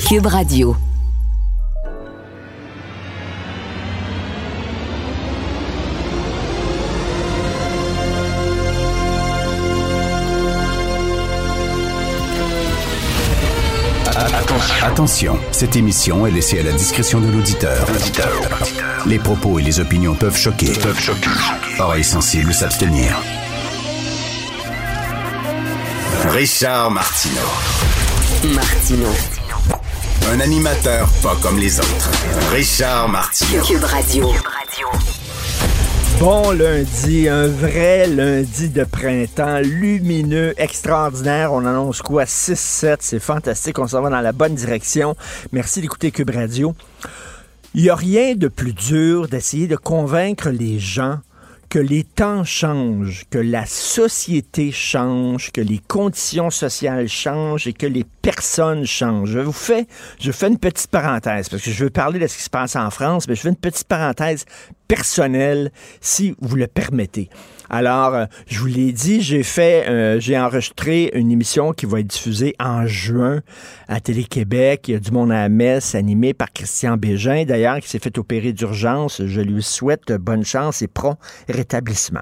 Cube Radio. Attention, cette émission est laissée à la discrétion de l'auditeur. Les propos et les opinions peuvent choquer. Oreilles sensibles s'abstenir. Richard Martineau. Un animateur pas comme les autres. Richard Martineau. Cube Radio. Bon lundi, un vrai lundi de printemps, lumineux, extraordinaire. On annonce quoi? 6-7, c'est fantastique, on s'en va dans la bonne direction. Merci d'écouter Cube Radio. Il n'y a rien de plus dur d'essayer de convaincre les gens que les temps changent, que la société change, que les conditions sociales changent et que les personnes changent. Je fais une petite parenthèse, parce que je veux parler de ce qui se passe en France, mais je fais une petite parenthèse personnelle, si vous le permettez. Alors, je vous l'ai dit, j'ai enregistré une émission qui va être diffusée en juin à Télé-Québec. Il y a du monde à la messe, animé par Christian Bégin, d'ailleurs, qui s'est fait opérer d'urgence. Je lui souhaite bonne chance et prompt rétablissement.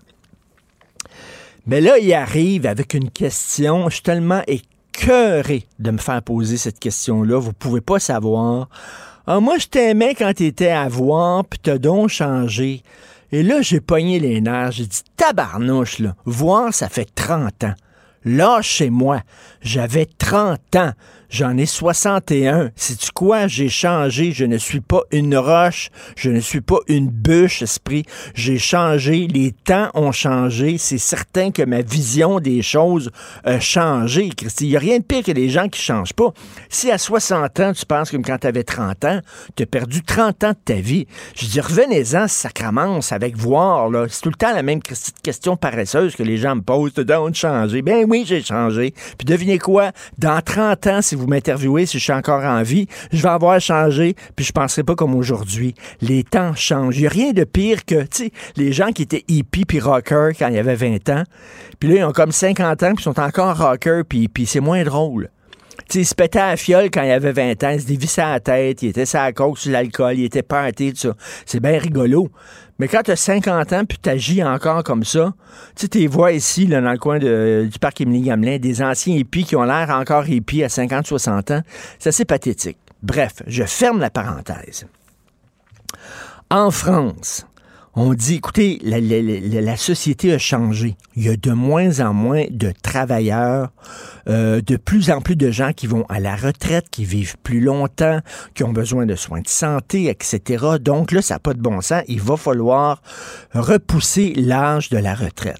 Mais là, il arrive avec une question. Je suis tellement écœuré de me faire poser cette question-là. Vous pouvez pas savoir. Ah, moi, je t'aimais quand t'étais à voir, puis t'as donc changé. Et là, j'ai pogné les nerfs. J'ai dit, tabarnouche, là. Voir, ça fait 30 ans. Lâchez-moi. J'avais 30 ans. J'en ai 61. Sais-tu quoi? J'ai changé. Je ne suis pas une roche. Je ne suis pas une bûche, esprit. J'ai changé. Les temps ont changé. C'est certain que ma vision des choses a changé, Christy. Il n'y a rien de pire que les gens qui ne changent pas. Si à 60 ans, tu penses comme quand tu avais 30 ans, tu as perdu 30 ans de ta vie. Je dis, revenez-en, sacramence, avec voir, là. C'est tout le temps la même question paresseuse que les gens me posent. Tu as changé. Ben oui, j'ai changé. Puis devinez quoi? Dans 30 ans, si vous m'interviewez, si je suis encore en vie, je vais avoir changé, puis je penserai pas comme aujourd'hui. Les temps changent. Il n'y a rien de pire que, tu sais, les gens qui étaient hippies puis rockers quand il y avait 20 ans, puis là, ils ont comme 50 ans, puis sont encore rockers, puis c'est moins drôle. Tu sais, ils se pétaient à la fiole quand il avait 20 ans, ils se dévissaient à la tête, ils étaient sur la coke, sur l'alcool, ils étaient partés, tout ça. C'est bien rigolo. Mais quand tu as 50 ans puis tu agis encore comme ça, tu sais, tu les vois ici, là, dans le coin du parc Émilie-Gamelin, des anciens hippies qui ont l'air encore hippies à 50-60 ans. C'est assez pathétique. Bref, je ferme la parenthèse. En France, on dit, écoutez, la société a changé. Il y a de moins en moins de travailleurs, de plus en plus de gens qui vont à la retraite, qui vivent plus longtemps, qui ont besoin de soins de santé, etc. Donc là, ça n'a pas de bon sens. Il va falloir repousser l'âge de la retraite.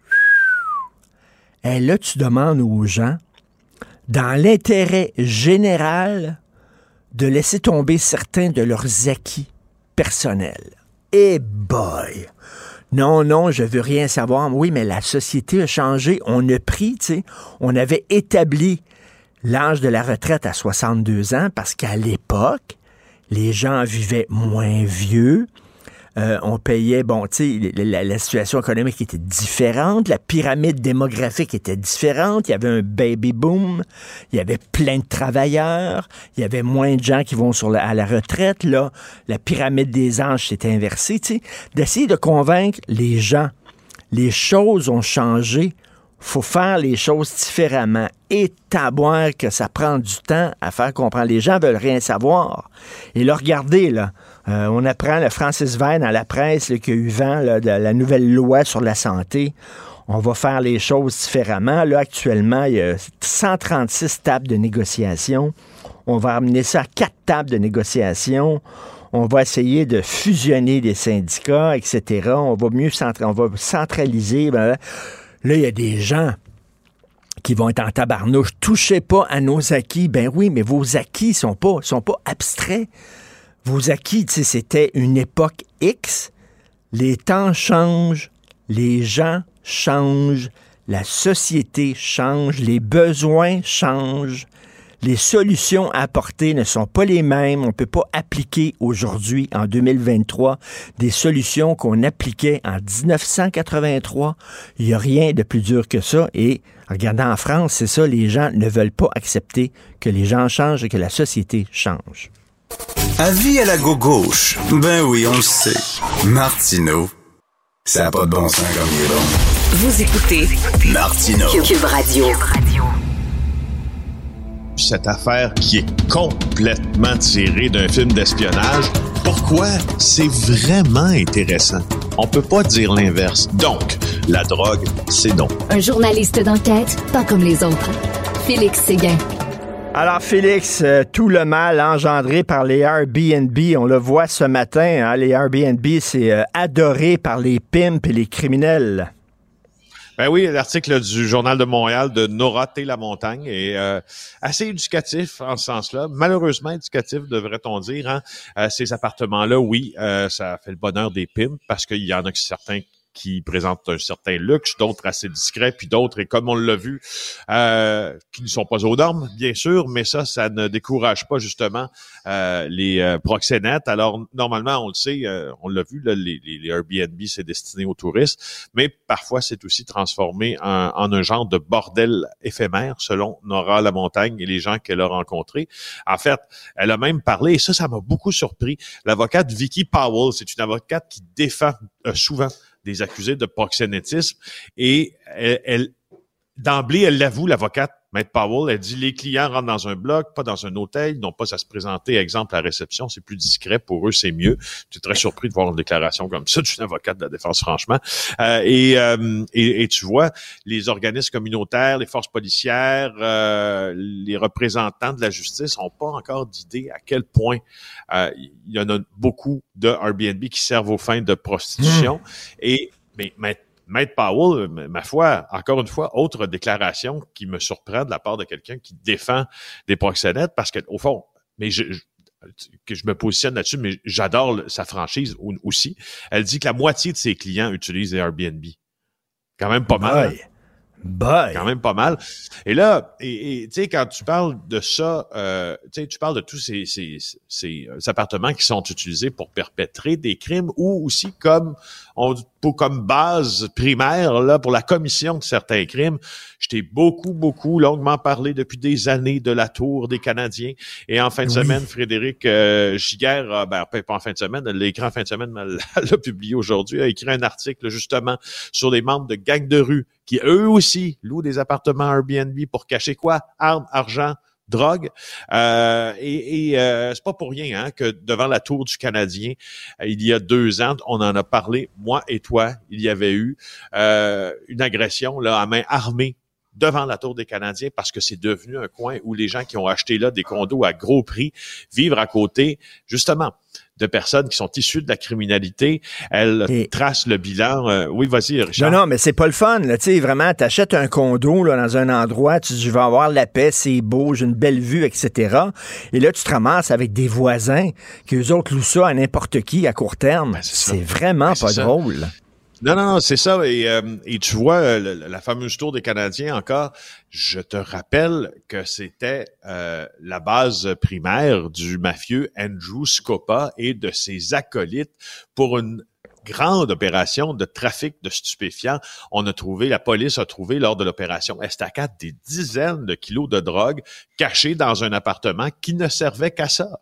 Et là, tu demandes aux gens, dans l'intérêt général, de laisser tomber certains de leurs acquis personnels. Eh boy! Non, je veux rien savoir. Oui, mais la société a changé. On a pris, tu sais, on avait établi l'âge de la retraite à 62 ans parce qu'à l'époque, les gens vivaient moins vieux. On payait, bon, tu sais, la situation économique était différente, la pyramide démographique était différente, il y avait un baby boom, il y avait plein de travailleurs, il y avait moins de gens qui vont à la retraite, là, la pyramide des âges s'est inversée, tu sais, d'essayer de convaincre les gens, les choses ont changé, faut faire les choses différemment. Et taboire que ça prend du temps à faire comprendre. Les gens veulent rien savoir. Et là, regardez, là, on apprend, le Francis Veil dans la presse, là, qu'il y a eu vent là, de la nouvelle loi sur la santé. On va faire les choses différemment. Là, actuellement, il y a 136 tables de négociation. On va amener ça à 4 tables de négociation. On va essayer de fusionner les syndicats, etc. On va centraliser. Ben, là, il y a des gens qui vont être en tabarnouche. Touchez pas à nos acquis. Ben oui, mais vos acquis sont pas abstraits. Vos acquis, tu sais, c'était une époque X. Les temps changent, les gens changent, la société change, les besoins changent, Les solutions à apporter ne sont pas les mêmes. On ne peut pas appliquer aujourd'hui, en 2023, des solutions qu'on appliquait en 1983. Il n'y a rien de plus dur que ça. Et regardez, en France, c'est ça, les gens ne veulent pas accepter que les gens changent et que la société change. Avis à la gauche. Ben oui, on le sait. Martineau, ça n'a pas de bon sens comme il est bon. Vous écoutez Martineau. Cube Radio. Cette affaire qui est complètement tirée d'un film d'espionnage, pourquoi? C'est vraiment intéressant. On peut pas dire l'inverse. Donc, la drogue, c'est non. Un journaliste d'enquête, pas comme les autres. Félix Séguin. Alors, Félix, tout le mal engendré par les Airbnb, on le voit ce matin, hein, les Airbnb, c'est adoré par les pimps et les criminels. Ben oui, l'article du Journal de Montréal de Nora T. Lamontagne est assez éducatif en ce sens-là. Malheureusement éducatif, devrait-on dire. Hein? Ces appartements-là, oui, ça fait le bonheur des pimps parce qu'il y en a certains qui présentent un certain luxe, d'autres assez discrets, puis d'autres, et comme on l'a vu, qui ne sont pas aux normes, bien sûr, mais ça ne décourage pas justement les proxénètes. Alors, normalement, on le sait, on l'a vu, là, les Airbnb, c'est destiné aux touristes, mais parfois, c'est aussi transformé en un genre de bordel éphémère, selon Nora Lamontagne et les gens qu'elle a rencontrés. En fait, elle a même parlé, et ça m'a beaucoup surpris, l'avocate Vicky Powell, c'est une avocate qui défend souvent des accusés de proxénétisme, et elle d'emblée, elle l'avoue, l'avocate, Maître Powell, elle dit, les clients rentrent dans un bloc, pas dans un hôtel, ils n'ont pas à se présenter, exemple, à la réception, c'est plus discret, pour eux, c'est mieux. J'étais très surpris de voir une déclaration comme ça d'une avocate de la défense, franchement. Et tu vois, les organismes communautaires, les forces policières, les représentants de la justice n'ont pas encore d'idée à quel point il y en a beaucoup de Airbnb qui servent aux fins de prostitution. Mais Maître Powell, ma foi, encore une fois, autre déclaration qui me surprend de la part de quelqu'un qui défend des proxénètes, parce qu'au fond, que je me positionne là-dessus, mais j'adore sa franchise aussi. Elle dit que la moitié de ses clients utilisent les Airbnb. Quand même pas mal. Quand même pas mal. Et là, tu sais, quand tu parles de ça, tu parles de tous ces appartements qui sont utilisés pour perpétrer des crimes ou aussi comme base primaire là pour la commission de certains crimes. Je t'ai beaucoup longuement parlé depuis des années de la tour des Canadiens. Et en fin de semaine, Frédéric Giguère, pas en fin de semaine, l'écran en fin de semaine, elle l'a publié aujourd'hui, a écrit un article justement sur les membres de gangs de rue qui eux aussi louent des appartements Airbnb pour cacher quoi? Armes, argent, drogue. C'est pas pour rien que devant la tour du Canadien, il y a 2 ans, on en a parlé, moi et toi, il y avait eu une agression là à main armée devant la tour des Canadiens parce que c'est devenu un coin où les gens qui ont acheté là des condos à gros prix vivent à côté, justement, de personnes qui sont issues de la criminalité. Elle trace le bilan. Oui, vas-y, Richard. Non, mais c'est pas le fun. Tu sais, vraiment, t'achètes un condo là, dans un endroit, tu dis, je vais avoir la paix, c'est beau, j'ai une belle vue, etc. Et là, tu te ramasses avec des voisins qui, eux autres, louent ça à n'importe qui à court terme. C'est vraiment pas drôle. Non, c'est ça. Et tu vois, la fameuse tour des Canadiens encore, je te rappelle que c'était la base primaire du mafieux Andrew Scopa et de ses acolytes pour une grande opération de trafic de stupéfiants. La police a trouvé lors de l'opération Estacade des dizaines de kilos de drogue cachés dans un appartement qui ne servait qu'à ça.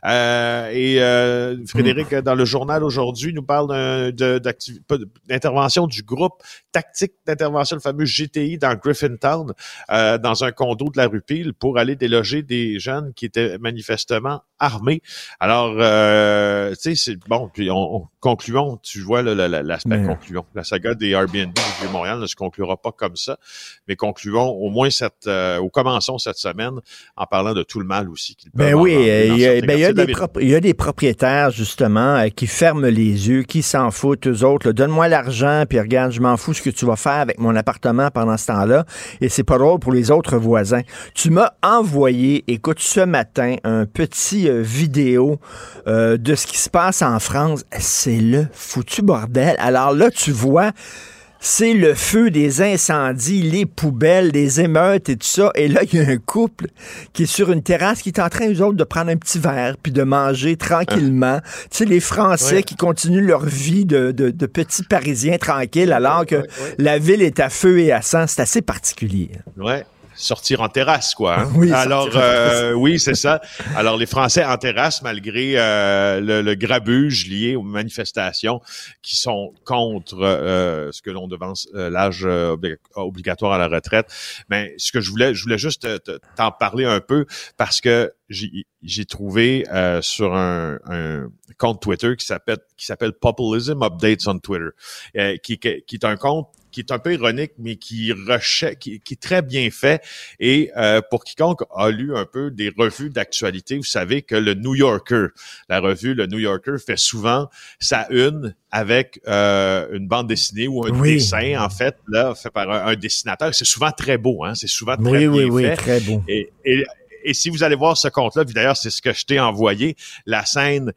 Frédéric, dans le journal aujourd'hui, nous parle d'intervention du groupe tactique d'intervention, le fameux GTI dans Griffintown, dans un condo de la rue Peel pour aller déloger des jeunes qui étaient manifestement armés. Alors, tu sais, c'est bon, puis concluons, tu vois l'aspect concluons. La saga des Airbnb du Vieux-Montréal ne se conclura pas comme ça, mais concluons au moins commençons cette semaine en parlant de tout le mal aussi qu'il peut avoir. Il y a des propriétaires, justement, qui ferment les yeux, qui s'en foutent, eux autres. Là, donne-moi l'argent, puis regarde, je m'en fous ce que tu vas faire avec mon appartement pendant ce temps-là. Et c'est pas drôle pour les autres voisins. Tu m'as envoyé, écoute, ce matin, un petit vidéo de ce qui se passe en France. C'est le foutu bordel. Alors là, tu vois C'est le feu, des incendies, les poubelles, des émeutes et tout ça. Et là, il y a un couple qui est sur une terrasse qui est en train, eux autres, de prendre un petit verre puis de manger tranquillement. Tu sais, les Français qui continuent leur vie de petits Parisiens tranquilles alors que la ville est à feu et à sang. C'est assez particulier. Ouais. Sortir en terrasse, quoi. Hein? Oui, alors, oui, c'est ça. Alors, les Français en terrasse, malgré le grabuge lié aux manifestations qui sont contre ce que l'on devance l'âge obligatoire à la retraite. Mais ce que je voulais juste t'en parler un peu parce que j'ai trouvé sur un compte Twitter qui s'appelle Populism Updates on Twitter, qui est un compte qui est un peu ironique, mais qui est très bien fait. Et pour quiconque a lu un peu des revues d'actualité, vous savez que le New Yorker, la revue Le New Yorker fait souvent sa une avec une bande dessinée ou un dessin, en fait, là, fait par un dessinateur. C'est souvent très beau, hein. C'est souvent très bien fait. Oui, très beau. Et si vous allez voir ce compte-là, puis d'ailleurs, c'est ce que je t'ai envoyé, la scène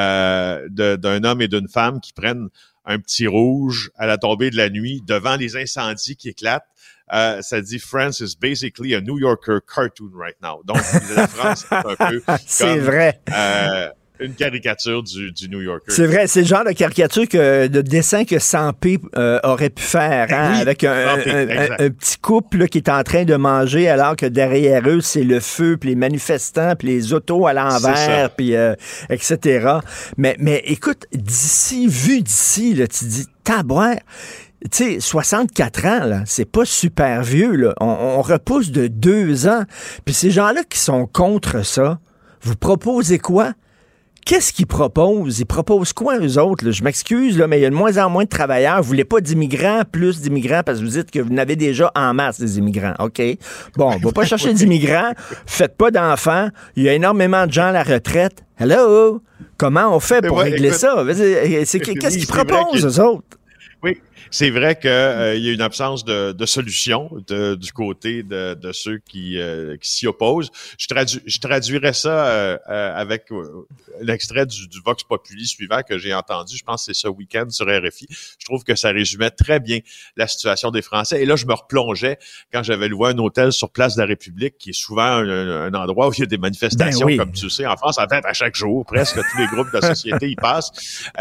d'un homme et d'une femme qui prennent un petit rouge à la tombée de la nuit devant les incendies qui éclatent. Ça dit « France is basically a New Yorker cartoon right now ». Donc, la France est un peu c'est vrai. Une caricature du New Yorker. C'est vrai, c'est le genre de caricature de dessin que Sampé aurait pu faire, hein, oui, avec un petit couple là, qui est en train de manger alors que derrière eux, c'est le feu, puis les manifestants, puis les autos à l'envers, puis etc. Mais écoute, vu d'ici, là, tu dis, tabouère, tu sais, 64 ans, là, c'est pas super vieux, là. On repousse de 2 ans. Puis ces gens-là qui sont contre ça, vous proposez quoi? Qu'est-ce qu'ils proposent? Ils proposent quoi, eux autres? Là? Je m'excuse, là, mais il y a de moins en moins de travailleurs. Vous voulez pas d'immigrants, plus d'immigrants, parce que vous dites que vous n'avez déjà en masse des immigrants. OK. Bon, on va pas chercher d'immigrants. Faites pas d'enfants. Il y a énormément de gens à la retraite. Hello? Comment on fait pour régler ça? Qu'est-ce qu'ils proposent, eux autres? Oui, c'est vrai qu'il y a une absence de solution du côté de ceux qui s'y opposent. Je traduirais ça avec l'extrait du Vox Populi suivant que j'ai entendu. Je pense que c'est ce week-end sur RFI. Je trouve que ça résumait très bien la situation des Français. Et là, je me replongeais quand j'avais loué un hôtel sur Place de la République, qui est souvent un endroit où il y a des manifestations, comme tu sais, en France, en fait, à chaque jour, presque tous les groupes de la société y passent.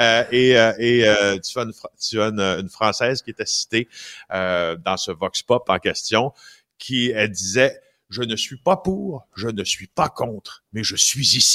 Tu as une Française qui était citée dans ce Vox Pop en question, qui elle disait « Je ne suis pas pour, je ne suis pas contre, mais je suis ici. »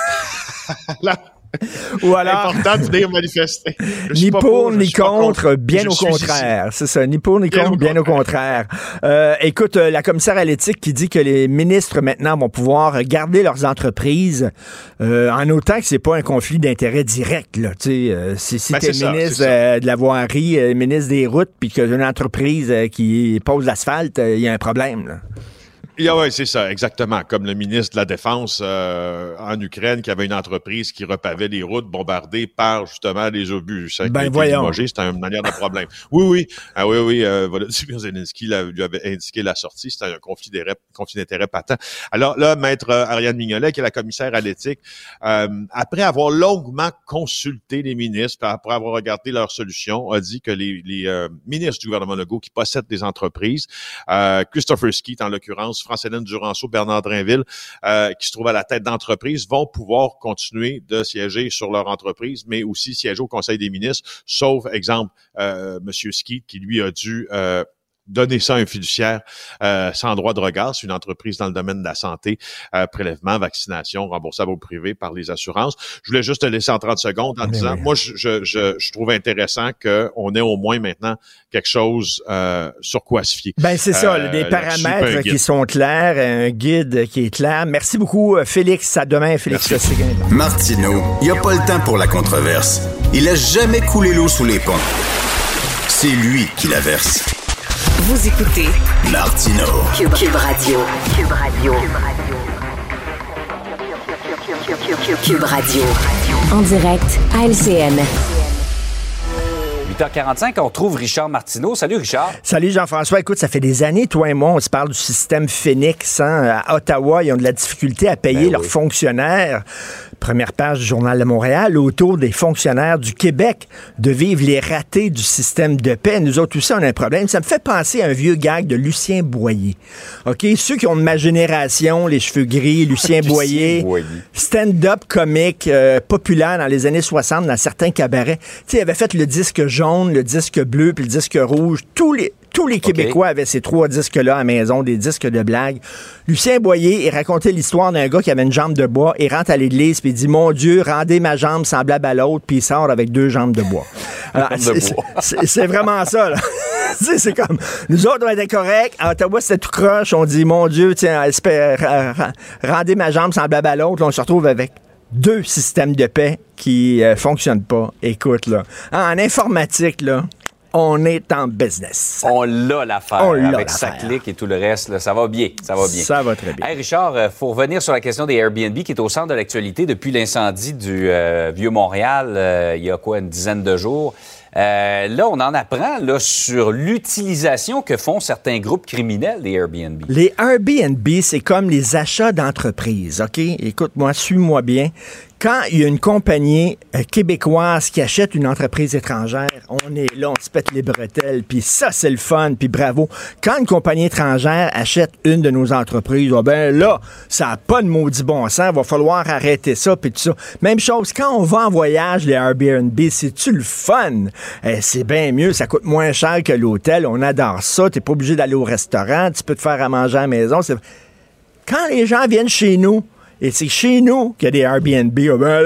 Ou alors, important de venir manifester. Ni pour, ni contre, bien au contraire. C'est ça, ni pour, ni contre, bien au contraire. Écoute, la commissaire à l'éthique qui dit que les ministres maintenant vont pouvoir garder leurs entreprises en autant que c'est pas un conflit d'intérêt direct. Là, si t'es ministre de la voirie, ministre des routes, puis que une entreprise qui pose l'asphalte, il y a un problème. Là. Oui, c'est ça, exactement. Comme le ministre de la Défense en Ukraine qui avait une entreprise qui repavait les routes bombardées par justement des obus. Voyons. C'était une manière de problème. Oui. Volodymyr Zelensky lui avait indiqué la sortie. C'était un conflit d'intérêt patent. Alors là, maître Ariane Mignolet, qui est la commissaire à l'éthique, après avoir longuement consulté les ministres, après avoir regardé leurs solutions, a dit que les ministres du gouvernement Legault qui possèdent des entreprises, Christopher Skeet en l'occurrence, France-Hélène Duranceau, Bernard Drinville, qui se trouvent à la tête d'entreprise, vont pouvoir continuer de siéger sur leur entreprise, mais aussi siéger au Conseil des ministres, sauf, exemple, Monsieur Skeet, qui lui a dû donner ça à un fiduciaire sans droit de regard. C'est une entreprise dans le domaine de la santé, prélèvement, vaccination, remboursable au privé par les assurances. Je voulais juste te laisser en 30 secondes en disant, moi, je trouve intéressant qu'on ait au moins maintenant quelque chose sur quoi se fier. C'est ça, des paramètres qui sont clairs, un guide qui est clair. Merci beaucoup, Félix. À demain, Félix Séguin. Martineau, il n'y a pas le temps pour la controverse. Il a jamais coulé l'eau sous les ponts. C'est lui qui la verse. Vous écoutez Martineau. Cube Radio. Cube Radio. En direct à LCN. 8h45, on retrouve Richard Martineau. Salut, Richard. Salut, Jean-François. Écoute, ça fait des années, toi et moi, on se parle du système Phoenix. Hein? À Ottawa, ils ont de la difficulté à payer leurs fonctionnaires. Première page du Journal de Montréal, autour des fonctionnaires du Québec de vivre les ratés du système de paix. Nous autres aussi, on a un problème. Ça me fait penser à un vieux gag de Lucien Boyer. OK? Ceux qui ont de ma génération, les cheveux gris, Lucien Boyer, stand-up comique populaire dans les années 60 dans certains cabarets. Tu sais, il avait fait le disque jaune, le disque bleu, puis le disque rouge. Tous les Québécois avaient ces 3 disques-là à la maison, des disques de blagues. Lucien Boyer, il racontait l'histoire d'un gars qui avait une jambe de bois. Il rentre à l'église, puis il dit « Mon Dieu, rendez ma jambe semblable à l'autre », puis il sort avec 2 jambes de bois. Alors, c'est vraiment ça, là. C'est comme, nous autres, on était corrects. À Ottawa, c'était tout croche. On dit « Mon Dieu, tiens, rendez ma jambe semblable à l'autre ». On se retrouve avec 2 systèmes de paix qui fonctionnent pas. Écoute, là. En informatique, là, on est en business. On l'a l'affaire. Avec sa clique et tout le reste, là, ça va bien. Ça va bien. Ça va très bien. Hey Richard, il faut revenir sur la question des Airbnb qui est au centre de l'actualité depuis l'incendie du Vieux-Montréal il y a une dizaine de jours. Là, on en apprend là, sur l'utilisation que font certains groupes criminels des Airbnb. Les Airbnb, c'est comme les achats d'entreprises, OK? Écoute-moi, suis-moi bien. Quand il y a une compagnie québécoise qui achète une entreprise étrangère, on est là, on se pète les bretelles, puis ça, c'est le fun, puis bravo. Quand une compagnie étrangère achète une de nos entreprises, ben là, ça n'a pas de maudit bon sens, il va falloir arrêter ça, puis tout ça. Même chose, quand on va en voyage, les Airbnb, c'est-tu le fun? C'est bien mieux, ça coûte moins cher que l'hôtel, on adore ça, t'es pas obligé d'aller au restaurant, tu peux te faire à manger à la maison. Quand les gens viennent chez nous, et c'est chez nous qu'il y a des Airbnb. Ben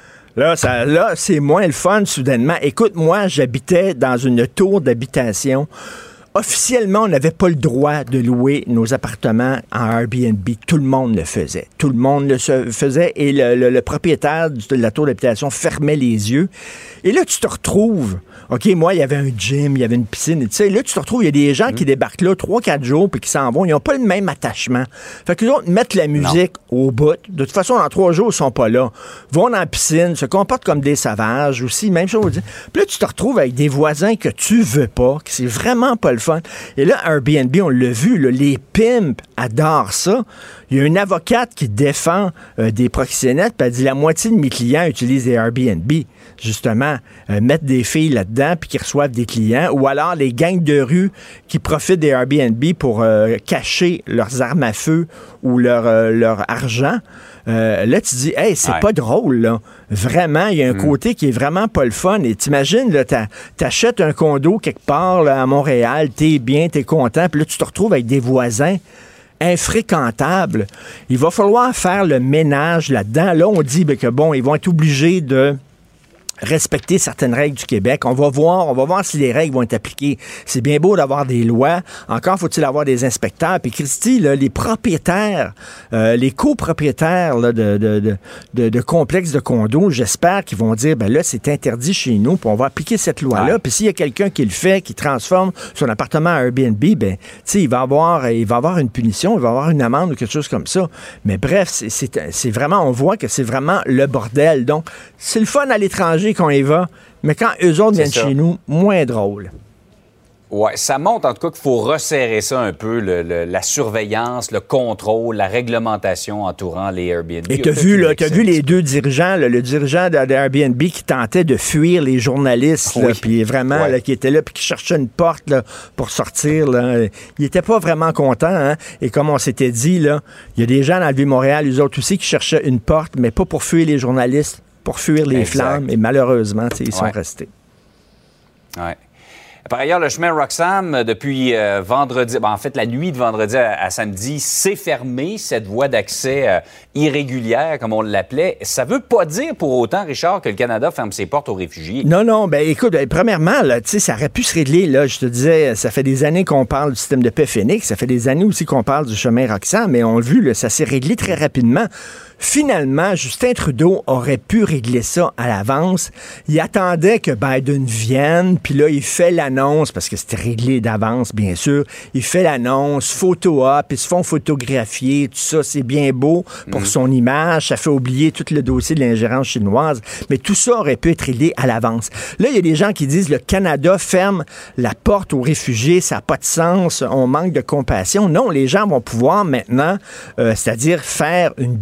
là, c'est moins le fun, soudainement. Écoute, moi, j'habitais dans une tour d'habitation. Officiellement, on n'avait pas le droit de louer nos appartements en Airbnb. Tout le monde le faisait. Tout le monde le faisait et le propriétaire de la tour d'habitation fermait les yeux. Et là, tu te retrouves... OK, moi, il y avait un gym, il y avait une piscine. Tu sais, là, tu te retrouves, il y a des gens qui débarquent là 3-4 jours puis qui s'en vont. Ils n'ont pas le même attachement. Fait que les autres mettent la musique au bout. De toute façon, dans 3 jours, ils sont pas là. Vont dans la piscine, se comportent comme des sauvages aussi. Même chose. Puis là, tu te retrouves avec des voisins que tu veux pas, que c'est vraiment pas le fun. Et là, Airbnb, on l'a vu, là, les pimps adorent ça. Il y a une avocate qui défend des proxénètes, puis elle dit la moitié de mes clients utilisent des Airbnb, justement, mettre des filles là-dedans puis qui reçoivent des clients, ou alors les gangs de rue qui profitent des Airbnb pour cacher leurs armes à feu ou leur argent. Là, tu dis, hey, c'est pas drôle, là. Vraiment, il y a un côté qui est vraiment pas le fun. Et t'imagines, là, t'achètes un condo quelque part là, à Montréal, t'es bien, t'es content, puis là, tu te retrouves avec des voisins infréquentables. Il va falloir faire le ménage là-dedans. Là, on dit que bon, ils vont être obligés de respecter certaines règles du Québec. On va voir si les règles vont être appliquées. C'est bien beau d'avoir des lois. Encore faut-il avoir des inspecteurs. Puis Christy, là, les propriétaires, les copropriétaires là, de complexes de condos, j'espère qu'ils vont dire, ben là, c'est interdit chez nous, puis on va appliquer cette loi-là. Puis s'il y a quelqu'un qui le fait, qui transforme son appartement en Airbnb, ben, tu sais, il va avoir une punition, il va avoir une amende ou quelque chose comme ça. Mais bref, c'est vraiment, on voit que c'est vraiment le bordel. Donc, c'est le fun à l'étranger qu'on y va, mais quand eux autres viennent chez nous, moins drôle. Oui, ça montre en tout cas qu'il faut resserrer ça un peu, la surveillance, le contrôle, la réglementation entourant les Airbnb. Et t'as vu les 2 dirigeants, là, le dirigeant d'Airbnb qui tentait de fuir les journalistes, puis vraiment, là, qui était là, puis qui cherchait une porte là, pour sortir. Là. Il était pas vraiment content. Hein? Et comme on s'était dit, là, il y a des gens dans le Vieux-Montréal, eux autres aussi, qui cherchaient une porte, mais pas pour fuir les journalistes, pour fuir les flammes. Et malheureusement, ils sont restés. Ouais. Par ailleurs, le chemin Roxham, depuis vendredi, en fait, la nuit de vendredi à samedi, c'est fermé, cette voie d'accès irrégulière, comme on l'appelait. Ça veut pas dire pour autant, Richard, que le Canada ferme ses portes aux réfugiés. Non, ben écoute, premièrement, là, ça aurait pu se régler, là, je te disais, ça fait des années qu'on parle du système de paix Phoenix, ça fait des années aussi qu'on parle du chemin Roxham, mais on l'a vu, là, ça s'est réglé très rapidement. Finalement, Justin Trudeau aurait pu régler ça à l'avance. Il attendait que Biden vienne, puis là, il fait l'annonce, parce que c'était réglé d'avance, bien sûr. Il fait l'annonce, photo-op, ils se font photographier, tout ça, c'est bien beau pour son image. Ça fait oublier tout le dossier de l'ingérence chinoise. Mais tout ça aurait pu être réglé à l'avance. Là, il y a des gens qui disent le Canada ferme la porte aux réfugiés, ça n'a pas de sens, on manque de compassion. Non, les gens vont pouvoir maintenant, c'est-à-dire faire une demande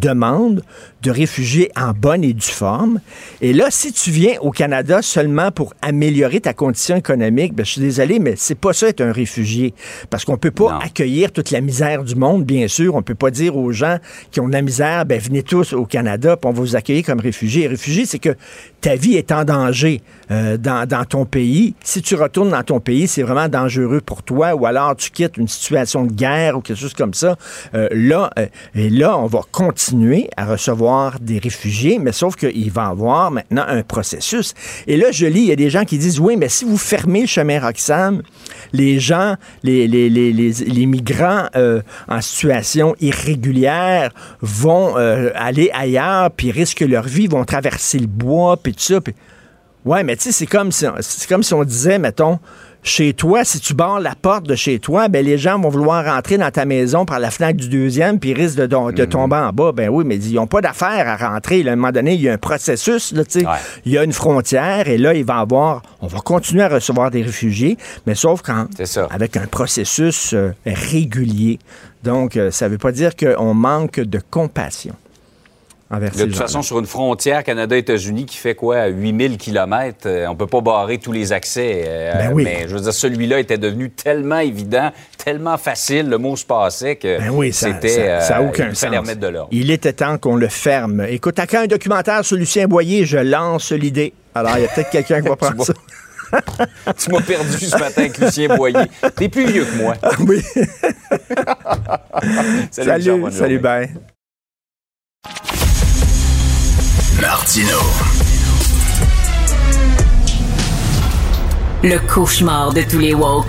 monde de réfugiés en bonne et due forme. Et là, si tu viens au Canada seulement pour améliorer ta condition économique, ben, je suis désolé, mais c'est pas ça être un réfugié. Parce qu'on peut pas accueillir toute la misère du monde, bien sûr. On peut pas dire aux gens qui ont de la misère, ben, venez tous au Canada, puis on va vous accueillir comme réfugiés. Réfugié, c'est que ta vie est en danger dans ton pays. Si tu retournes dans ton pays, c'est vraiment dangereux pour toi, ou alors tu quittes une situation de guerre ou quelque chose comme ça. Là, on va continuer à recevoir des réfugiés, mais sauf qu'il va y avoir maintenant un processus. Et là, je lis, il y a des gens qui disent, oui, mais si vous fermez le chemin Roxham, les gens, les migrants en situation irrégulière vont aller ailleurs, puis risquent leur vie, vont traverser le bois, puis tout ça. Puis... Ouais, mais tu sais, c'est comme si on disait, mettons, chez toi, si tu barres la porte de chez toi, ben les gens vont vouloir rentrer dans ta maison par la fenêtre du deuxième, puis ils risquent de tomber en bas. Ben oui, mais ils n'ont pas d'affaire à rentrer. Là, à un moment donné, il y a un processus, là, tu sais. Il y a une frontière, et là, on va continuer à recevoir des réfugiés, mais sauf avec un processus régulier. Donc, ça ne veut pas dire qu'on manque de compassion. De toute façon, sur une frontière Canada-États-Unis qui fait quoi, 8000 km, on peut pas barrer tous les accès. Mais je veux dire, celui-là était devenu tellement évident, tellement facile, le mot se passait que c'était... Ça n'a aucun sens. Remettre de l'ordre. Il était temps qu'on le ferme. Écoute, quand un documentaire sur Lucien Boyer, je lance l'idée. Alors, il y a peut-être quelqu'un qui va prendre ça. Tu m'as perdu ce matin avec Lucien Boyer. T'es plus vieux que moi. Ah, oui. Salut, bye. Martino. Le cauchemar de tous les woke.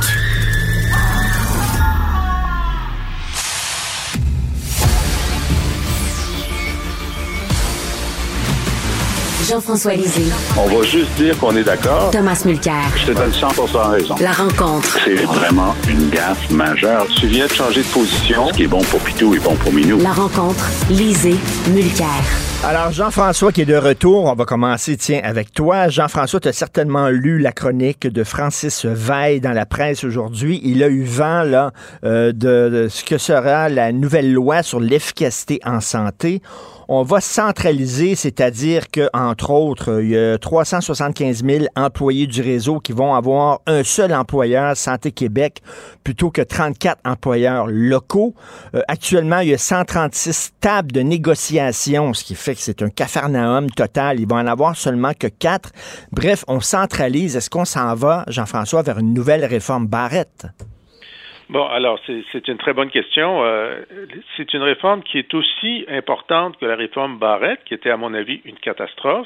Jean-François Lisée. On va juste dire qu'on est d'accord. Thomas Mulcair. Je te donne 100% raison. La rencontre. C'est vraiment une gaffe majeure. Tu viens de changer de position. Ce qui est bon pour Pitou est bon pour Minou. La rencontre. Lisée. Mulcair. Alors, Jean-François qui est de retour, on va commencer, avec toi. Jean-François, tu as certainement lu la chronique de Francis Veil dans la presse aujourd'hui. Il a eu vent là, de ce que sera la nouvelle loi sur l'efficacité en santé. On va centraliser, c'est-à-dire que, entre autres, il y a 375 000 employés du réseau qui vont avoir un seul employeur, Santé Québec, plutôt que 34 employeurs locaux. Actuellement, il y a 136 tables de négociation, ce qui fait que c'est un capharnaüm total. Il va en avoir seulement que 4. Bref, on centralise. Est-ce qu'on s'en va, Jean-François, vers une nouvelle réforme Barrette? Bon, alors, c'est une très bonne question. C'est une réforme qui est aussi importante que la réforme Barrette, qui était, à mon avis, une catastrophe.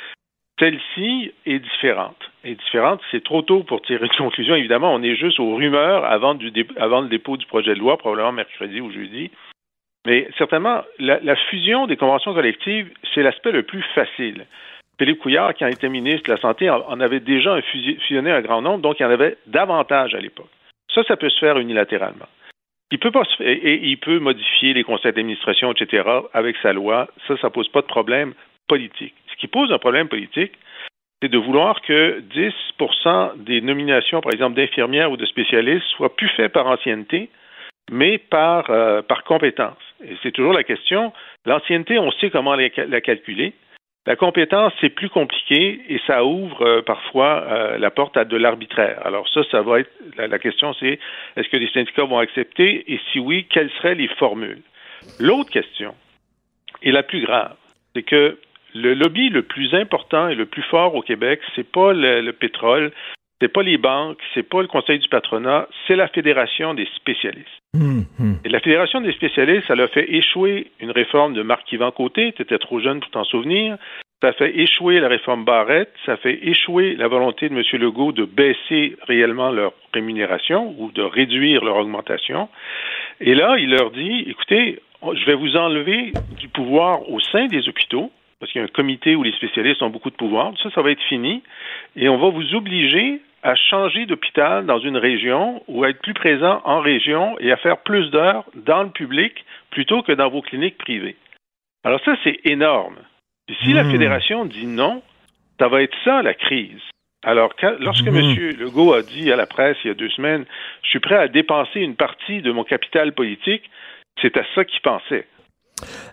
Celle-ci est différente. C'est trop tôt pour tirer une conclusion. Évidemment, on est juste aux rumeurs avant le dépôt du projet de loi, probablement mercredi ou jeudi. Mais certainement, la fusion des conventions collectives, c'est l'aspect le plus facile. Philippe Couillard, qui en était ministre de la Santé, en avait déjà fusionné un grand nombre, donc il y en avait davantage à l'époque. Ça peut se faire unilatéralement. Il peut modifier les conseils d'administration, etc., avec sa loi. Ça pose pas de problème politique. Ce qui pose un problème politique, c'est de vouloir que 10% des nominations, par exemple, d'infirmières ou de spécialistes soient plus faites par ancienneté, mais par compétence. Et c'est toujours la question. L'ancienneté, on sait comment la calculer. La compétence, c'est plus compliqué et ça ouvre parfois la porte à de l'arbitraire. Alors ça va être la question, c'est est-ce que les syndicats vont accepter et si oui, quelles seraient les formules? L'autre question, et la plus grave, c'est que le lobby le plus important et le plus fort au Québec, c'est pas le pétrole, c'est pas les banques, c'est pas le Conseil du patronat, c'est la Fédération des spécialistes. Et la Fédération des spécialistes, elle a fait échouer une réforme de Marc-Yvan Côté, tu étais trop jeune pour t'en souvenir, ça fait échouer la réforme Barrette, ça fait échouer la volonté de M. Legault de baisser réellement leur rémunération ou de réduire leur augmentation. Et là, il leur dit, écoutez, je vais vous enlever du pouvoir au sein des hôpitaux, parce qu'il y a un comité où les spécialistes ont beaucoup de pouvoir, ça va être fini, et on va vous obliger à changer d'hôpital dans une région ou à être plus présent en région et à faire plus d'heures dans le public plutôt que dans vos cliniques privées. Alors ça, c'est énorme. Et si la Fédération dit non, ça va être ça la crise. Alors, lorsque M. Legault a dit à la presse il y a 2 semaines, je suis prêt à dépenser une partie de mon capital politique, c'est à ça qu'il pensait.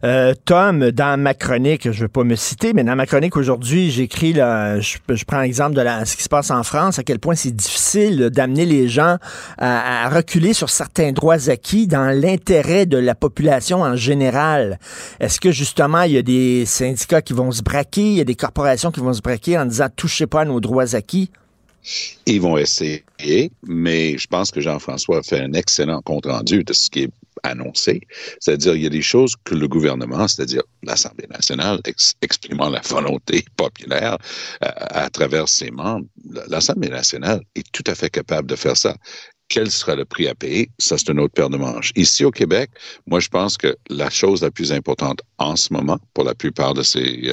Tom, dans ma chronique, je ne veux pas me citer, mais dans ma chronique aujourd'hui, j'écris, je prends l'exemple de ce qui se passe en France, à quel point c'est difficile d'amener les gens à reculer sur certains droits acquis dans l'intérêt de la population en général. Est-ce que justement, il y a des syndicats qui vont se braquer, il y a des corporations qui vont se braquer en disant « touchez pas à nos droits acquis ». Ils vont essayer, mais je pense que Jean-François a fait un excellent compte-rendu de ce qui est annoncé. C'est-à-dire, il y a des choses que le gouvernement, c'est-à-dire l'Assemblée nationale, exprimant la volonté populaire à travers ses membres, l'Assemblée nationale est tout à fait capable de faire ça. Quel sera le prix à payer? Ça, c'est une autre paire de manches. Ici, au Québec, moi, je pense que la chose la plus importante en ce moment, pour la plupart de ces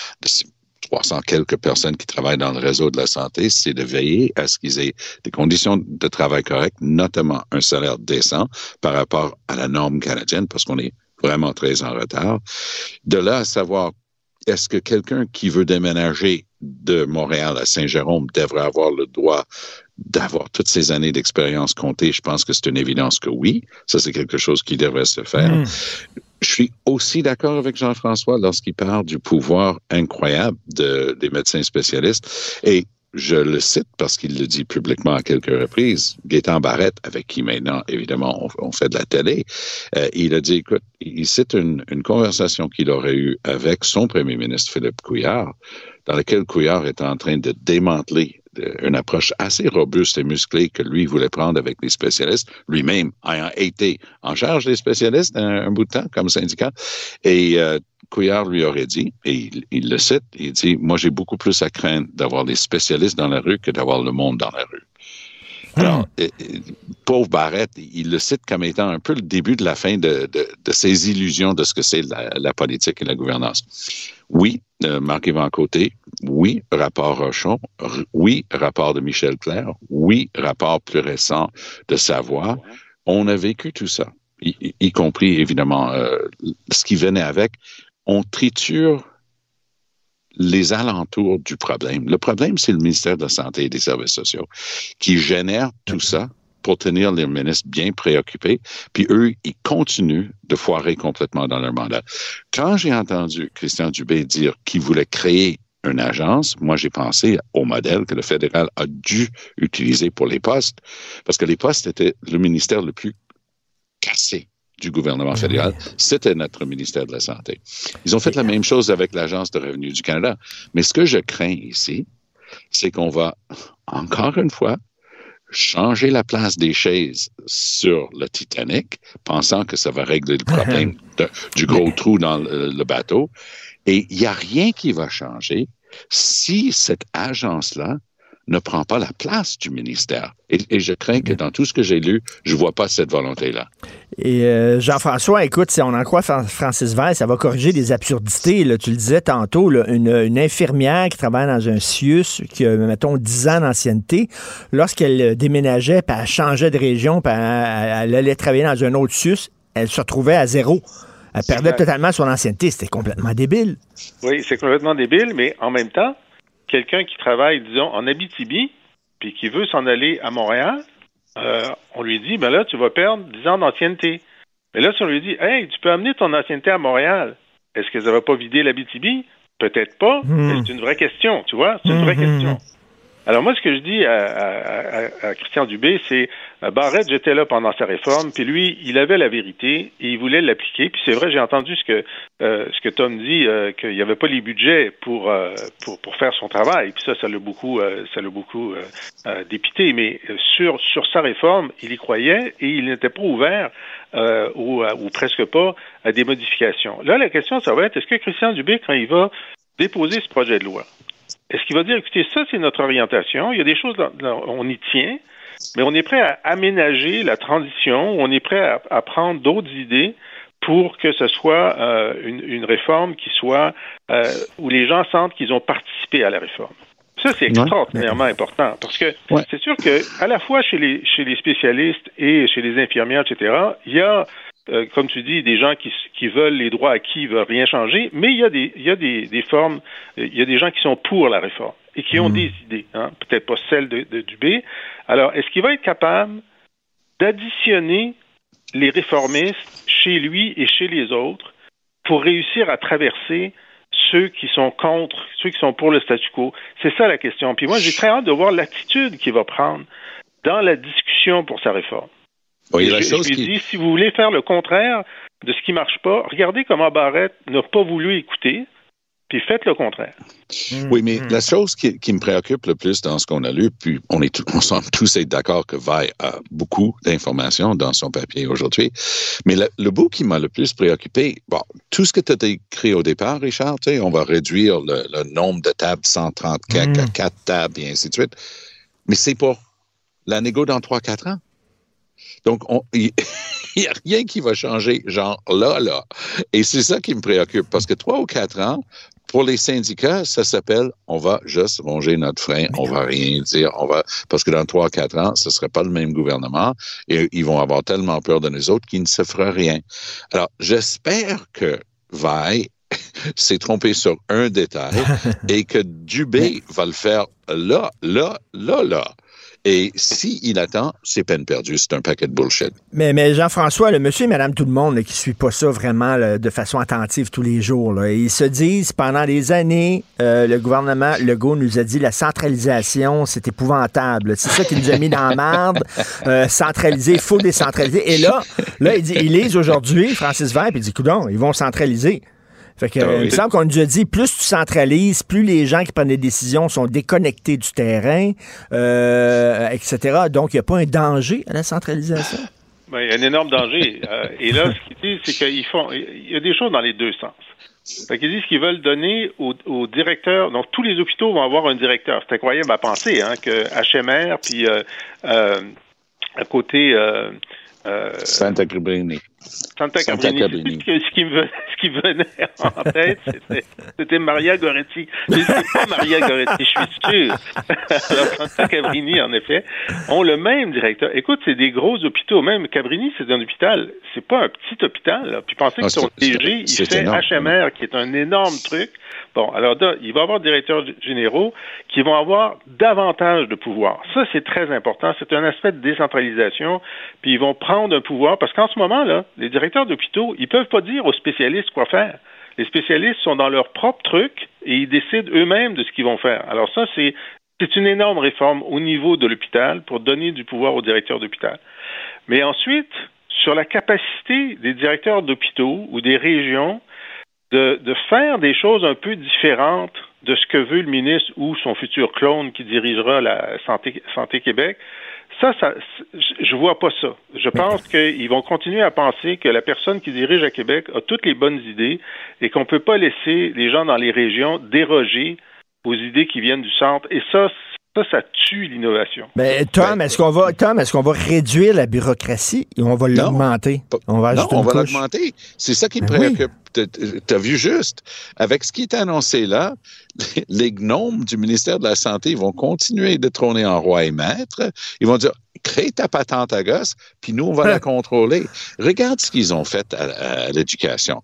300 quelques personnes qui travaillent dans le réseau de la santé, c'est de veiller à ce qu'ils aient des conditions de travail correctes, notamment un salaire décent par rapport à la norme canadienne, parce qu'on est vraiment très en retard. De là à savoir, est-ce que quelqu'un qui veut déménager de Montréal à Saint-Jérôme devrait avoir le droit d'avoir toutes ces années d'expérience comptées? Je pense que c'est une évidence que oui. Ça, c'est quelque chose qui devrait se faire. Je suis aussi d'accord avec Jean-François lorsqu'il parle du pouvoir incroyable des médecins spécialistes. Et je le cite parce qu'il le dit publiquement à quelques reprises. Gaétan Barrette, avec qui maintenant, évidemment, on fait de la télé, il a dit, écoute, il cite une conversation qu'il aurait eue avec son premier ministre, Philippe Couillard, dans laquelle Couillard était en train de démanteler une approche assez robuste et musclée que lui voulait prendre avec les spécialistes, lui-même ayant été en charge des spécialistes un bout de temps comme syndicat. Et Couillard lui aurait dit, et il le cite, il dit, moi j'ai beaucoup plus à craindre d'avoir des spécialistes dans la rue que d'avoir le monde dans la rue. Alors, pauvre Barrette, il le cite comme étant un peu le début de la fin de ses illusions de ce que c'est la politique et la gouvernance. Oui, Marc-Yvan Côté, oui, rapport Rochon, oui, rapport de Michel Clair, oui, rapport plus récent de Savoie. On a vécu tout ça, y compris évidemment ce qui venait avec. On triture les alentours du problème. Le problème, c'est le ministère de la Santé et des Services sociaux qui génère tout ça pour tenir les ministres bien préoccupés, puis eux, ils continuent de foirer complètement dans leur mandat. Quand j'ai entendu Christian Dubé dire qu'il voulait créer une agence, moi, j'ai pensé au modèle que le fédéral a dû utiliser pour les postes, parce que les postes étaient le ministère le plus cassé du gouvernement fédéral, c'était notre ministère de la Santé. Ils ont fait la même chose avec l'Agence de revenus du Canada. Mais ce que je crains ici, c'est qu'on va, encore une fois, changer la place des chaises sur le Titanic, pensant que ça va régler le problème du gros trou dans le bateau. Et il n'y a rien qui va changer si cette agence-là ne prend pas la place du ministère. Et je crains que dans tout ce que j'ai lu, je ne vois pas cette volonté-là. Et Jean-François, écoute, si on en croit Francis Veil, ça va corriger des absurdités. Là. Tu le disais tantôt, là, une infirmière qui travaille dans un CIUS, qui a, mettons, 10 ans d'ancienneté, lorsqu'elle déménageait, puis elle changeait de région, puis elle allait travailler dans un autre CIUS, elle se retrouvait à zéro. Elle perdait totalement son ancienneté. C'était complètement débile. Oui, c'est complètement débile, mais en même temps, quelqu'un qui travaille, disons, en Abitibi, puis qui veut s'en aller à Montréal, on lui dit, ben là, tu vas perdre 10 ans d'ancienneté. Mais là, si on lui dit, hey, tu peux amener ton ancienneté à Montréal, est-ce que ça va pas vider l'Abitibi? Peut-être pas, mais c'est une vraie question, tu vois? C'est une vraie question. Alors moi, ce que je dis à Christian Dubé, c'est Barrette, j'étais là pendant sa réforme, puis lui, il avait la vérité et il voulait l'appliquer. Puis c'est vrai, j'ai entendu ce que Tom dit, qu'il n'y avait pas les budgets pour faire son travail. Puis ça l'a beaucoup dépité. Mais sur sa réforme, il y croyait et il n'était pas ouvert ou presque pas à des modifications. Là, la question, ça va être, est-ce que Christian Dubé, quand il va déposer ce projet de loi, est-ce qu'il va dire, écoutez, ça, c'est notre orientation, il y a des choses, on y tient, mais on est prêt à aménager la transition, on est prêt à prendre d'autres idées pour que ce soit une réforme qui soit où les gens sentent qu'ils ont participé à la réforme. Ça, c'est extraordinairement important, parce que c'est sûr que à la fois chez les spécialistes et chez les infirmières, etc., il y a comme tu dis, des gens qui veulent les droits acquis, veulent rien changer, mais il y a des formes, il y a des gens qui sont pour la réforme et qui ont des idées, hein, peut-être pas celles de Dubé. Alors, est-ce qu'il va être capable d'additionner les réformistes chez lui et chez les autres pour réussir à traverser ceux qui sont contre, ceux qui sont pour le statu quo? C'est ça la question. Puis moi, j'ai très hâte de voir l'attitude qu'il va prendre dans la discussion pour sa réforme. Oui, je lui dis, si vous voulez faire le contraire de ce qui marche pas, regardez comment Barrett n'a pas voulu écouter, puis faites le contraire. Oui, mais la chose qui me préoccupe le plus dans ce qu'on a lu, puis on semble tous être d'accord que Vaille a beaucoup d'informations dans son papier aujourd'hui, mais le bout qui m'a le plus préoccupé, bon, tout ce que tu as écrit au départ, Richard, tu sais, on va réduire le nombre de tables, 130 à 4 tables, et ainsi de suite, mais c'est pour la négo dans 3-4 ans. Donc, il n'y a rien qui va changer, genre là. Et c'est ça qui me préoccupe, parce que 3 ou 4 ans, pour les syndicats, ça s'appelle « on va juste ronger notre frein, on va rien dire, parce que dans 3 ou 4 ans, ce ne serait pas le même gouvernement et ils vont avoir tellement peur de nous autres qu'il ne se fera rien. » Alors, j'espère que Vaille s'est trompé sur un détail et que Dubé va le faire là. Et s'il attend, c'est peine perdue. C'est un paquet de bullshit. Mais Jean-François, le monsieur et madame tout le monde qui ne suit pas ça vraiment de façon attentive tous les jours, là, ils se disent, pendant des années, le gouvernement Legault nous a dit la centralisation, c'est épouvantable. C'est ça qui nous a mis dans la merde. Centraliser, il faut décentraliser. Et là ils lisent aujourd'hui, Francis Vaille, puis il dit, coudonc, ils vont centraliser. Fait que, il me semble qu'on nous a dit, plus tu centralises, plus les gens qui prennent des décisions sont déconnectés du terrain, etc. Donc, il n'y a pas un danger à la centralisation? Ben, il y a un énorme danger. Et là, ce qu'ils disent, c'est il y a des choses dans les deux sens. Fait qu'ils disent qu'ils veulent donner au directeur, donc tous les hôpitaux vont avoir un directeur. C'est incroyable à penser, que HMR, puis à côté... Santa Cabrini. Ce qui me venait en tête, c'était Maria Goretti. Mais c'est pas Maria Goretti, je suis sûr. Alors, Santa Cabrini, en effet, ont le même directeur. Écoute, c'est des gros hôpitaux. Même Cabrini, c'est un hôpital. C'est pas un petit hôpital. Là. Puis pensez que son DG, il fait énorme. HMR, qui est un énorme truc. Bon, alors là, il va y avoir des directeurs généraux qui vont avoir davantage de pouvoir. Ça, c'est très important. C'est un aspect de décentralisation. Puis ils vont prendre un pouvoir. Parce qu'en ce moment, là, les directeurs d'hôpitaux, ils peuvent pas dire aux spécialistes quoi faire. Les spécialistes sont dans leur propre truc et ils décident eux-mêmes de ce qu'ils vont faire. Alors ça, c'est une énorme réforme au niveau de l'hôpital pour donner du pouvoir aux directeurs d'hôpital. Mais ensuite, sur la capacité des directeurs d'hôpitaux ou des régions de faire des choses un peu différentes de ce que veut le ministre ou son futur clone qui dirigera la Santé Québec, ça, je vois pas ça. Je pense qu'ils vont continuer à penser que la personne qui dirige à Québec a toutes les bonnes idées et qu'on peut pas laisser les gens dans les régions déroger aux idées qui viennent du centre. Et ça tue l'innovation. Ben, Tom, est-ce qu'on va réduire la bureaucratie ou on va l'augmenter? On va l'augmenter. C'est ça qui me préoccupe. Tu as vu juste. Avec ce qui est annoncé là, les gnomes du ministère de la Santé vont continuer de trôner en roi et maître. Ils vont dire, crée ta patente à gosse, puis nous, on va la contrôler. Regarde ce qu'ils ont fait à l'éducation.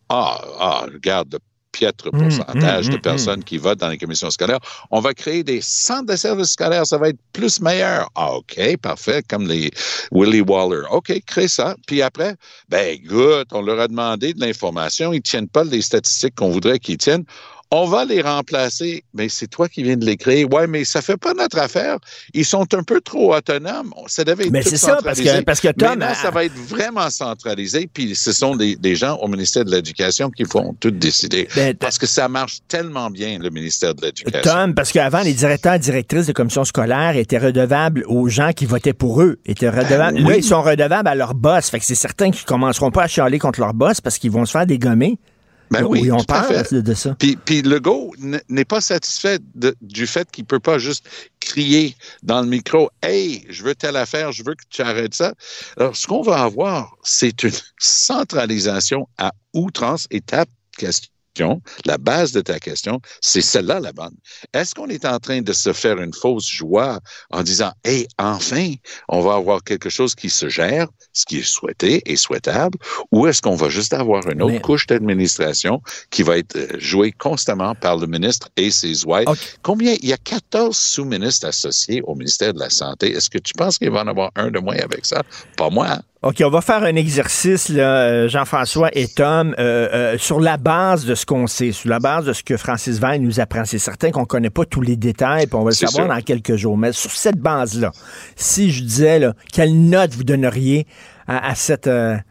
Regarde le piètre pourcentage de personnes qui votent dans les commissions scolaires. On va créer des centres de services scolaires, ça va être plus meilleur. OK, parfait, comme les Willy Waller. OK, crée ça. Puis après, écoute, on leur a demandé de l'information, ils ne tiennent pas les statistiques qu'on voudrait qu'ils tiennent. On va les remplacer. Mais c'est toi qui viens de les créer. Ouais, mais ça fait pas notre affaire. Ils sont un peu trop autonomes. Ça devait être tout centralisé. Parce que Tom... Maintenant, ça va être vraiment centralisé. Puis ce sont des gens au ministère de l'Éducation qui font tout décider. Parce que ça marche tellement bien, le ministère de l'Éducation. Tom, parce qu'avant, les directeurs et directrices de commissions scolaires étaient redevables aux gens qui votaient pour eux. Là, ils sont redevables à leur boss. Fait que c'est certain qu'ils commenceront pas à chialer contre leur boss parce qu'ils vont se faire dégommer. Oui, on parle de ça. Puis Legault n'est pas satisfait du fait qu'il peut pas juste crier dans le micro « Hey, je veux telle affaire, je veux que tu arrêtes ça ». Alors, ce qu'on va avoir, c'est une centralisation à outrance. Et ta question, la base de ta question, c'est celle-là la bonne. Est-ce qu'on est en train de se faire une fausse joie en disant « Hey, enfin, on va avoir quelque chose qui se gère, ce qui est souhaité et souhaitable, ou est-ce qu'on va juste avoir une autre couche d'administration qui va être jouée constamment par le ministre et ses ouailles? Okay. Il y a 14 sous-ministres associés au ministère de la Santé. Est-ce que tu penses qu'il va en avoir un de moins avec ça? Pas moi. OK, on va faire un exercice, là, Jean-François et Tom, sur la base de ce qu'on sait, sur la base de ce que Francis Veil nous apprend. C'est certain qu'on ne connaît pas tous les détails, puis on va le savoir dans quelques jours. Mais sur cette base-là, si je disais, là, quelle note vous donneriez à cette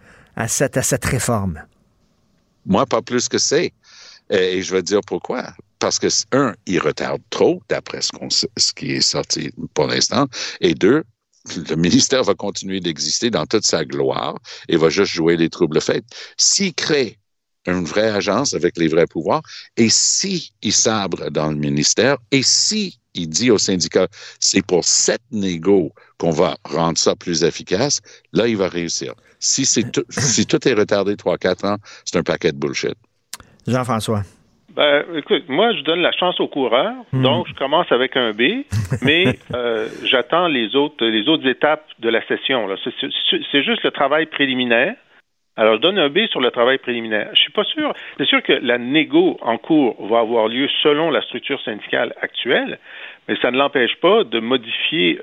réforme? Moi, pas plus que c'est. Et je vais te dire pourquoi. Parce que, un, il retarde trop, d'après ce qui est sorti pour l'instant. Et deux, le ministère va continuer d'exister dans toute sa gloire et va juste jouer les troubles faits. S'il crée une vraie agence avec les vrais pouvoirs et s'il sabre dans le ministère et s'il dit aux syndicats, c'est pour cette négo qu'on va rendre ça plus efficace, là, il va réussir. Si tout est retardé 3-4 ans, c'est un paquet de bullshit. Jean-François. Ben, écoute, moi, je donne la chance aux coureurs, donc je commence avec un B, mais j'attends les autres étapes de la session. Là. C'est juste le travail préliminaire. Alors, je donne un B sur le travail préliminaire. Je suis pas sûr. C'est sûr que la négo en cours va avoir lieu selon la structure syndicale actuelle, mais ça ne l'empêche pas de modifier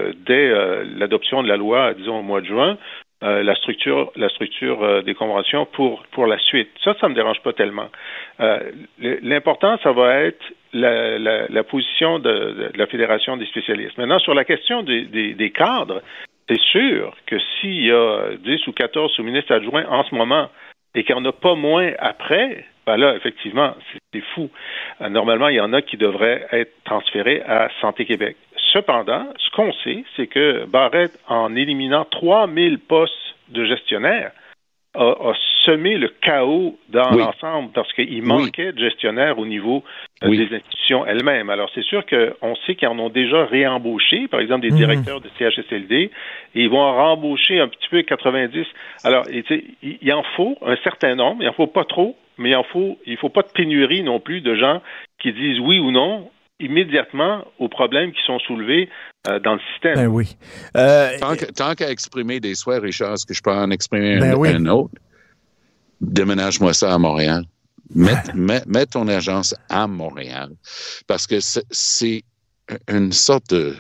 dès l'adoption de la loi, disons au mois de juin, la structure des conventions pour la suite. Ça me dérange pas tellement. L'important, ça va être la position de la Fédération des spécialistes. Maintenant, sur la question des cadres, c'est sûr que s'il y a 10 ou 14 sous-ministres adjoints en ce moment et qu'il n'y en a pas moins après, ben là, effectivement, c'est fou. Normalement, il y en a qui devraient être transférés à Santé Québec. Cependant, ce qu'on sait, c'est que Barrette, en éliminant 3000 postes de gestionnaires, a semé le chaos dans l'ensemble parce qu'il manquait de gestionnaires au niveau des institutions elles-mêmes. Alors, c'est sûr qu'on sait qu'ils en ont déjà réembauché, par exemple, des directeurs de CHSLD, et ils vont en rembaucher un petit peu 90. Alors, il en faut un certain nombre, il en faut pas trop, mais il faut pas de pénurie non plus de gens qui disent oui ou non immédiatement aux problèmes qui sont soulevés dans le système. Ben oui. Tant qu'à exprimer des souhaits, Richard, est-ce que je peux en exprimer un autre? Déménage-moi ça à Montréal. Mets ton agence à Montréal. Parce que c'est une sorte de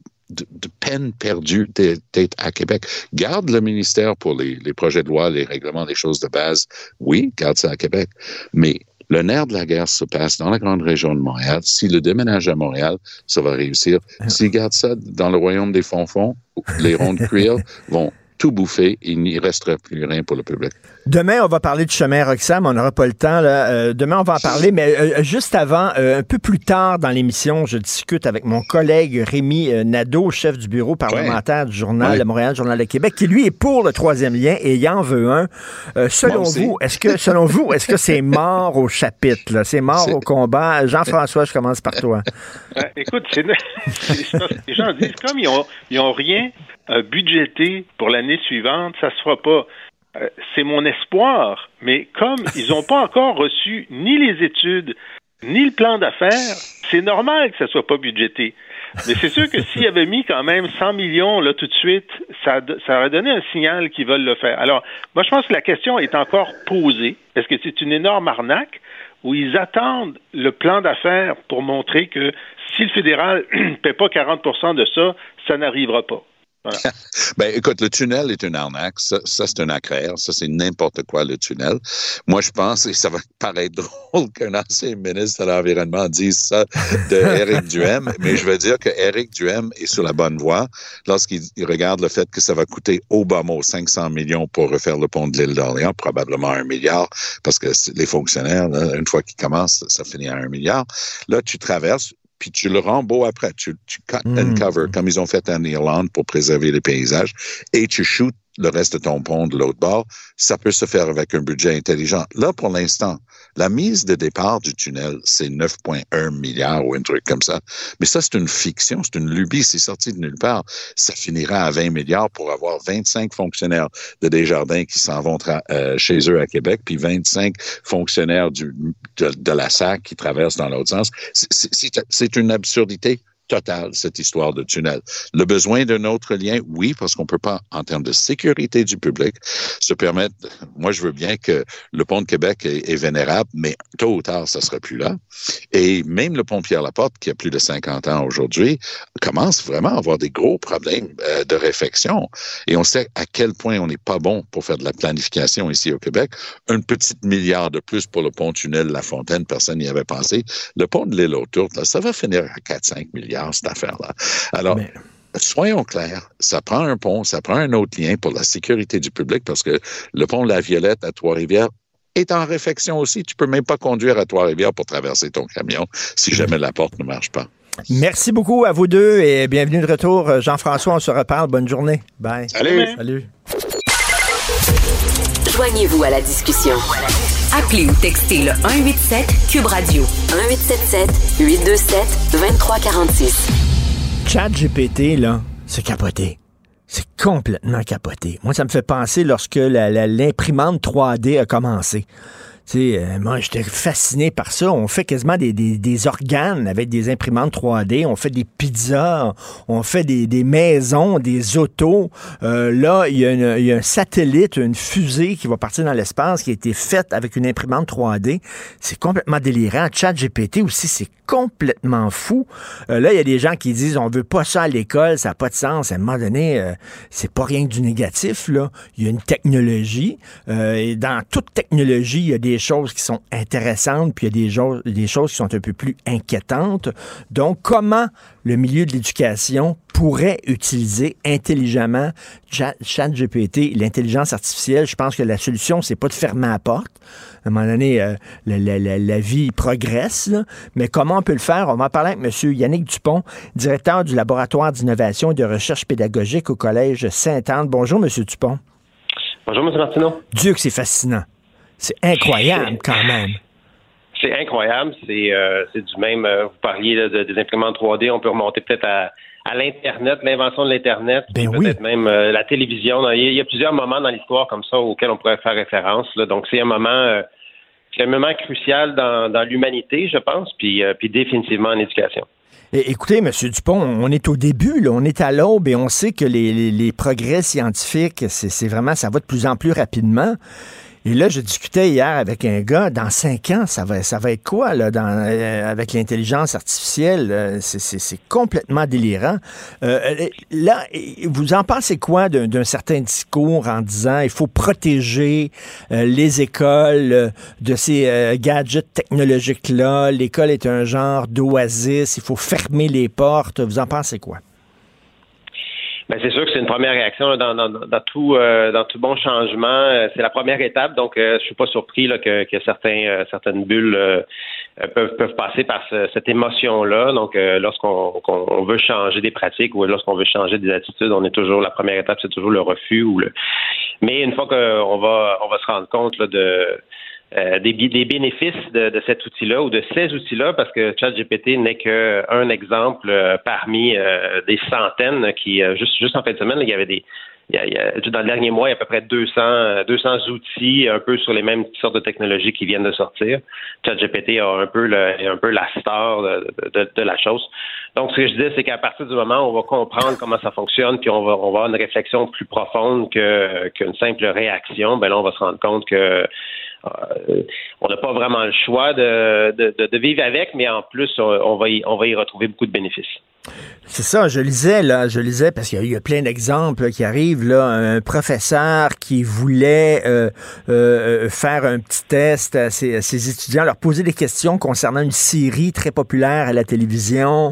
peine perdue d'être à Québec. Garde le ministère pour les projets de loi, les règlements, les choses de base. Oui, garde ça à Québec. Mais le nerf de la guerre se passe dans la grande région de Montréal. S'il le déménage à Montréal, ça va réussir. S'il garde ça dans le royaume des fonds, les ronds de cuir vont tout bouffer, il n'y restera plus rien pour le public. Demain, on va parler du chemin Roxham, on n'aura pas le temps. Là. Demain, on va en parler, mais juste avant, un peu plus tard dans l'émission, je discute avec mon collègue Rémi Nadeau, chef du bureau parlementaire du Journal de Montréal, Journal de Québec, qui lui est pour le troisième lien et il en veut un. Selon vous, est-ce que c'est mort au chapitre? Là? C'est mort au combat? Jean-François, je commence par toi. Écoute, les gens disent comme ils ont rien budgété pour l'année suivante, ça se fera pas. C'est mon espoir, mais comme ils n'ont pas encore reçu ni les études, ni le plan d'affaires, c'est normal que ça soit pas budgété. Mais c'est sûr que s'ils avaient mis quand même 100 millions là tout de suite, ça aurait donné un signal qu'ils veulent le faire. Alors, moi, je pense que la question est encore posée. Est-ce que c'est une énorme arnaque ou ils attendent le plan d'affaires pour montrer que si le fédéral ne paie pas 40% de ça, ça n'arrivera pas? Voilà. Ben, écoute, le tunnel est une arnaque. Ça c'est un accraire. Ça, c'est n'importe quoi, le tunnel. Moi, je pense, et ça va paraître drôle qu'un ancien ministre de l'Environnement dise ça de Éric Duhem, mais je veux dire que Éric Duhem est sur la bonne voie lorsqu'il regarde le fait que ça va coûter au bas mot 500 millions pour refaire le pont de l'île d'Orléans, probablement 1 milliard, parce que les fonctionnaires, là, une fois qu'ils commencent, ça finit à 1 milliard. Là, tu traverses, puis tu le rends beau après. Tu cut and cover, comme ils ont fait en Irlande pour préserver les paysages, et tu shoots le reste de ton pont de l'autre bord. Ça peut se faire avec un budget intelligent. Là, pour l'instant, la mise de départ du tunnel, c'est 9,1 milliards ou un truc comme ça. Mais ça, c'est une fiction, c'est une lubie, c'est sorti de nulle part. Ça finira à 20 milliards pour avoir 25 fonctionnaires de Desjardins qui s'en vont chez eux à Québec, puis 25 fonctionnaires de la SAC qui traversent dans l'autre sens. C'est une absurdité total, cette histoire de tunnel. Le besoin d'un autre lien, oui, parce qu'on peut pas, en termes de sécurité du public, se permettre, moi je veux bien que le pont de Québec est vénérable, mais tôt ou tard, ça sera plus là. Et même le pont Pierre-Laporte, qui a plus de 50 ans aujourd'hui, commence vraiment à avoir des gros problèmes de réfection. Et on sait à quel point on n'est pas bon pour faire de la planification ici au Québec. Un petit milliard de plus pour le pont-tunnel La Fontaine, personne n'y avait pensé. Le pont de l'île aux Tourtes, là, ça va finir à 4-5 milliards, cette affaire-là. Alors, soyons clairs, ça prend un pont, ça prend un autre lien pour la sécurité du public, parce que le pont de la Violette à Trois-Rivières est en réfection aussi. Tu peux même pas conduire à Trois-Rivières pour traverser ton camion si jamais la porte ne marche pas. Merci beaucoup à vous deux et bienvenue de retour. Jean-François, on se reparle. Bonne journée. Bye. Salut. Joignez-vous à la discussion. Appelez ou textez le 187-CUBE Radio. 1877-827-2346. ChatGPT, là, c'est capoté. C'est complètement capoté. Moi, ça me fait penser lorsque l'imprimante 3D a commencé. Tu sais, moi, j'étais fasciné par ça. On fait quasiment des organes avec des imprimantes 3D. On fait des pizzas, on fait des maisons, des autos. Là, il y a un satellite, une fusée qui va partir dans l'espace qui a été faite avec une imprimante 3D. C'est complètement délirant. ChatGPT aussi, c'est complètement fou. Là, il y a des gens qui disent on veut pas ça à l'école, ça n'a pas de sens. À un moment donné, c'est pas rien que du négatif, là. Il y a une technologie. Et dans toute technologie, il y a des choses qui sont intéressantes, puis il y a des choses qui sont un peu plus inquiétantes. Donc, comment le milieu de l'éducation pourrait utiliser intelligemment ChatGPT, l'intelligence artificielle? Je pense que la solution, c'est pas de fermer la porte. À un moment donné, la vie progresse, là. Mais comment on peut le faire? On va en parler avec M. Yannick Dupont, directeur du laboratoire d'innovation et de recherche pédagogique au Collège Sainte-Anne. Bonjour, M. Dupont. Bonjour, M. Martineau. Dieu que c'est fascinant. C'est incroyable, quand même. C'est incroyable. C'est du même... vous parliez des imprimantes 3D. On peut remonter peut-être à l'Internet, l'invention de l'Internet. Peut-être même la télévision. Il y a plusieurs moments dans l'histoire comme ça auxquels on pourrait faire référence, là. Donc, c'est un moment crucial dans l'humanité, je pense, puis définitivement en éducation. Écoutez, M. Dupont, on est au début, là, on est à l'aube et on sait que les progrès scientifiques, c'est vraiment, ça va de plus en plus rapidement. Et là, je discutais hier avec un gars, dans 5 ans, ça va être quoi, là, avec l'intelligence artificielle? C'est complètement délirant. Là, vous en pensez quoi d'un certain discours en disant il faut protéger les écoles de ces gadgets technologiques-là? L'école est un genre d'oasis, il faut fermer les portes. Vous en pensez quoi? Ben c'est sûr que c'est une première réaction là, dans tout bon changement. C'est la première étape, donc je suis pas surpris là, que certaines bulles peuvent passer par cette émotion-là. Donc lorsqu'on veut changer des pratiques ou lorsqu'on veut changer des attitudes, on est toujours la première étape, c'est toujours le refus Mais une fois qu'on va se rendre compte là, des bénéfices de cet outil-là ou de ces outils-là, parce que ChatGPT n'est qu'un exemple parmi des centaines qui, juste en fin de semaine, là, il y avait dans le dernier mois, il y a à peu près 200 outils un peu sur les mêmes sortes de technologies qui viennent de sortir. ChatGPT a un peu la star de la chose. Donc, ce que je disais, c'est qu'à partir du moment où on va comprendre comment ça fonctionne, puis on va avoir une réflexion plus profonde qu'une simple réaction, ben là, on va se rendre compte que on n'a pas vraiment le choix de vivre avec, mais en plus, on va y retrouver beaucoup de bénéfices. C'est ça, je lisais parce qu'il y a plein d'exemples qui arrivent, là, un professeur qui voulait faire un petit test à ses étudiants, leur poser des questions concernant une série très populaire à la télévision,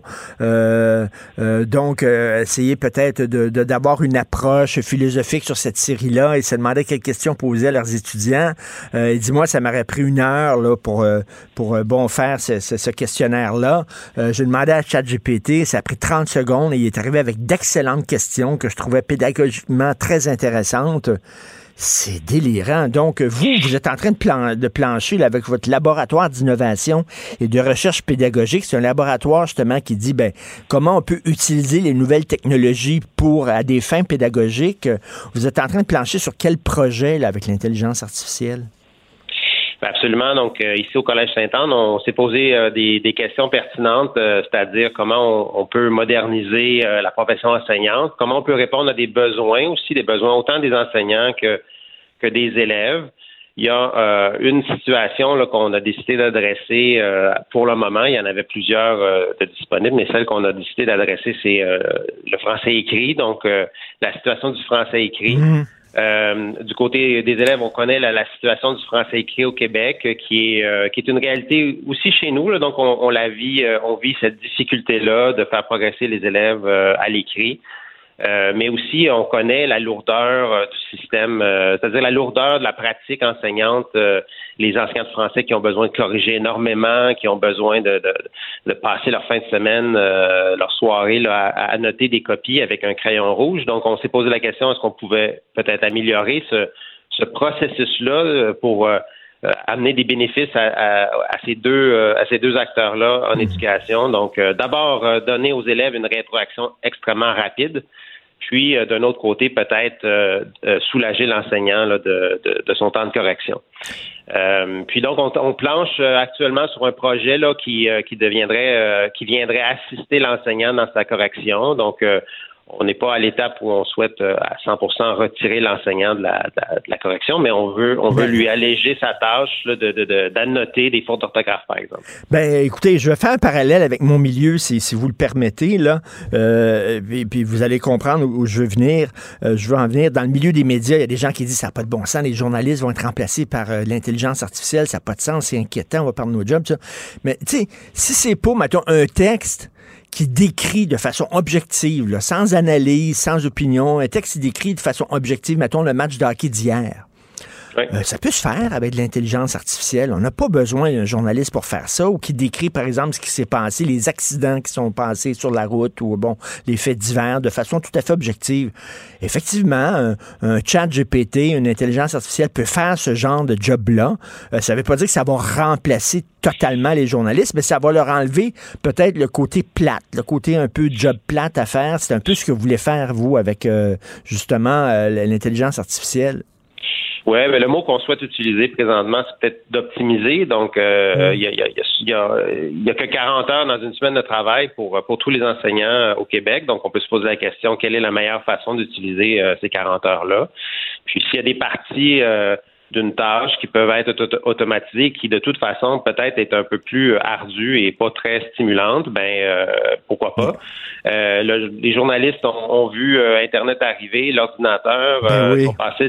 donc essayer peut-être d'avoir une approche philosophique sur cette série-là et se demander quelles questions poser à leurs étudiants. Il dit, moi, ça m'aurait pris 1 heure là, pour faire ce questionnaire-là. J'ai demandé à ChatGPT, ça a pris 30 secondes et il est arrivé avec d'excellentes questions que je trouvais pédagogiquement très intéressantes. C'est délirant. Donc, vous êtes en train de plancher là, avec votre laboratoire d'innovation et de recherche pédagogique. C'est un laboratoire, justement, qui dit comment on peut utiliser les nouvelles technologies à des fins pédagogiques. Vous êtes en train de plancher sur quel projet là, avec l'intelligence artificielle? Absolument. Donc, ici au Collège Sainte-Anne, on s'est posé des questions pertinentes, c'est-à-dire comment on peut moderniser la profession enseignante, comment on peut répondre à des besoins aussi, des besoins autant des enseignants que des élèves. Il y a une situation là, qu'on a décidé d'adresser pour le moment. Il y en avait plusieurs de disponibles, mais celle qu'on a décidé d'adresser, c'est le français écrit, donc la situation du français écrit. Du côté des élèves, on connaît la situation du français écrit au Québec, qui est une réalité aussi chez nous. Là, donc, on la vit, on vit cette difficulté-là de faire progresser les élèves à l'écrit. Mais aussi, on connaît la lourdeur du système, c'est-à-dire la lourdeur de la pratique enseignante. Les enseignants de français qui ont besoin de corriger énormément, qui ont besoin de passer leur fin de semaine, leur soirée là, à noter des copies avec un crayon rouge. Donc, on s'est posé la question, est-ce qu'on pouvait peut-être améliorer ce processus-là pour amener des bénéfices à ces deux acteurs-là en éducation. Donc, d'abord, donner aux élèves une rétroaction extrêmement rapide, puis d'un autre côté, peut-être soulager l'enseignant là, de son temps de correction. Puis donc, on planche actuellement sur un projet là qui viendrait assister l'enseignant dans sa correction. Donc, on n'est pas à l'étape où on souhaite à 100% retirer l'enseignant de la correction, mais on veut lui alléger sa tâche là, d'annoter des fautes d'orthographe, par exemple. Ben, écoutez, je vais faire un parallèle avec mon milieu, si vous le permettez, là. Puis vous allez comprendre où je veux venir. Je veux en venir. Dans le milieu des médias, il y a des gens qui disent ça n'a pas de bon sens, les journalistes vont être remplacés par l'intelligence artificielle, ça n'a pas de sens, c'est inquiétant, on va perdre nos jobs, ça. Mais tu sais, si c'est pas, mettons, un texte qui décrit de façon objective, là, sans analyse, sans opinion, un texte qui décrit de façon objective, mettons, le match de hockey d'hier. Oui. Ça peut se faire avec de l'intelligence artificielle. On n'a pas besoin d'un journaliste pour faire ça, ou qui décrit, par exemple, ce qui s'est passé, les accidents qui sont passés sur la route, ou bon, les faits divers, de façon tout à fait objective. Effectivement, un chat GPT, une intelligence artificielle peut faire ce genre de job-là. Ça ne veut pas dire que ça va remplacer totalement les journalistes, mais ça va leur enlever peut-être le côté plate, le côté un peu job plate à faire. C'est un peu ce que vous voulez faire, vous, avec justement l'intelligence artificielle. Oui, mais le mot qu'on souhaite utiliser présentement, c'est peut-être d'optimiser. Donc, il y a que 40 heures dans une semaine de travail pour tous les enseignants au Québec. Donc, on peut se poser la question, quelle est la meilleure façon d'utiliser ces 40 heures-là? Puis, s'il y a des parties d'une tâche qui peuvent être automatisées, qui de toute façon peut-être est un peu plus ardue et pas très stimulante, pourquoi pas. Les journalistes ont vu Internet arriver, l'ordinateur, sont passés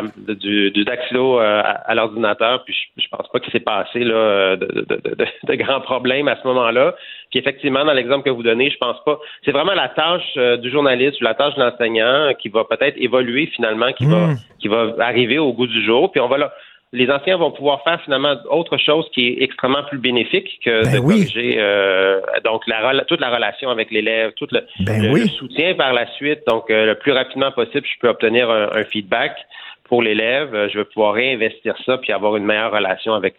du dactylo à l'ordinateur, puis je pense pas qu'il s'est passé là de grands problèmes à ce moment-là. Puis effectivement, dans l'exemple que vous donnez, je pense pas. C'est vraiment la tâche du journaliste ou la tâche de l'enseignant qui va peut-être évoluer finalement, qui va arriver au goût du jour. Puis les enseignants vont pouvoir faire finalement autre chose qui est extrêmement plus bénéfique que de corriger donc toute la relation avec l'élève, tout le soutien par la suite. Donc le plus rapidement possible, je peux obtenir un feedback pour l'élève, je vais pouvoir réinvestir ça puis avoir une meilleure relation avec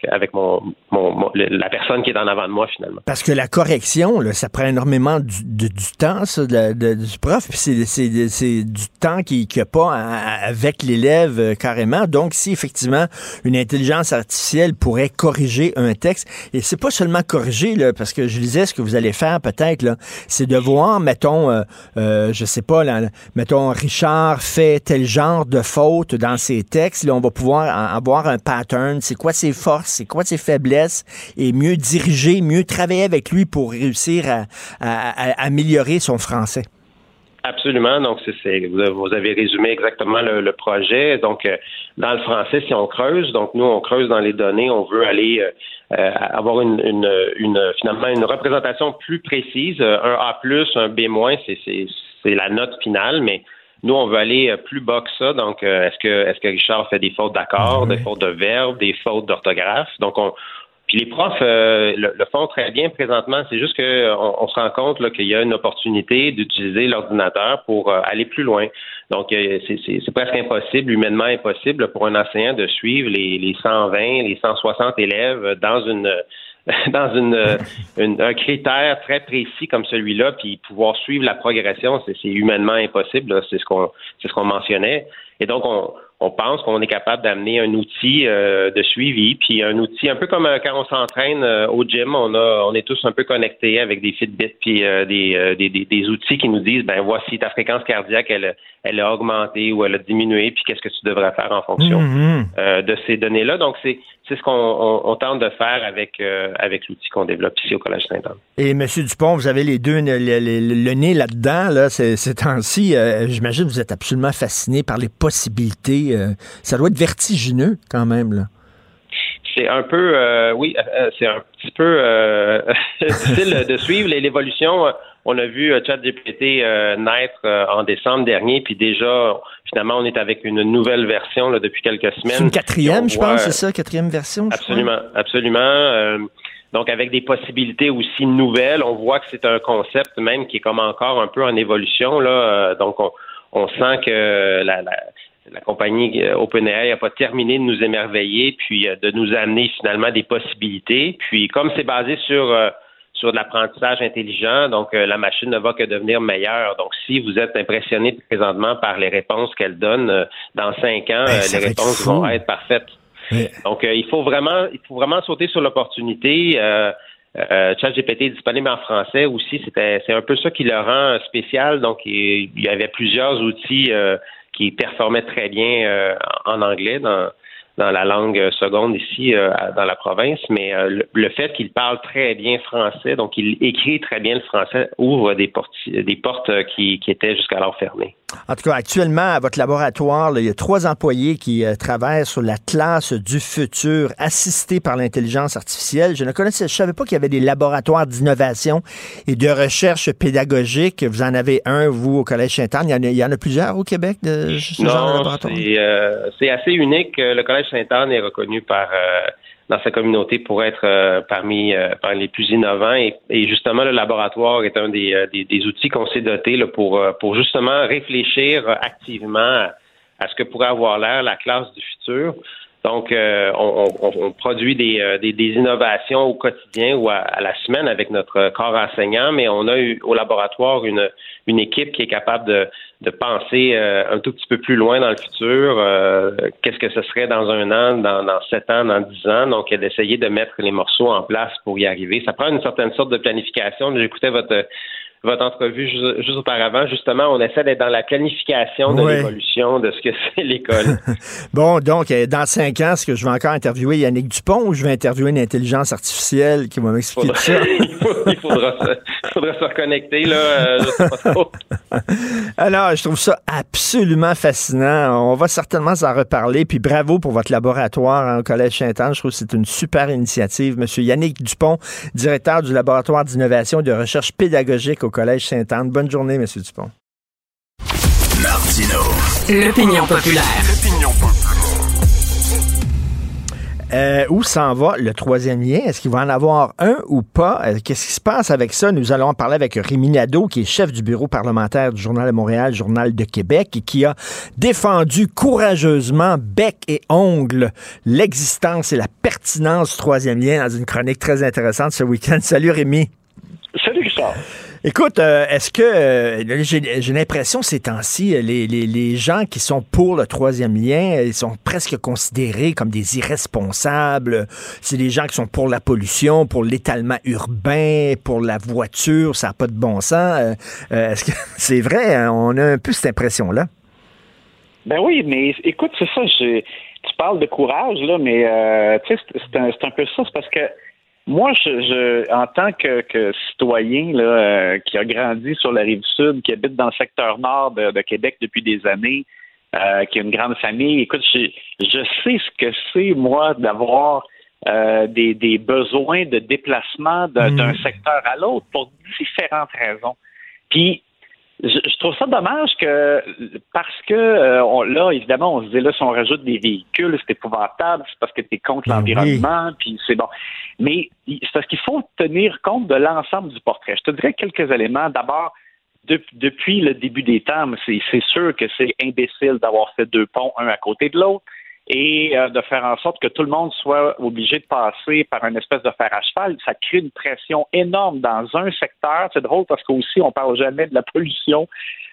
la personne qui est en avant de moi, finalement. Parce que la correction, là, ça prend énormément du temps, ça, du prof, puis c'est du temps qu'il n'y a pas avec l'élève carrément. Donc, si effectivement une intelligence artificielle pourrait corriger un texte, et c'est pas seulement corriger, là, parce que je disais ce que vous allez faire peut-être, là, c'est de voir, mettons, je sais pas, là, mettons, Richard fait tel genre de faute dans ses textes, là, on va pouvoir avoir un pattern, c'est quoi ses forces, c'est quoi ses faiblesses, et mieux diriger, mieux travailler avec lui pour réussir à améliorer son français. Absolument. Donc, vous avez résumé exactement le projet. Donc, dans le français, si on creuse, donc nous, on creuse dans les données, on veut aller avoir finalement une représentation plus précise. Un A+, un B-, c'est la note finale, mais nous, on veut aller plus bas que ça. Donc, est-ce que Richard fait des fautes d'accord, des fautes de verbe, des fautes d'orthographe? Donc, puis les profs le font très bien présentement. C'est juste qu'on se rend compte là, qu'il y a une opportunité d'utiliser l'ordinateur pour aller plus loin. Donc, c'est presque impossible, humainement impossible pour un enseignant de suivre les 120, les 160 élèves dans un critère très précis comme celui-là, puis pouvoir suivre la progression, c'est humainement impossible. Là, c'est ce qu'on mentionnait. Et donc, on pense qu'on est capable d'amener un outil de suivi, puis un outil un peu comme quand on s'entraîne au gym, on est tous un peu connectés avec des Fitbit, puis des outils qui nous disent, ben voici ta fréquence cardiaque, elle a augmenté ou elle a diminué, puis qu'est-ce que tu devrais faire en fonction de ces données-là. Donc c'est ce qu'on tente de faire avec l'outil qu'on développe ici au Collège Sainte-Anne. Et M. Dupont, vous avez les deux le nez là-dedans, là, ces temps-ci. J'imagine que vous êtes absolument fasciné par les possibilités. Ça doit être vertigineux quand même, là. C'est un peu, c'est un petit peu difficile de suivre l'évolution. On a vu ChatGPT naître en décembre dernier, puis déjà, finalement, on est avec une nouvelle version là, depuis quelques semaines. C'est une quatrième, je pense, c'est ça, quatrième version? Absolument. Donc, avec des possibilités aussi nouvelles, on voit que c'est un concept même qui est comme encore un peu en évolution, là. Donc, on sent que la compagnie OpenAI n'a pas terminé de nous émerveiller, puis de nous amener finalement des possibilités. Puis, comme c'est basé sur de l'apprentissage intelligent, donc la machine ne va que devenir meilleure. Donc, si vous êtes impressionné présentement par les réponses qu'elle donne, dans 5 ans, les réponses vont être parfaites. Oui. Donc, il faut vraiment sauter sur l'opportunité. ChatGPT est disponible en français aussi. C'est un peu ça qui le rend spécial. Donc, il y avait plusieurs outils qui performaient très bien en anglais dans la langue seconde ici dans la province, mais le fait qu'il parle très bien français, donc il écrit très bien le français, ouvre des portes qui étaient jusqu'alors fermées. En tout cas, actuellement, à votre laboratoire, là, il y a 3 employés qui travaillent sur la classe du futur assistée par l'intelligence artificielle. Je savais pas qu'il y avait des laboratoires d'innovation et de recherche pédagogique. Vous en avez un, vous, au Collège Sainte-Anne. Il y en a plusieurs au Québec de ce genre de laboratoire? C'est assez unique. Le Collège Sainte-Anne est reconnu dans sa communauté pour être parmi les plus innovants et justement le laboratoire est un des outils qu'on s'est doté là, pour justement réfléchir activement à ce que pourrait avoir l'air la classe du futur. Donc on produit des innovations au quotidien ou à la semaine avec notre corps enseignant, mais on a eu au laboratoire une équipe qui est capable de penser un tout petit peu plus loin dans le futur. Qu'est-ce que ce serait dans 1 an, dans 7 ans, dans 10 ans. Donc, d'essayer de mettre les morceaux en place pour y arriver. Ça prend une certaine sorte de planification. J'écoutais votre entrevue juste auparavant. Justement, on essaie d'être dans la planification de l'évolution de ce que c'est l'école. Bon, donc, dans 5 ans, est-ce que je vais encore interviewer Yannick Dupont ou je vais interviewer une intelligence artificielle qui va m'expliquer tout ça? Il faudra se reconnecter, là. Je sais pas trop. Alors, je trouve ça absolument fascinant. On va certainement s'en reparler. Puis bravo pour votre laboratoire au Collège Sainte-Anne. Je trouve que c'est une super initiative. Monsieur Yannick Dupont, directeur du laboratoire d'innovation et de recherche pédagogique au Collège Sainte-Anne. Bonne journée, M. Dupont. Martino. L'opinion populaire. Où s'en va le 3e lien? Est-ce qu'il va en avoir un ou pas? Qu'est-ce qui se passe avec ça? Nous allons en parler avec Rémi Nadeau, qui est chef du bureau parlementaire du Journal de Montréal, Journal de Québec, et qui a défendu courageusement, bec et ongle, l'existence et la pertinence du 3e lien dans une chronique très intéressante ce week-end. Salut Rémi. Salut Richard. Écoute, est-ce que j'ai l'impression ces temps-ci, les gens qui sont pour le 3e lien, ils sont presque considérés comme des irresponsables. C'est des gens qui sont pour la pollution, pour l'étalement urbain, pour la voiture, ça n'a pas de bon sens. Est-ce que c'est vrai? Hein? On a un peu cette impression-là. Ben oui, mais écoute, c'est ça. Tu parles de courage, là, mais tu sais, c'est un peu ça. C'est parce que moi, en tant que citoyen là, qui a grandi sur la Rive-Sud, qui habite dans le secteur nord de Québec depuis des années, qui a une grande famille, écoute, je sais ce que c'est, moi, d'avoir des besoins de déplacement d'un secteur à l'autre pour différentes raisons. Puis, je trouve ça dommage parce que là, évidemment, on se dit là, si on rajoute des véhicules, c'est épouvantable, c'est parce que tu es contre l'environnement, puis c'est bon. Mais c'est parce qu'il faut tenir compte de l'ensemble du portrait. Je te dirais quelques éléments. D'abord, depuis le début des temps, c'est sûr que c'est imbécile d'avoir fait 2 ponts, un à côté de l'autre, et de faire en sorte que tout le monde soit obligé de passer par une espèce de fer à cheval. Ça crée une pression énorme dans un secteur. C'est drôle parce qu'aussi, on parle jamais de la pollution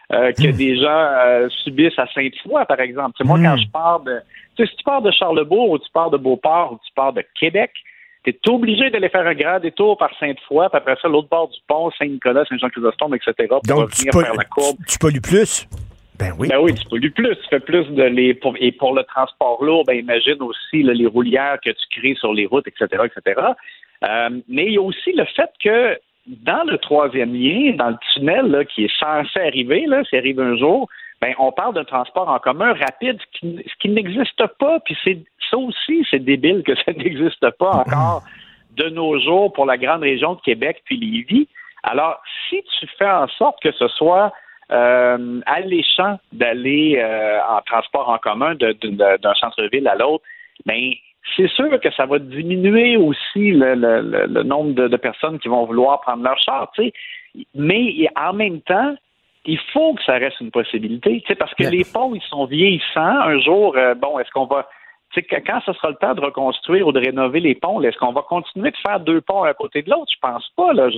que des gens subissent à Sainte-Foy, par exemple. C'est moi, quand je pars de... Tu sais, si tu pars de Charlebourg ou tu pars de Beauport ou tu pars de Québec, tu es obligé d'aller faire un grand détour par Sainte-Foy, puis après ça, l'autre bord du pont, Saint-Nicolas, Saint-Jean-Chrysostome, etc., pour revenir faire la courbe. Tu pollues plus? Ben oui, tu pollues plus. Tu fais plus et pour le transport lourd, ben imagine aussi là, les roulières que tu crées sur les routes, etc., etc. Mais il y a aussi le fait que dans le troisième lien, dans le tunnel là, qui est censé arriver, là, s'il arrive un jour, ben on parle d'un transport en commun rapide, ce qui n'existe pas. Puis ça aussi, c'est débile que ça n'existe pas encore de nos jours pour la grande région de Québec puis Lévis. Alors, si tu fais en sorte que ce soit alléchant d'aller en transport en commun d'un centre-ville à l'autre, ben c'est sûr que ça va diminuer aussi le nombre de personnes qui vont vouloir prendre leur char, tu sais. Mais en même temps, il faut que ça reste une possibilité, tu sais, parce que les ponts, ils sont vieillissants. Un jour, est-ce qu'on va... Tu sais, quand ce sera le temps de reconstruire ou de rénover les ponts, est-ce qu'on va continuer de faire 2 ponts à côté de l'autre? Je pense pas, là.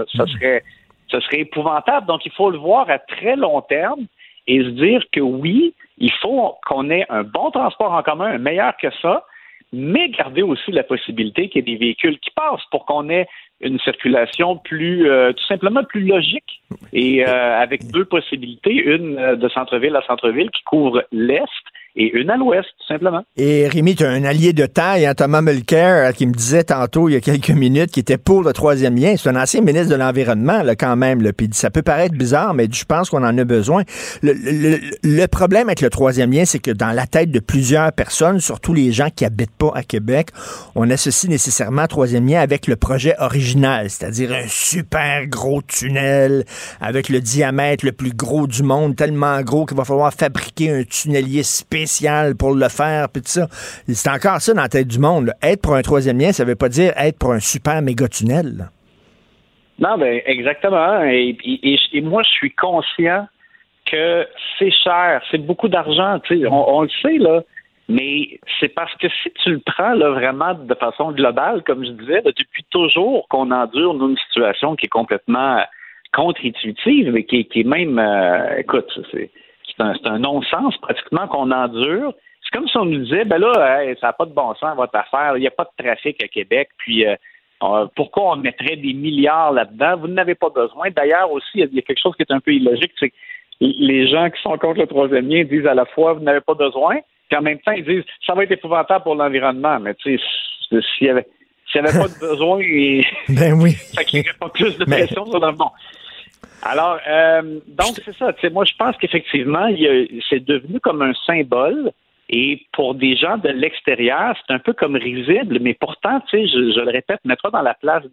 Ce serait épouvantable. Donc, il faut le voir à très long terme et se dire que oui, il faut qu'on ait un bon transport en commun, un meilleur que ça, mais garder aussi la possibilité qu'il y ait des véhicules qui passent pour qu'on ait une circulation plus, tout simplement plus logique et avec 2 possibilités, une de centre-ville à centre-ville qui couvre l'Est et une à l'ouest, tout simplement. Et Rémi, tu as un allié de taille, hein, Thomas Mulcair, qui me disait tantôt, il y a quelques minutes, qu'il était pour le troisième lien. C'est un ancien ministre de l'Environnement, là, quand même. Là. Puis ça peut paraître bizarre, mais je pense qu'on en a besoin. Le problème avec le troisième lien, c'est que dans la tête de plusieurs personnes, surtout les gens qui habitent pas à Québec, on associe nécessairement troisième lien avec le projet original, c'est-à-dire un super gros tunnel avec le diamètre le plus gros du monde, tellement gros qu'il va falloir fabriquer un tunnelier spécial pour le faire, puis tout ça. C'est encore ça dans la tête du monde. Là. Être pour un troisième lien, ça veut pas dire être pour un super méga tunnel. Là. Non, ben exactement. Et moi, je suis conscient que c'est cher, c'est beaucoup d'argent. Tu sais, on le sait, là, mais c'est parce que si tu le prends là, vraiment de façon globale, comme je disais, là, depuis toujours qu'on endure une situation qui est complètement contre-intuitive, mais qui est même, écoute, c'est un non-sens pratiquement qu'on endure. C'est comme si on nous disait, ben là, ça n'a pas de bon sens votre affaire, il n'y a pas de trafic à Québec, puis pourquoi on mettrait des milliards là-dedans? Vous n'avez pas besoin. D'ailleurs aussi, il y a quelque chose qui est un peu illogique, c'est que les gens qui sont contre le troisième lien disent à la fois, vous n'avez pas besoin, puis en même temps, ils disent, ça va être épouvantable pour l'environnement, mais tu sais, s'il n'y avait pas de besoin, ben oui. Ça ne créerait pas plus de pression sur le monde. Alors, donc, c'est ça. Moi, je pense qu'effectivement, c'est devenu comme un symbole. Et pour des gens de l'extérieur, c'est un peu comme risible. Mais pourtant, tu sais, je le répète, mets-toi à la place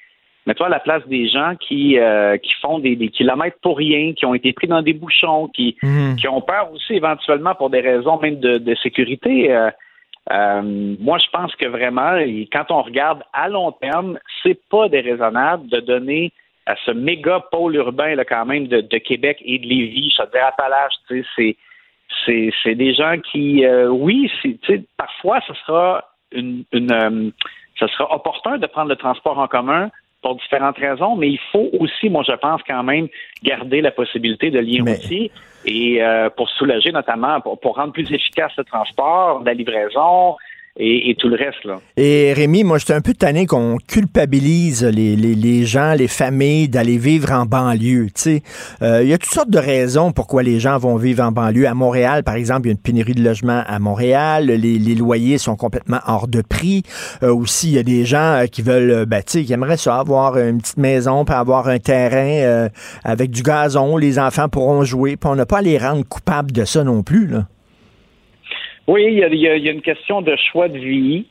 des gens qui font des kilomètres pour rien, qui ont été pris dans des bouchons, qui ont peur aussi éventuellement pour des raisons même de sécurité. Moi, je pense que vraiment, quand on regarde à long terme, c'est pas déraisonnable de donner à ce méga pôle urbain là, quand même de Québec et de Lévis, je te dirais Appalaches, tu sais, c'est des gens qui, oui, tu sais, parfois ce sera ce sera opportun de prendre le transport en commun pour différentes raisons, mais il faut aussi, moi je pense quand même, garder la possibilité de lien routier et pour soulager notamment, pour rendre plus efficace le transport, la livraison. Et tout le reste, là. Et Rémi, moi, j'étais un peu tanné qu'on culpabilise les gens, les familles d'aller vivre en banlieue, tu sais. Il y a toutes sortes de raisons pourquoi les gens vont vivre en banlieue. À Montréal, par exemple, il y a une pénurie de logements à Montréal. Les loyers sont complètement hors de prix. Aussi, il y a des gens qui veulent, tu sais, qui aimeraient ça, avoir une petite maison, puis avoir un terrain avec du gazon. Les enfants pourront jouer, puis on n'a pas à les rendre coupables de ça non plus, là. Oui, il y a une question de choix de vie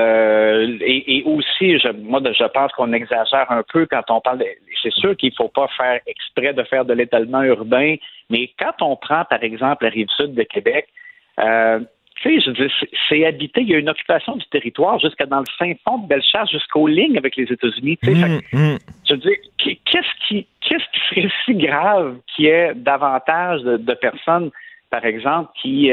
et aussi, je pense qu'on exagère un peu quand on parle c'est sûr qu'il faut pas faire exprès de faire de l'étalement urbain, mais quand on prend, par exemple, la Rive-Sud de Québec, tu sais, je veux dire, c'est habité, il y a une occupation du territoire jusqu'à dans le fin fond de Bellechasse, jusqu'aux lignes avec les États-Unis. Tu sais, je veux dire, qu'est-ce qui serait si grave qu'il y ait davantage de personnes, par exemple, qui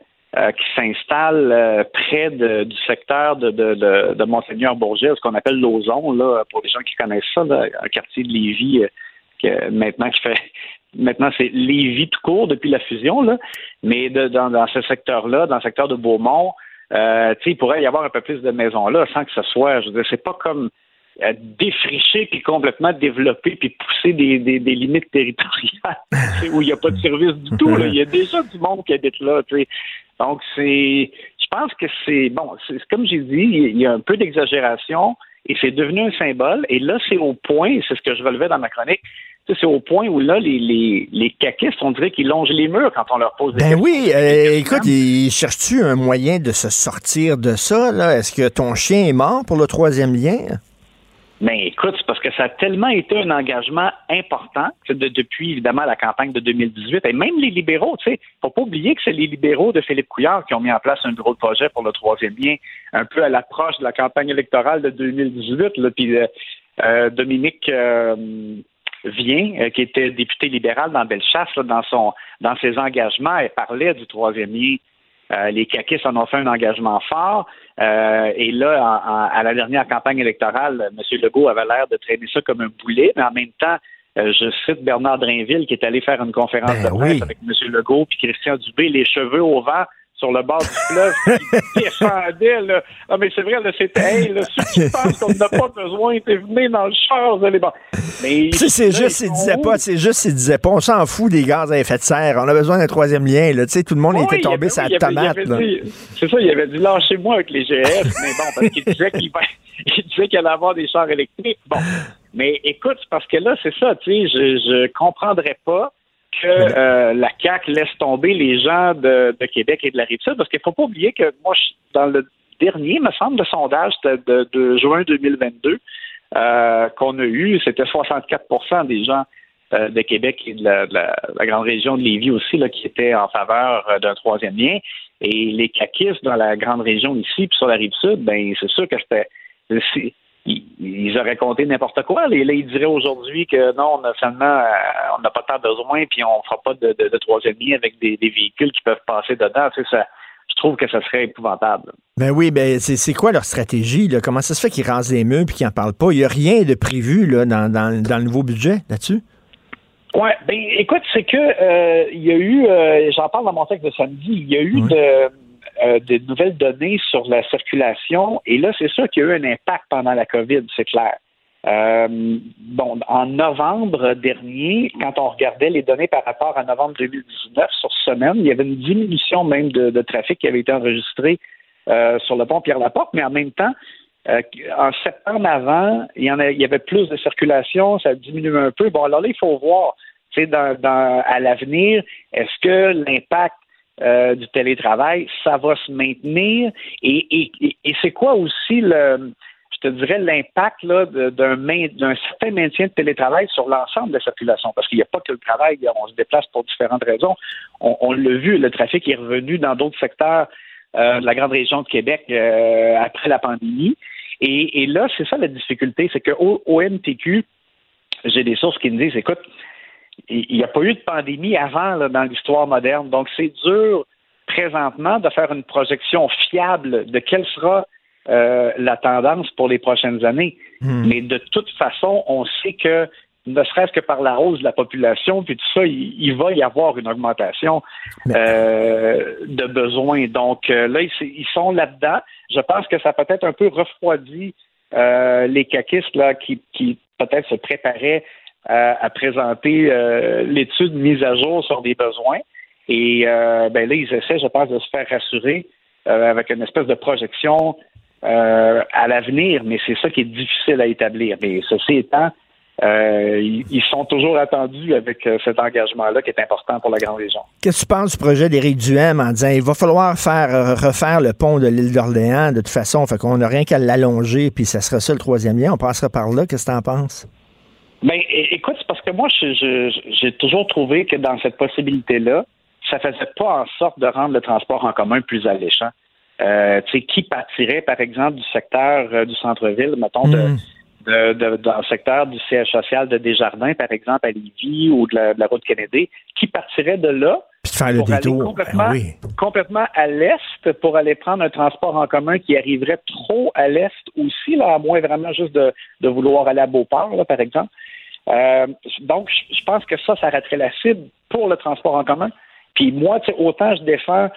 s'installent près du secteur de Monseigneur-Bourget, ce qu'on appelle l'Ozon, là, pour les gens qui connaissent ça, là, un quartier de Lévis maintenant qui fait maintenant c'est Lévis tout court depuis la fusion, là, mais dans ce secteur-là, dans le secteur de Beaumont, il pourrait y avoir un peu plus de maisons là sans que ce soit, je veux dire, c'est pas comme défricher puis complètement développer puis pousser des limites territoriales où il n'y a pas de service du tout. Là. Il y a déjà du monde qui habite là. T'sais. Donc, je pense que c'est comme j'ai dit, il y a un peu d'exagération et c'est devenu un symbole. Et là, c'est au point, et c'est ce que je relevais dans ma chronique, c'est au point où là, les caquistes, on dirait qu'ils longent les murs quand on leur pose des questions. Oui, écoute, cherches-tu un moyen de se sortir de ça, là? Est-ce que ton chien est mort pour le troisième lien? Mais écoute, c'est parce que ça a tellement été un engagement important depuis, évidemment, la campagne de 2018. Et même les libéraux, tu sais, faut pas oublier que c'est les libéraux de Philippe Couillard qui ont mis en place un bureau de projet pour le troisième lien, un peu à l'approche de la campagne électorale de 2018. Là, puis Dominique Vien, qui était député libéral dans Bellechasse, là, dans ses engagements, elle parlait du troisième lien. Les caquistes en ont fait un engagement fort. Et là, à la dernière campagne électorale, M. Legault avait l'air de traîner ça comme un boulet, mais en même temps, je cite Bernard Drainville qui est allé faire une conférence de presse avec M. Legault puis Christian Dubé, les cheveux au vent sur le bord du fleuve, qui défendait, là. Ah, mais c'est vrai, là, c'était, hey, là, ceux qui pensent qu'on n'a pas besoin, t'es venu dans le char, vous allez bon. Mais. C'est juste, il disait pas, on s'en fout des gaz à effet de serre, on a besoin d'un troisième lien, là, tu sais, tout le monde était tombé sur la tomate, là. C'est ça, il avait dit, lâchez-moi avec les GS, mais bon, parce qu'il disait qu'il allait avoir des chars électriques. Bon. Mais écoute, parce que là, c'est ça, tu sais, je comprendrais pas que la CAQ laisse tomber les gens de Québec et de la Rive-Sud, parce qu'il ne faut pas oublier que moi, dans le dernier, me semble, le sondage de juin 2022 qu'on a eu, c'était 64% des gens de Québec et de la grande région de Lévis aussi là, qui étaient en faveur d'un troisième lien. Et les caquistes dans la grande région ici, puis sur la Rive-Sud, ben c'est sûr que ils auraient compté n'importe quoi. Là, ils diraient aujourd'hui que non, on n'a pas tant besoin, puis on ne fera pas de troisième lien avec des véhicules qui peuvent passer dedans. Tu sais, ça, je trouve que ça serait épouvantable. Ben oui, ben c'est quoi leur stratégie, là? Comment ça se fait qu'ils rasent les murs et qu'ils n'en parlent pas? Il n'y a rien de prévu là, dans le nouveau budget là-dessus? Oui, ben écoute, c'est que il y a eu, j'en parle dans mon texte de samedi, il y a eu de nouvelles données sur la circulation, et là, c'est sûr qu'il y a eu un impact pendant la COVID, c'est clair. En novembre dernier, quand on regardait les données par rapport à novembre 2019, sur semaine, il y avait une diminution même de trafic qui avait été enregistrée sur le pont Pierre-Laporte, mais en même temps, en septembre avant, il y avait plus de circulation, ça diminue un peu. Bon, alors là, il faut voir, tu sais, à l'avenir, est-ce que l'impact du télétravail, ça va se maintenir? Et c'est quoi aussi je te dirais, l'impact là, d'un certain maintien de télétravail sur l'ensemble de la circulation? Parce qu'il n'y a pas que le travail, on se déplace pour différentes raisons. On l'a vu, le trafic est revenu dans d'autres secteurs de la grande région de Québec après la pandémie. Et là, c'est ça la difficulté, c'est qu'au MTQ, j'ai des sources qui me disent, écoute, il n'y a pas eu de pandémie avant là, dans l'histoire moderne, donc c'est dur présentement de faire une projection fiable de quelle sera la tendance pour les prochaines années. Mais de toute façon, on sait que, ne serait-ce que par la hausse de la population, puis tout ça, il va y avoir une augmentation de besoins. Donc là, ils sont là-dedans. Je pense que ça a peut-être un peu refroidi les caquistes là, qui peut-être se préparaient à présenter l'étude mise à jour sur des besoins. Et là, ils essaient, je pense, de se faire rassurer avec une espèce de projection à l'avenir, mais c'est ça qui est difficile à établir. Mais ceci étant, ils sont toujours attendus avec cet engagement-là qui est important pour la grande région. Qu'est-ce que tu penses du projet d'Éric Duhaime en disant il va falloir refaire le pont de l'île d'Orléans de toute façon, fait qu'on n'a rien qu'à l'allonger, puis ça sera ça le troisième lien, on passera par là. Qu'est-ce que tu en penses? Ben, écoute, c'est parce que moi, j'ai toujours trouvé que dans cette possibilité-là, ça faisait pas en sorte de rendre le transport en commun plus alléchant. Tu sais, qui partirait, par exemple, du secteur du centre-ville, mettons, dans le secteur du siège social de Desjardins, par exemple, à Lévis ou de la route Kennedy, qui partirait de là faire le détour. Complètement à l'est pour aller prendre un transport en commun qui arriverait trop à l'est aussi, là, à moins vraiment juste de vouloir aller à Beauport, là, par exemple. Donc, je pense que ça raterait la cible pour le transport en commun. Puis moi, autant je défends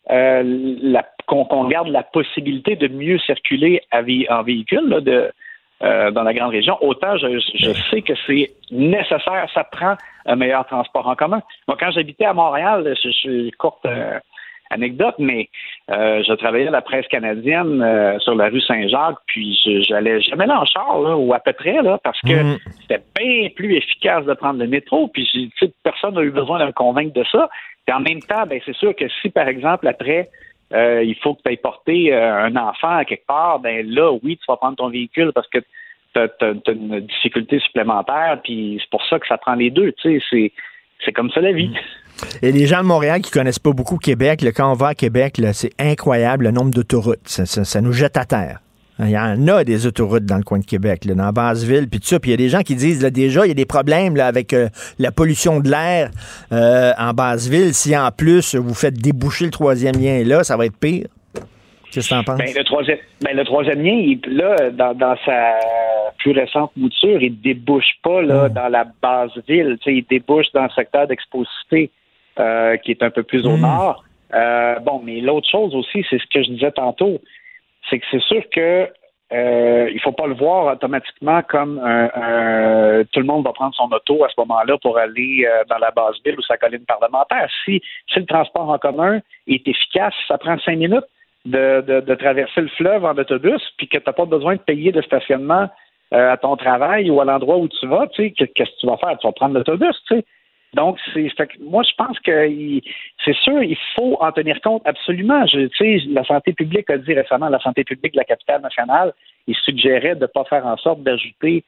qu'on garde la possibilité de mieux circuler en véhicule là, dans la grande région, autant je sais que c'est nécessaire, ça prend un meilleur transport en commun. Moi, quand j'habitais à Montréal, je suis courte anecdote, mais je travaillais à la presse canadienne sur la rue Saint-Jacques, puis j'allais jamais là en char, là, ou à peu près, là, parce que c'était bien plus efficace de prendre le métro, puis personne n'a eu besoin de me convaincre de ça. Et en même temps, ben c'est sûr que si, par exemple, après, il faut que tu ailles porter un enfant à quelque part, ben là, oui, tu vas prendre ton véhicule parce que t'as une difficulté supplémentaire, puis c'est pour ça que ça prend les deux, tu sais, c'est comme ça la vie. Et les gens de Montréal qui connaissent pas beaucoup Québec, là, quand on va à Québec, là, c'est incroyable le nombre d'autoroutes. Ça nous jette à terre. Il y en a des autoroutes dans le coin de Québec, là, dans Basseville, puis tout ça. Puis il y a des gens qui disent, là, déjà, il y a des problèmes là, avec la pollution de l'air en Basseville. Si en plus, vous faites déboucher le troisième lien là, ça va être pire. Qu'est-ce que t'en penses? Le troisième lien, là, dans sa plus récente mouture, il débouche pas là dans la Basseville. Il débouche dans le secteur d'Exposité, qui est un peu plus au nord. Mais l'autre chose aussi, c'est ce que je disais tantôt, c'est que c'est sûr que il faut pas le voir automatiquement comme tout le monde va prendre son auto à ce moment-là pour aller dans la Basse-Ville ou sa colline parlementaire. Si le transport en commun est efficace, ça prend 5 minutes de traverser le fleuve en autobus, puis que tu n'as pas besoin de payer de stationnement à ton travail ou à l'endroit où tu vas, tu sais, qu'est-ce que tu vas faire? Tu vas prendre l'autobus, tu sais. Donc, moi, je pense que c'est sûr, il faut en tenir compte absolument. Tu sais, la santé publique a dit récemment, la santé publique de la capitale nationale, il suggérait de ne pas faire en sorte d'ajouter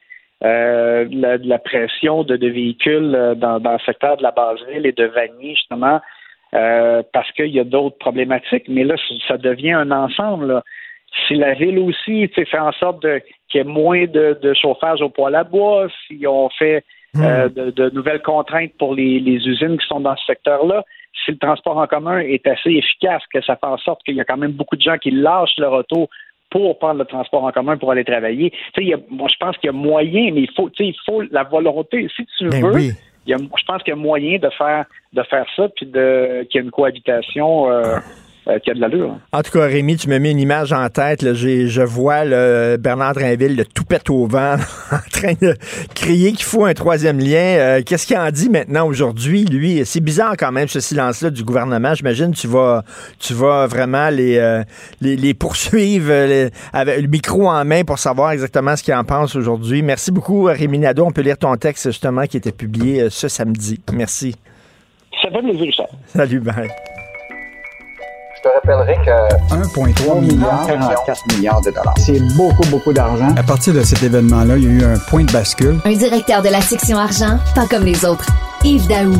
de la pression de véhicules dans le secteur de la Basse-Ville et de Vanier, justement, parce qu'il y a d'autres problématiques. Mais là, ça devient un ensemble, là. Si la ville aussi fait en sorte qu'il y ait moins de chauffage au poêle à bois, si on fait de nouvelles contraintes pour les usines qui sont dans ce secteur-là, si le transport en commun est assez efficace, que ça fait en sorte qu'il y a quand même beaucoup de gens qui lâchent leur auto pour prendre le transport en commun pour aller travailler. Moi, je pense qu'il y a moyen, mais il faut la volonté. Si tu veux, oui. Je pense qu'il y a moyen de faire ça, puis qu'il y ait une cohabitation qui a de l'allure. En tout cas, Rémi, tu me mets une image en tête. Là, je vois Bernard Drinville, le toupette au vent, en train de crier qu'il faut un troisième lien. Qu'est-ce qu'il en dit maintenant aujourd'hui, lui? C'est bizarre quand même, ce silence-là du gouvernement. J'imagine tu vas vraiment les poursuivre avec le micro en main pour savoir exactement ce qu'il en pense aujourd'hui. Merci beaucoup, Rémi Nadeau. On peut lire ton texte, justement, qui était publié ce samedi. Merci. Ça va me dire ça. Salut, bye. Je te rappellerai que 1,3 milliard, 44 milliards de dollars. C'est beaucoup d'argent. À partir de cet événement-là, il y a eu un point de bascule. Un directeur de la section argent, pas comme les autres. Yves Daou.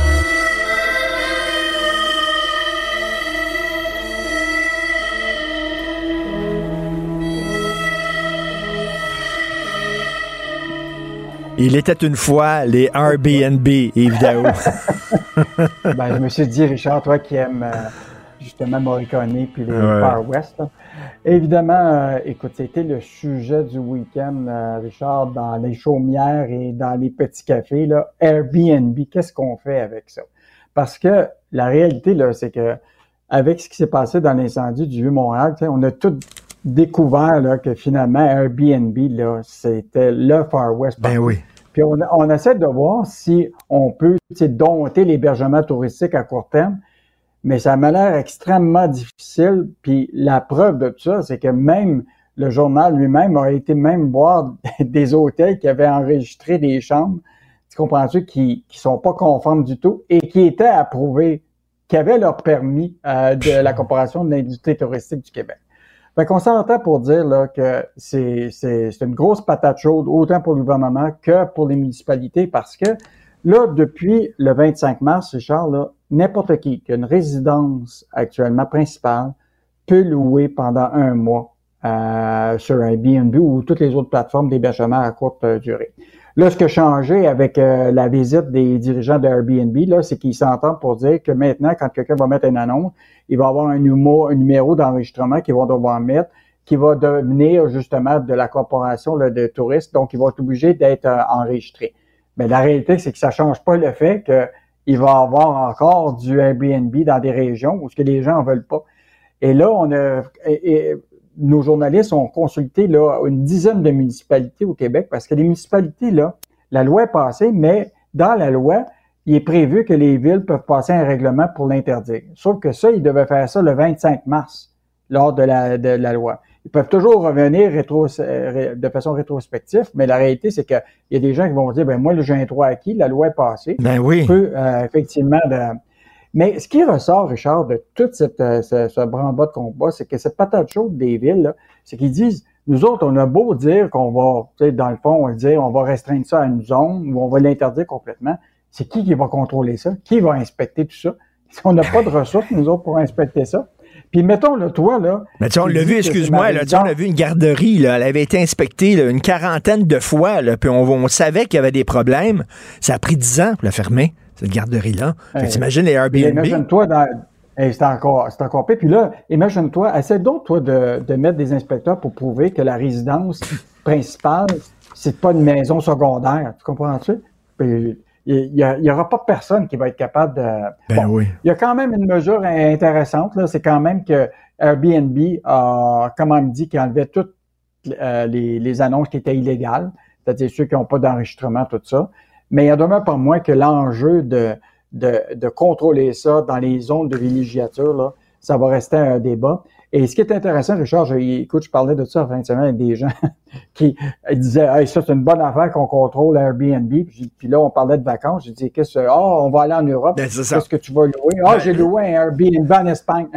Il était une fois les Airbnb, Yves Daou. Je me suis dit, Richard, toi qui aimes justement Morricone puis les Far West. Là. Évidemment, écoute, c'était le sujet du week-end, Richard, dans les chaumières et dans les petits cafés. Là, Airbnb, qu'est-ce qu'on fait avec ça? Parce que la réalité, là, c'est que avec ce qui s'est passé dans l'incendie du Vieux-Montréal, on a tout découvert là, que finalement, Airbnb, là, c'était le Far West. Ben oui. Puis on essaie de voir si on peut dompter l'hébergement touristique à court terme. Mais ça m'a l'air extrêmement difficile. Puis la preuve de tout ça, c'est que même le journal lui-même a été même voir des hôtels qui avaient enregistré des chambres, tu comprends-tu, qui sont pas conformes du tout et qui étaient approuvés, qui avaient leur permis de la Corporation de l'industrie touristique du Québec. Fait qu'on s'entend pour dire là que c'est une grosse patate chaude, autant pour le gouvernement que pour les municipalités, parce que là, depuis le 25 mars, Richard, là, n'importe qui a une résidence actuellement principale peut louer pendant 1 mois sur Airbnb ou toutes les autres plateformes d'hébergement à courte durée. Là, ce qui a changé avec la visite des dirigeants de Airbnb, là, c'est qu'ils s'entendent pour dire que maintenant, quand quelqu'un va mettre une annonce, il va avoir un numéro d'enregistrement qu'ils vont devoir mettre, qui va devenir justement de la corporation là, de touristes, donc ils vont être obligés d'être enregistrés. Mais la réalité, c'est que ça change pas le fait qu'il va y avoir encore du Airbnb dans des régions où ce que les gens en veulent pas. Et là, nos journalistes ont consulté là, une dizaine de municipalités au Québec parce que les municipalités, là, la loi est passée, mais dans la loi, il est prévu que les villes peuvent passer un règlement pour l'interdire. Sauf que ça, ils devaient faire ça le 25 mars lors de la loi. Ils peuvent toujours revenir de façon rétrospective, mais la réalité, c'est qu'il y a des gens qui vont dire, ben moi, j'ai un droit acquis, la loi est passée. Ben oui. Effectivement... Mais ce qui ressort, Richard, de toute ce branle-bas de combat, c'est que cette patate chaude des villes, là, c'est qu'ils disent, nous autres, on a beau dire qu'on va, tu sais, dans le fond, on va dire, on va restreindre ça à une zone ou on va l'interdire complètement. C'est qui va contrôler ça? Qui va inspecter tout ça? On n'a pas de ressources, nous autres, pour inspecter ça. Puis mettons, là, toi, là... Mais tu on l'a vu, excuse-moi, là, on a vu une garderie, là, elle avait été inspectée là, une quarantaine de fois, là, puis on savait qu'il y avait des problèmes. Ça a pris 10 ans pour la fermer, cette garderie-là. Fait que t'imagines les Airbnb? Imagine-toi, c'est encore pire. Puis là, imagine-toi, essaie donc, toi, de mettre des inspecteurs pour prouver que la résidence principale, c'est pas une maison secondaire. Tu comprends-tu? Puis, il y aura pas personne qui va être capable de... Oui. Il y a quand même une mesure intéressante, là. C'est quand même que Airbnb a, comme on me dit, qu'il enlevait toutes les annonces qui étaient illégales. C'est-à-dire ceux qui n'ont pas d'enregistrement, tout ça. Mais il y en demeure pas moins que l'enjeu de contrôler ça dans les zones de villégiature, là, ça va rester un débat. Et ce qui est intéressant, Richard, écoute, je parlais de ça en fin de semaine avec des gens qui disaient, hey, ça, c'est une bonne affaire qu'on contrôle Airbnb. Puis là, on parlait de vacances. J'ai dit, on va aller en Europe. Ben, qu'est-ce que tu vas louer? J'ai loué un Airbnb en Espagne.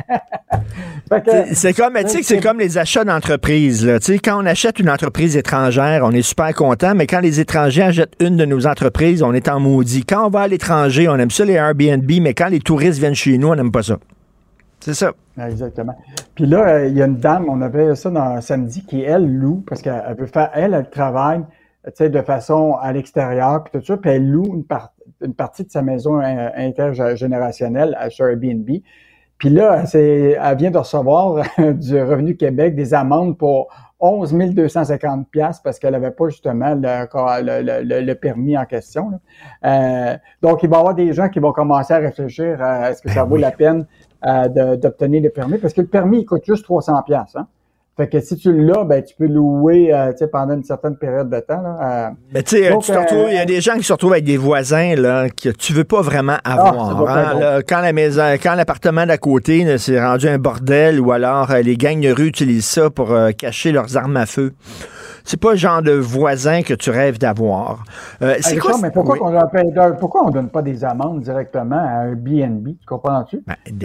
C'est comme les achats d'entreprises, là. Tu sais, quand on achète une entreprise étrangère, on est super content, mais quand les étrangers achètent une de nos entreprises, on est en maudit. Quand on va à l'étranger, on aime ça, les Airbnb, mais quand les touristes viennent chez nous, on n'aime pas ça. C'est ça. Exactement. Puis là, il y a une dame, on avait ça dans samedi, qui, elle, loue, parce qu'elle veut faire, elle travaille, tu sais, de façon à l'extérieur, puis tout ça, puis elle loue une partie de sa maison intergénérationnelle sur Airbnb. Puis là, elle vient de recevoir du Revenu Québec des amendes pour 11 250 $ parce qu'elle n'avait pas justement le permis en question. Donc, il va y avoir des gens qui vont commencer à réfléchir à est-ce que ça vaut la peine d'obtenir le permis, parce que le permis, il coûte juste 300 $. Hein? Fait que si tu l'as, ben tu peux louer pendant une certaine période de temps. Là, mais tu sais, il y a des gens qui se retrouvent avec des voisins là, que tu veux pas vraiment avoir. Là, quand l'appartement d'à côté là, c'est rendu un bordel, ou alors les gangs de rue utilisent ça pour cacher leurs armes à feu. C'est pas le genre de voisin que tu rêves d'avoir. C'est quoi, mais pourquoi on donne pas des amendes directement à Airbnb? Tu comprends-tu?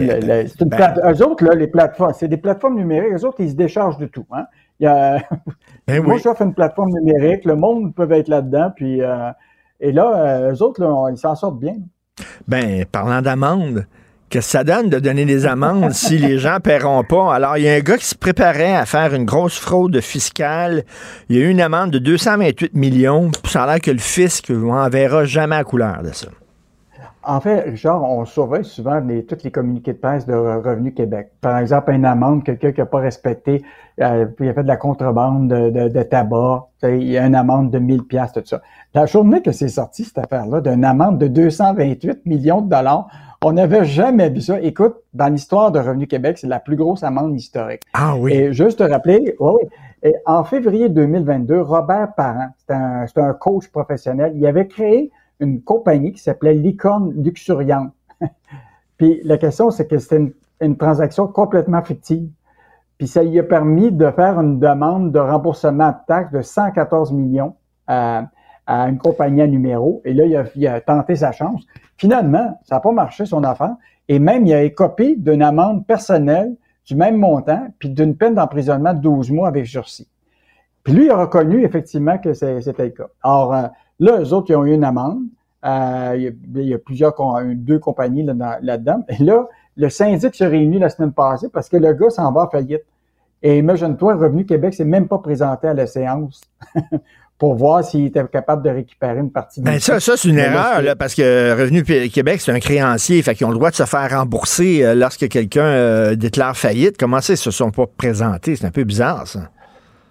Eux autres, là, les plateformes, c'est des plateformes numériques. Eux autres, ils se déchargent de tout. Hein? Moi, j'offre une plateforme numérique. Le monde peut être là-dedans. Puis, et là, eux autres, là, ils s'en sortent bien. Ben, parlant d'amendes, qu'est-ce que ça donne de donner des amendes si les gens ne paieront pas? Alors, il y a un gars qui se préparait à faire une grosse fraude fiscale. Il y a eu une amende de 228 millions. Puis ça a l'air que le fisc n'en verra jamais la couleur de ça. En fait, Richard, on surveille souvent tous les communiqués de presse de Revenu Québec. Par exemple, une amende, quelqu'un qui n'a pas respecté, il a fait de la contrebande de tabac, il y a une amende de 1000 $, tout ça. La journée que c'est sorti, cette affaire-là, d'une amende de 228 millions $, on n'avait jamais vu ça. Écoute, dans l'histoire de Revenu Québec, c'est la plus grosse amende historique. Ah oui. Et juste te rappeler, et en février 2022, Robert Parent, c'est un coach professionnel, il avait créé une compagnie qui s'appelait Licorne Luxuriante. Puis la question, c'est que c'était une transaction complètement fictive. Puis ça lui a permis de faire une demande de remboursement de taxes de 114 millions à une compagnie à numéro. Et là, il a tenté sa chance. Finalement, ça n'a pas marché, son affaire. Et même, il a écopé d'une amende personnelle du même montant, puis d'une peine d'emprisonnement de 12 mois avec sursis. Puis lui, il a reconnu effectivement que c'était le cas. Alors, là, eux autres, ils ont eu une amende. Il y a deux compagnies là-dedans. Et là, le syndic se réunit la semaine passée parce que le gars s'en va en faillite. Et imagine-toi, Revenu Québec s'est même pas présenté à la séance pour voir s'il était capable de récupérer une partie de ça, c'est une erreur, là, parce que Revenu Québec, c'est un créancier. Fait qu'ils ont le droit de se faire rembourser lorsque quelqu'un déclare faillite. Comment ça, ils se sont pas présentés? C'est un peu bizarre, ça.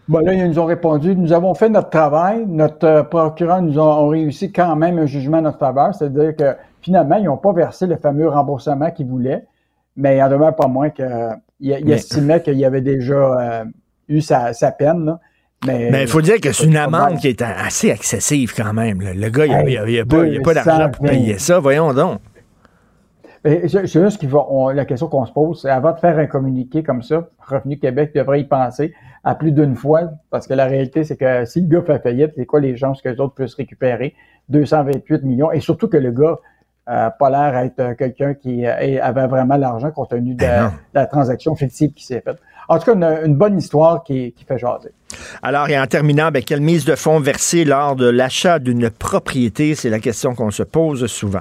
Bon, là, ils nous ont répondu, nous avons fait notre travail, notre procureur nous ont réussi quand même un jugement à notre faveur, c'est-à-dire que finalement, ils n'ont pas versé le fameux remboursement qu'ils voulaient, mais il en demeure pas moins qu'il estimait qu'il y avait déjà eu sa peine, là. Mais il faut dire que c'est une amende qui est assez excessive quand même. Là. Le gars, il n'a pas d'argent pour payer ça. Voyons donc. C'est juste la question qu'on se pose, c'est avant de faire un communiqué comme ça, Revenu Québec devrait y penser à plus d'une fois, parce que la réalité, c'est que si le gars fait faillite, c'est quoi les chances que les autres puissent récupérer 228 millions? Et surtout que le gars n'a pas l'air d'être quelqu'un qui avait vraiment l'argent compte tenu de la transaction fictive qui s'est faite. En tout cas, une bonne histoire qui fait jaser. Alors, et en terminant, quelle mise de fonds versée lors de l'achat d'une propriété? C'est la question qu'on se pose souvent.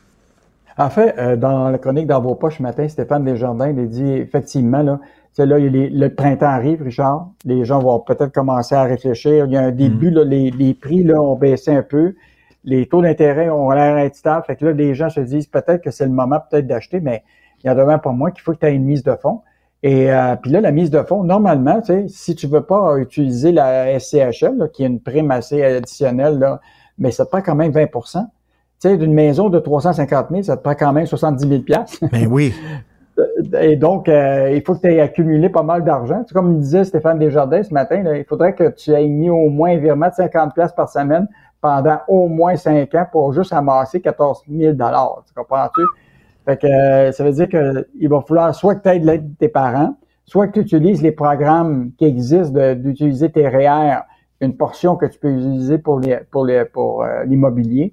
En fait, dans la chronique dans vos poches ce matin, Stéphane Desjardins il a dit effectivement, là, le printemps arrive, Richard. Les gens vont peut-être commencer à réfléchir. Il y a un début, là, les prix là, ont baissé un peu. Les taux d'intérêt ont l'air être stables. Fait que là, les gens se disent peut-être que c'est le moment peut-être d'acheter, mais il y en a vraiment pas moins qu'il faut que tu aies une mise de fonds. Et puis là, la mise de fonds, normalement, tu sais, si tu veux pas utiliser la SCHL, là, qui est une prime assez additionnelle, là, mais ça te prend quand même 20 %. Tu sais, d'une maison de 350 000, ça te prend quand même 70 000 $. Ben oui. Et donc, il faut que tu aies accumulé pas mal d'argent. C'est comme disait Stéphane Desjardins ce matin, là, il faudrait que tu aies mis au moins un virement de 50 $ par semaine pendant au moins 5 ans pour juste amasser 14 000 $. Tu comprends-tu? Fait que ça veut dire que il va falloir soit que tu aies de l'aide de tes parents, soit que tu utilises les programmes qui existent d'utiliser tes REER, une portion que tu peux utiliser pour l'immobilier.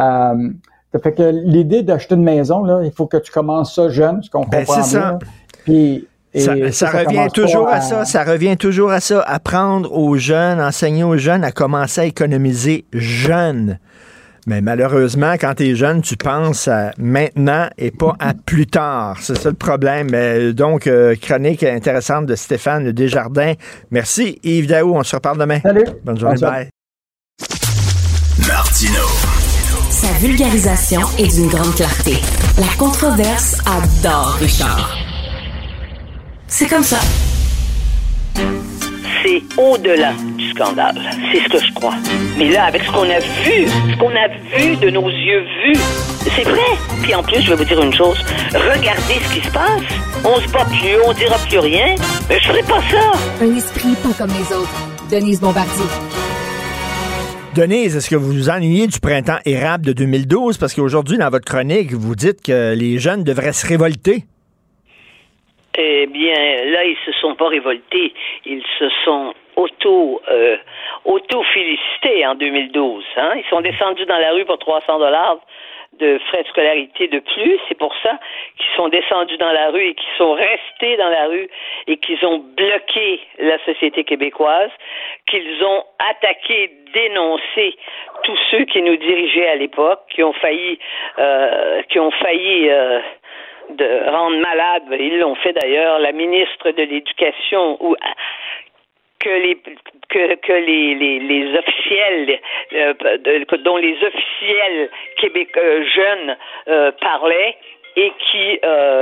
Ça fait que l'idée d'acheter une maison, là, il faut que tu commences ça jeune, ce qu'on comprend bien. Ça. Puis, ça revient toujours à ça. Ça revient toujours à ça. Apprendre aux jeunes, enseigner aux jeunes à commencer à économiser jeunes. Mais malheureusement, quand tu es jeune, tu penses à maintenant et pas à plus tard. C'est ça le problème. Donc, chronique intéressante de Stéphane Desjardins. Merci Yves Daou. On se reparle demain. Salut. Bonne journée. Bye. Martino. Sa vulgarisation est d'une grande clarté. La controverse adore Richard. C'est comme ça. C'est au-delà du scandale. C'est ce que je crois. Mais là, avec ce qu'on a vu de nos yeux vus, c'est vrai. Puis en plus, je vais vous dire une chose. Regardez ce qui se passe. On se bat plus, on dira plus rien. Mais je ferai pas ça. Un esprit pas comme les autres. Denise Bombardier. Denise, est-ce que vous vous ennuyez du printemps érable de 2012? Parce qu'aujourd'hui, dans votre chronique, vous dites que les jeunes devraient se révolter. Eh bien, là, ils se sont pas révoltés. Ils se sont auto-félicités en 2012. Hein? Ils sont descendus dans la rue pour 300 $ de frais de scolarité de plus. C'est pour ça qu'ils sont descendus dans la rue et qu'ils sont restés dans la rue et qu'ils ont bloqué la société québécoise, qu'ils ont attaqué, dénoncé tous ceux qui nous dirigeaient à l'époque, qui ont failli de rendre malade, ils l'ont fait d'ailleurs, la ministre de l'Éducation, ou que les officiels dont les officiels québécois jeunes parlaient et qui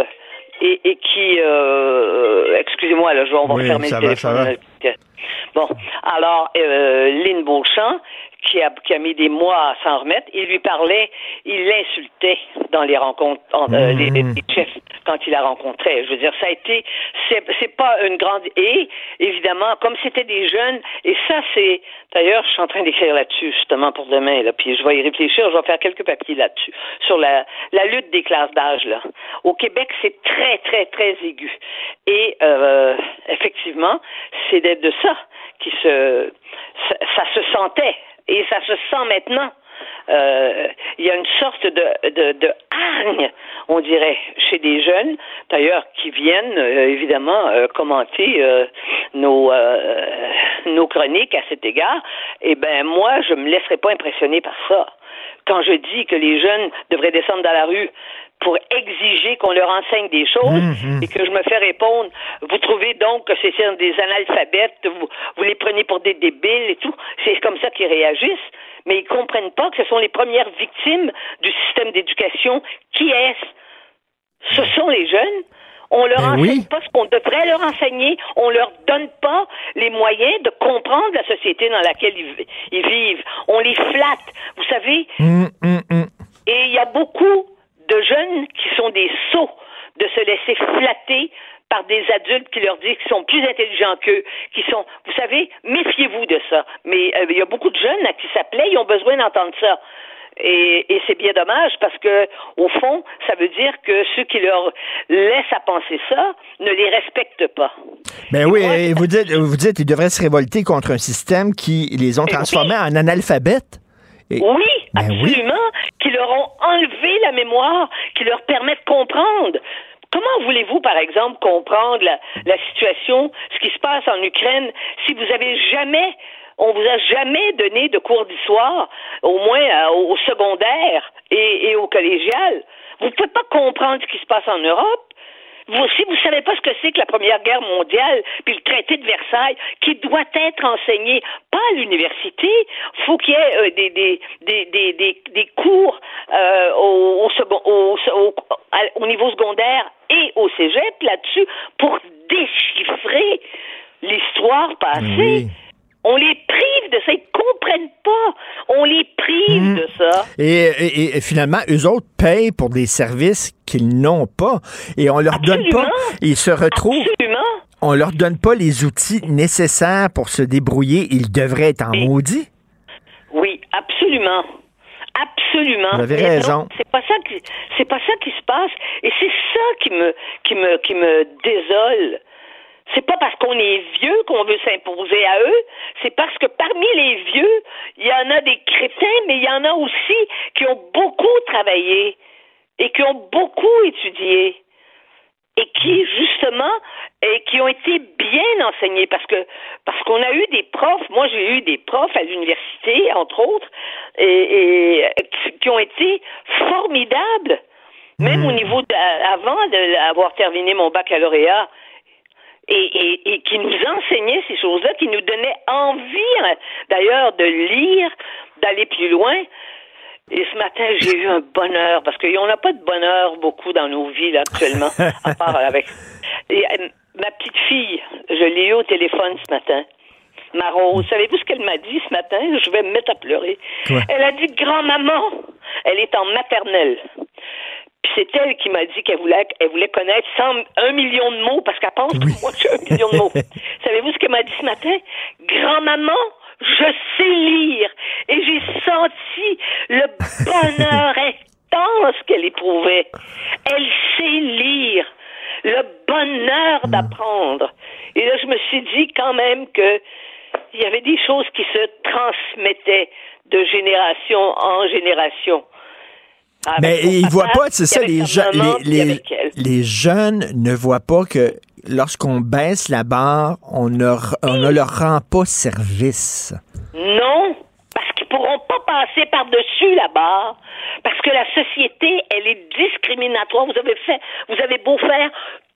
excusez-moi là, on va fermer le téléphone. Bon, alors Lynn Beauchamp qui a mis des mois à s'en remettre, il lui parlait, il l'insultait dans les rencontres, les chefs quand il la rencontrait. Je veux dire, ça a été, c'est pas une grande, et évidemment, comme c'était des jeunes, et ça c'est, d'ailleurs, je suis en train d'écrire là-dessus, justement, pour demain, là, puis je vais y réfléchir, je vais faire quelques papiers là-dessus, sur la lutte des classes d'âge, là. Au Québec, c'est très, très, très aigu. Et, effectivement, c'est de ça ça se sentait. Et ça se sent maintenant. Il y a une sorte de hargne, on dirait, chez des jeunes, d'ailleurs, qui viennent, évidemment, commenter nos chroniques à cet égard. Eh ben, moi, je me laisserai pas impressionner par ça. Quand je dis que les jeunes devraient descendre dans la rue pour exiger qu'on leur enseigne des choses et que je me fais répondre, vous trouvez donc que c'est des analphabètes, vous les prenez pour des débiles et tout, c'est comme ça qu'ils réagissent, mais ils comprennent pas que ce sont les premières victimes du système d'éducation. Qui est-ce? Ce sont les jeunes. On leur enseigne pas ce qu'on devrait leur enseigner. On leur donne pas les moyens de comprendre la société dans laquelle ils vivent. On les flatte, vous savez. Et il y a beaucoup de jeunes qui sont des sots de se laisser flatter par des adultes qui leur disent qu'ils sont plus intelligents qu'eux, qui sont, vous savez, méfiez-vous de ça. Mais il y a beaucoup de jeunes à qui ça plaît, ils ont besoin d'entendre ça. Et c'est bien dommage parce que, au fond, ça veut dire que ceux qui leur laissent à penser ça ne les respectent pas. Ben oui, et vous dites qu'ils devraient se révolter contre un système qui les ont transformés en analphabètes. Oui, absolument, qui leur ont enlevé la mémoire, qui leur permet de comprendre. Comment voulez-vous, par exemple, comprendre la situation, ce qui se passe en Ukraine, si on vous a jamais donné de cours d'histoire, au moins au secondaire et au collégial? Vous ne pouvez pas comprendre ce qui se passe en Europe. Si vous ne savez pas ce que c'est que la Première Guerre mondiale, puis le traité de Versailles, qui doit être enseigné pas à l'université, faut qu'il y ait des cours au niveau secondaire et au cégep là-dessus pour déchiffrer l'histoire passée. On les prive de ça, ils comprennent pas. On les prive de ça. Et finalement, eux autres payent pour des services qu'ils n'ont pas. Et on leur donne pas. Ils se retrouvent. On leur donne pas les outils nécessaires pour se débrouiller. Ils devraient être en maudit. Oui, absolument. Absolument. Vous avez raison. Non, c'est pas ça qui se passe. Et c'est ça qui me désole. C'est pas parce qu'on est vieux qu'on veut s'imposer à eux, c'est parce que parmi les vieux, il y en a des crétins, mais il y en a aussi qui ont beaucoup travaillé et qui ont beaucoup étudié et qui, justement, qui ont été bien enseignés parce qu'on a eu des profs, moi j'ai eu des profs à l'université, entre autres, et qui ont été formidables, même au niveau avant d'avoir terminé mon baccalauréat. Et qui nous enseignait ces choses-là, qui nous donnait envie, d'ailleurs, de lire, d'aller plus loin. Et ce matin, j'ai eu un bonheur, parce qu'on n'a pas de bonheur beaucoup dans nos vies, là, actuellement, à part avec... Et, ma petite fille, je l'ai eue au téléphone ce matin, ma Rose. Savez-vous ce qu'elle m'a dit ce matin? Je vais me mettre à pleurer. Quoi? Elle a dit, grand-maman, elle est en maternelle. Puis c'est elle qui m'a dit qu'elle voulait connaître 1 million de mots, parce qu'elle pense que moi, j'ai 1 million de mots. Savez-vous ce qu'elle m'a dit ce matin? Grand-maman, je sais lire. Et j'ai senti le bonheur intense qu'elle éprouvait. Elle sait lire. Le bonheur d'apprendre. Et là, je me suis dit quand même que il y avait des choses qui se transmettaient de génération en génération. Mais ils ne voient pas, c'est ça, les jeunes ne voient pas que lorsqu'on baisse la barre, on ne leur rend pas service. Non, parce qu'ils ne pourront pas passer par-dessus la barre, parce que la société, elle est discriminatoire. Vous avez beau faire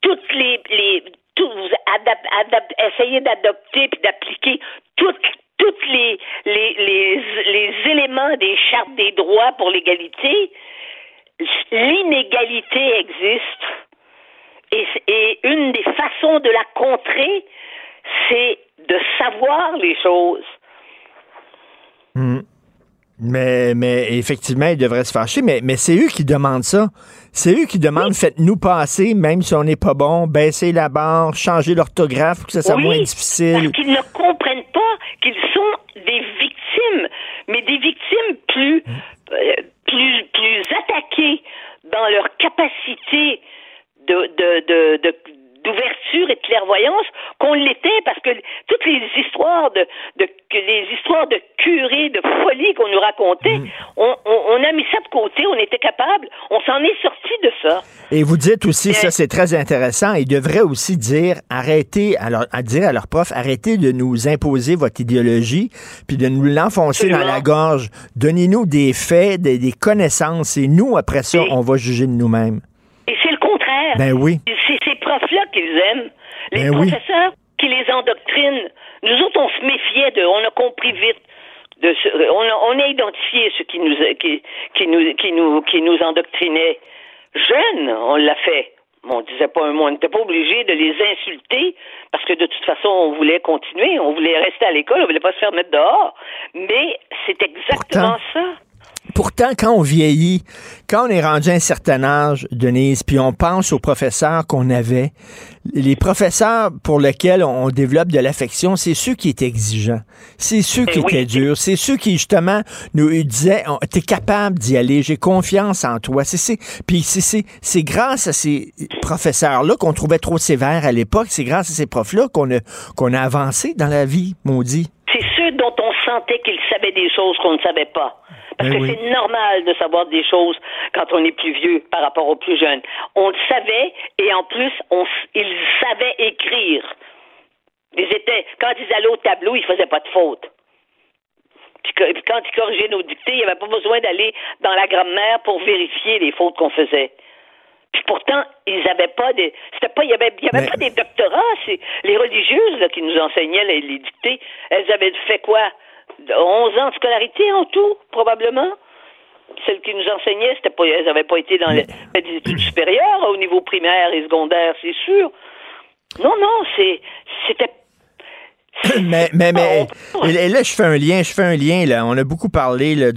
essayer d'adopter puis d'appliquer toutes les éléments des chartes des droits pour l'égalité, l'inégalité existe. Et une des façons de la contrer, c'est de savoir les choses. Mais effectivement, ils devraient se fâcher, mais c'est eux qui demandent ça. C'est eux qui demandent, faites-nous passer, même si on n'est pas bon, baisser la barre, changer l'orthographe pour que ça soit moins difficile. Parce qu'ils ne comprennent pas qu'ils sont des victimes, mais des victimes plus attaquées dans leur capacité d'ouverture et de clairvoyance qu'on l'était, parce que toutes les histoires de curés, de folie qu'on nous racontait, on a mis ça de côté, on était capable, on s'en est sorti de ça. Et vous dites aussi, ça c'est très intéressant, ils devraient aussi dire, dire à leurs profs, arrêtez de nous imposer votre idéologie, puis de nous l'enfoncer dans la gorge. Donnez-nous des faits, des connaissances, et nous, après ça, on va juger de nous-mêmes. Et c'est le contraire. Ben oui. C'est ces profs-là qu'ils aiment. Les professeurs qui les endoctrinent. Nous autres, on se méfiait d'eux. On a compris vite. On a identifié ceux qui nous endoctrinaient. Jeunes, on l'a fait. On disait pas un mot. On n'était pas obligé de les insulter parce que de toute façon, on voulait continuer. On voulait rester à l'école. On voulait pas se faire mettre dehors. Mais c'est exactement ça. Pourtant, quand on vieillit, quand on est rendu à un certain âge, Denise, puis on pense aux professeurs qu'on avait, les professeurs pour lesquels on développe de l'affection, c'est ceux qui étaient exigeants, c'est ceux qui étaient durs, c'est ceux qui, justement, nous disaient « T'es capable d'y aller, j'ai confiance en toi ». Puis c'est grâce à ces professeurs-là qu'on trouvait trop sévères à l'époque, c'est grâce à ces profs-là qu'on a avancé dans la vie, maudit. C'est ceux dont on sentait qu'ils savaient des choses qu'on ne savait pas. Parce que c'est normal de savoir des choses quand on est plus vieux par rapport aux plus jeunes. On le savait et en plus, ils savaient écrire. Quand ils allaient au tableau, ils faisaient pas de faute. Puis quand ils corrigeaient nos dictées, il n'y avait pas besoin d'aller dans la grammaire pour vérifier les fautes qu'on faisait. Puis pourtant, ils n'avaient pas il y avait pas des doctorats. C'est les religieuses là, qui nous enseignaient les dictées. Elles avaient fait quoi? 11 ans de scolarité en tout, probablement. Celles qui nous enseignaient, elles n'avaient pas été dans les études supérieures au niveau primaire et secondaire, c'est sûr. Non, c'était... Mais et là, je fais un lien, là. On a beaucoup parlé là,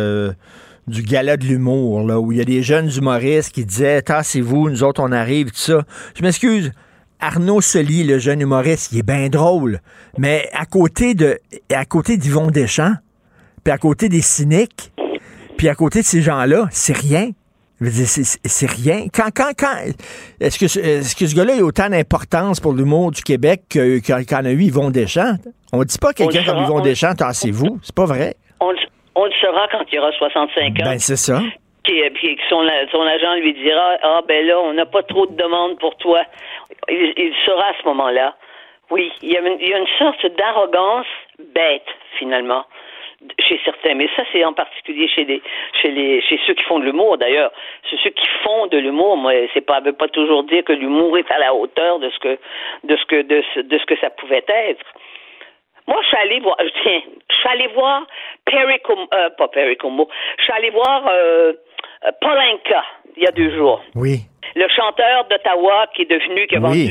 du gala de l'humour, là, où il y a des jeunes humoristes qui disaient « Tassez-vous, nous autres, on arrive », tout ça. Je m'excuse. Arnaud Soli, le jeune humoriste, il est bien drôle, mais à côté d'Yvon Deschamps, puis à côté des cyniques, puis à côté de ces gens-là, c'est rien. Je veux dire, c'est rien. Est-ce que ce gars-là a autant d'importance pour l'humour du Québec qu'en a eu Yvon Deschamps? On dit pas quelqu'un comme Yvon Deschamps, tassez-vous. C'est pas vrai. On le saura quand il aura 65 ans. Ben, c'est ça. Puis son agent lui dira « Ah, ben là, on n'a pas trop de demandes pour toi. » Il saura à ce moment-là. Oui, il y a une sorte d'arrogance bête, finalement, chez certains. Mais ça, c'est en particulier chez ceux qui font de l'humour, d'ailleurs. C'est ceux qui font de l'humour. Moi, veut pas toujours dire que l'humour est à la hauteur de ce que ça pouvait être. Moi, je suis allé voir pas Perry Como. Je suis allé voir Paul Anka il y a 2 jours. Oui. Le chanteur d'Ottawa qui a vendu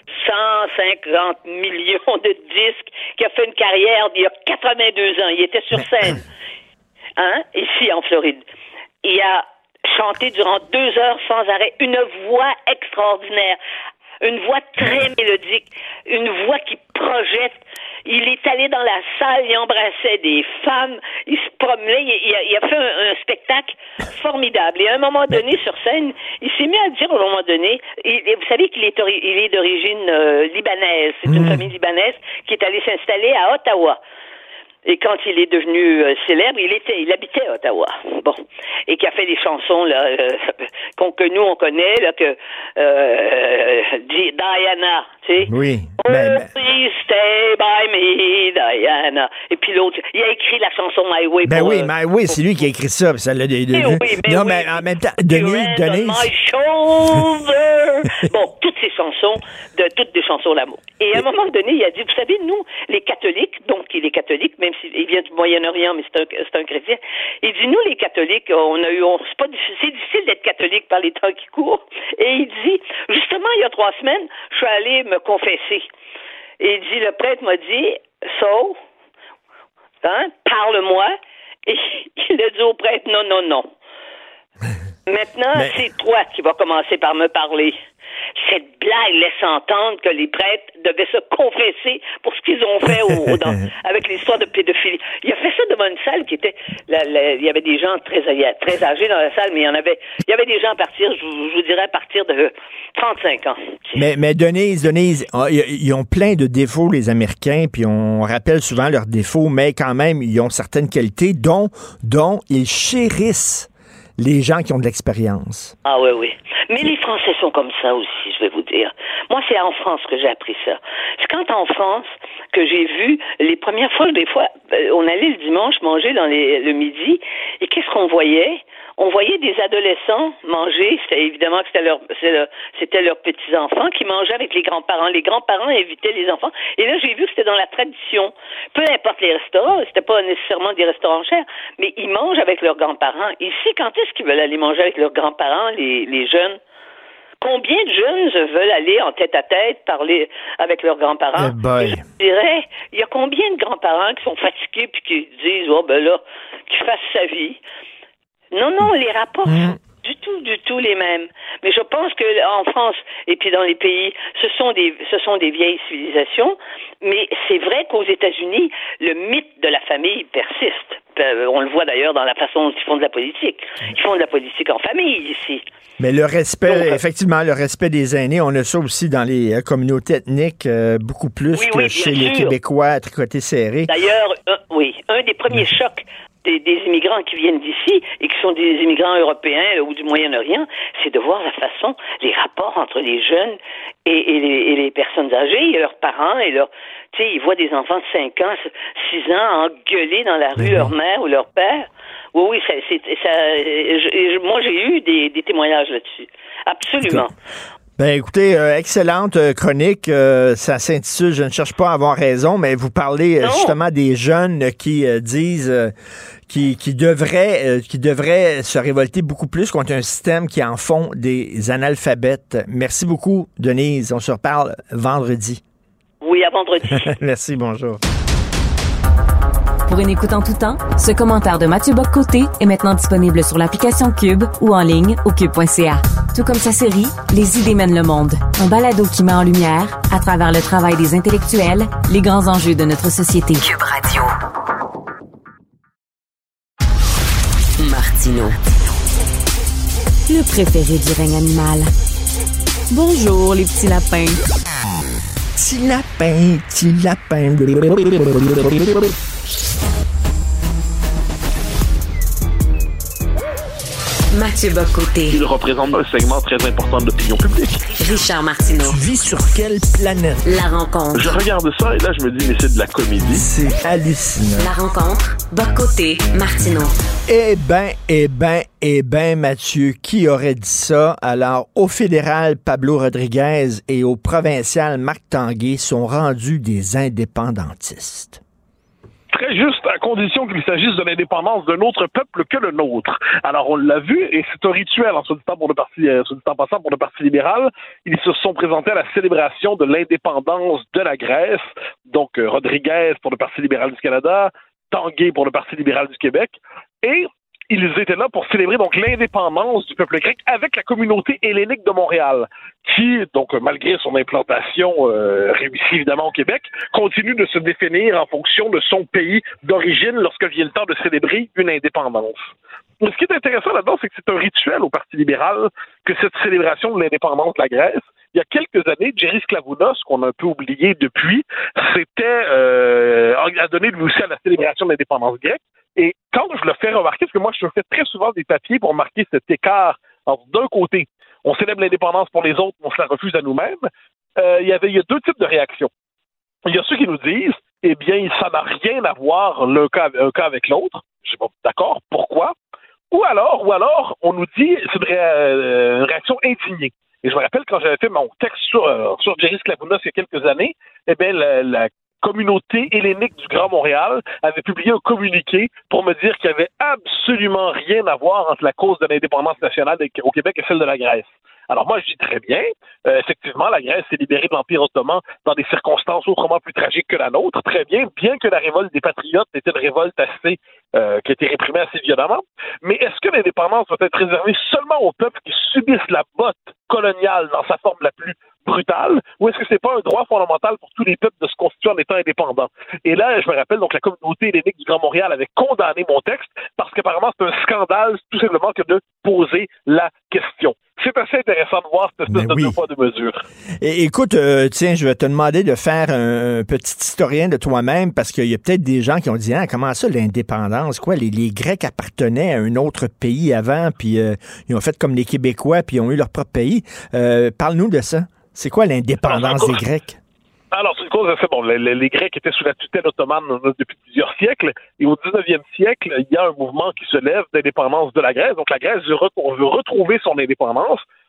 150 millions de disques, qui a fait une carrière il y a 82 ans. Il était sur scène, ici en Floride. Il a chanté durant 2 heures sans arrêt, une voix extraordinaire. Une voix très mélodique, une voix qui projette. Il est allé dans la salle, il embrassait des femmes, il se promenait, il a fait un spectacle formidable. Et à un moment donné, sur scène, il s'est mis à dire au moment donné, vous savez qu'il est d'origine libanaise, c'est une famille libanaise qui est allée s'installer à Ottawa. Et quand il est devenu célèbre, il habitait à Ottawa. Bon. Et qui a fait des chansons, là, que nous, on connaît, là, que, Diana, tu sais. Oui. Please stay by me, Diana. Et puis l'autre, il a écrit la chanson My Way. Ben oui, My Way, c'est lui qui a écrit ça, ça l'a Non, mais en même temps, Denise. My shoulder. Bon, toutes ces chansons, toutes des chansons d'amour. Et à un moment donné, il a dit, vous savez, nous, les catholiques, donc il est catholique, même s'il vient du Moyen-Orient, mais c'est un chrétien. Il dit, nous, les catholiques, c'est difficile d'être catholique par les temps qui courent. Et il dit, justement, il y a 3 semaines, je suis allé me confesser. Et il dit, le prêtre m'a dit, parle-moi. Et il a dit au prêtre, non. Maintenant, c'est toi qui vas commencer par me parler. Cette blague laisse entendre que les prêtres devaient se confesser pour ce qu'ils ont fait avec l'histoire de pédophilie. Il a fait ça devant une salle qui était... il y avait des gens très âgés dans la salle, mais il y avait des gens à partir, je vous dirais, à partir de 35 ans. Mais Denise, ils ont plein de défauts, les Américains, puis on rappelle souvent leurs défauts, mais quand même, ils ont certaines qualités dont ils chérissent les gens qui ont de l'expérience. Ah oui. Mais les Français sont comme ça aussi, je vais vous dire. Moi, c'est en France que j'ai appris ça. C'est quand en France que j'ai vu les premières fois, des fois, on allait le dimanche manger le midi, et qu'est-ce qu'on voyait? On voyait des adolescents manger, évidemment que c'était leurs petits-enfants qui mangeaient avec les grands-parents. Les grands-parents invitaient les enfants. Et là, j'ai vu que c'était dans la tradition. Peu importe les restaurants, c'était pas nécessairement des restaurants chers, mais ils mangent avec leurs grands-parents. Ici, quand est-ce qu'ils veulent aller manger avec leurs grands-parents, les jeunes? Combien de jeunes veulent aller en tête-à-tête parler avec leurs grands-parents? Je dirais, il y a combien de grands-parents qui sont fatigués puis qui disent, qu'il fasse sa vie? Non, les rapports sont du tout les mêmes. Mais je pense que en France et puis dans les pays, ce sont des vieilles civilisations. Mais c'est vrai qu'aux États-Unis, le mythe de la famille persiste. On le voit d'ailleurs dans la façon dont ils font de la politique. Ils font de la politique en famille ici. Mais le respect, effectivement, le respect des aînés, on a ça aussi dans les communautés ethniques, beaucoup plus que chez les Québécois à tricoter serré. D'ailleurs, un des premiers chocs des immigrants qui viennent d'ici et qui sont des immigrants européens ou du Moyen-Orient, c'est de voir la façon, les rapports entre les jeunes et les personnes âgées et leurs parents et leurs... Tu sais, ils voient des enfants de 5 ans, 6 ans engueuler dans la rue leur mère ou leur père. Oui, moi j'ai eu des témoignages là-dessus. Absolument. Ben écoutez, excellente chronique. Ça s'intitule « Je ne cherche pas à avoir raison », mais vous parlez justement des jeunes qui disent qui devraient se révolter beaucoup plus contre un système qui en font des analphabètes. Merci beaucoup, Denise. On se reparle vendredi. Oui, à vendredi. Merci, bonjour. Pour une écoute en tout temps, ce commentaire de Mathieu Bock-Côté est maintenant disponible sur l'application Cube ou en ligne au cube.ca. Tout comme sa série « Les idées mènent le monde », un balado qui met en lumière, à travers le travail des intellectuels, les grands enjeux de notre société. Cube Radio. Martineau. Le préféré du règne animal. Bonjour, les petits lapins. Petit lapin. Mathieu Bock-Côté. Il représente un segment très important de l'opinion publique. Richard Martineau. Tu vis sur quelle planète? La rencontre. Je regarde ça et là, je me dis, mais c'est de la comédie. C'est hallucinant. La rencontre. Bock-Côté, Martineau. Eh ben, Mathieu, qui aurait dit ça? Alors, au fédéral, Pablo Rodriguez et au provincial, Marc Tanguay sont rendus des indépendantistes. Très juste, à condition qu'il s'agisse de l'indépendance d'un autre peuple que le nôtre. Alors, on l'a vu, et c'est un rituel, en soit dit en passant, pour le Parti libéral. Ils se sont présentés à la célébration de l'indépendance de la Grèce. Donc, Rodriguez pour le Parti libéral du Canada, Tanguay pour le Parti libéral du Québec. Et ils étaient là pour célébrer donc l'indépendance du peuple grec avec la communauté hellénique de Montréal, qui, donc malgré son implantation réussie évidemment au Québec, continue de se définir en fonction de son pays d'origine lorsque vient le temps de célébrer une indépendance. Mais ce qui est intéressant là-dedans, c'est que c'est un rituel au Parti libéral que cette célébration de l'indépendance de la Grèce. Il y a quelques années, Jerry Sklavounos, qu'on a un peu oublié depuis, a donné lui aussi à la célébration de l'indépendance grecque. Et quand je le fais remarquer, parce que moi je fais très souvent des papiers pour marquer cet écart entre d'un côté, on célèbre l'indépendance pour les autres, on se la refuse à nous-mêmes, il y a deux types de réactions. Il y a ceux qui nous disent, eh bien, ça n'a rien à voir un cas avec l'autre. Je sais pas, d'accord, pourquoi? Ou alors, on nous dit, c'est une réaction indignée. Et je me rappelle quand j'avais fait mon texte sur Jerry Sklavounos il y a quelques années, eh bien, la communauté hellénique du Grand Montréal avait publié un communiqué pour me dire qu'il n'y avait absolument rien à voir entre la cause de l'indépendance nationale au Québec et celle de la Grèce. Alors moi, je dis très bien, effectivement, la Grèce s'est libérée de l'Empire ottoman dans des circonstances autrement plus tragiques que la nôtre, très bien que la révolte des patriotes était une révolte qui a été réprimée assez violemment. Mais est-ce que l'indépendance doit être réservée seulement aux peuples qui subissent la botte coloniale dans sa forme la plus brutale, ou est-ce que c'est pas un droit fondamental pour tous les peuples de se constituer en étant indépendants? Et là, je me rappelle, donc, la communauté hellénique du Grand Montréal avait condamné mon texte parce qu'apparemment, c'est un scandale, tout simplement, que de poser la question. C'est assez intéressant de voir cette espèce de deux poids, deux mesures. Écoute, tiens, je vais te demander de faire un petit historien de toi-même, parce qu'il y a peut-être des gens qui ont dit, comment ça, l'indépendance? Quoi, les Grecs appartenaient à un autre pays avant, puis ils ont fait comme les Québécois, puis ils ont eu leur propre pays. Parle-nous de ça. C'est quoi l'indépendance des Grecs? Alors, c'est une cause assez bon. Les Grecs étaient sous la tutelle ottomane depuis plusieurs siècles. Et au 19e siècle, il y a un mouvement qui se lève d'indépendance de la Grèce. Donc, la Grèce veut retrouver son indépendance.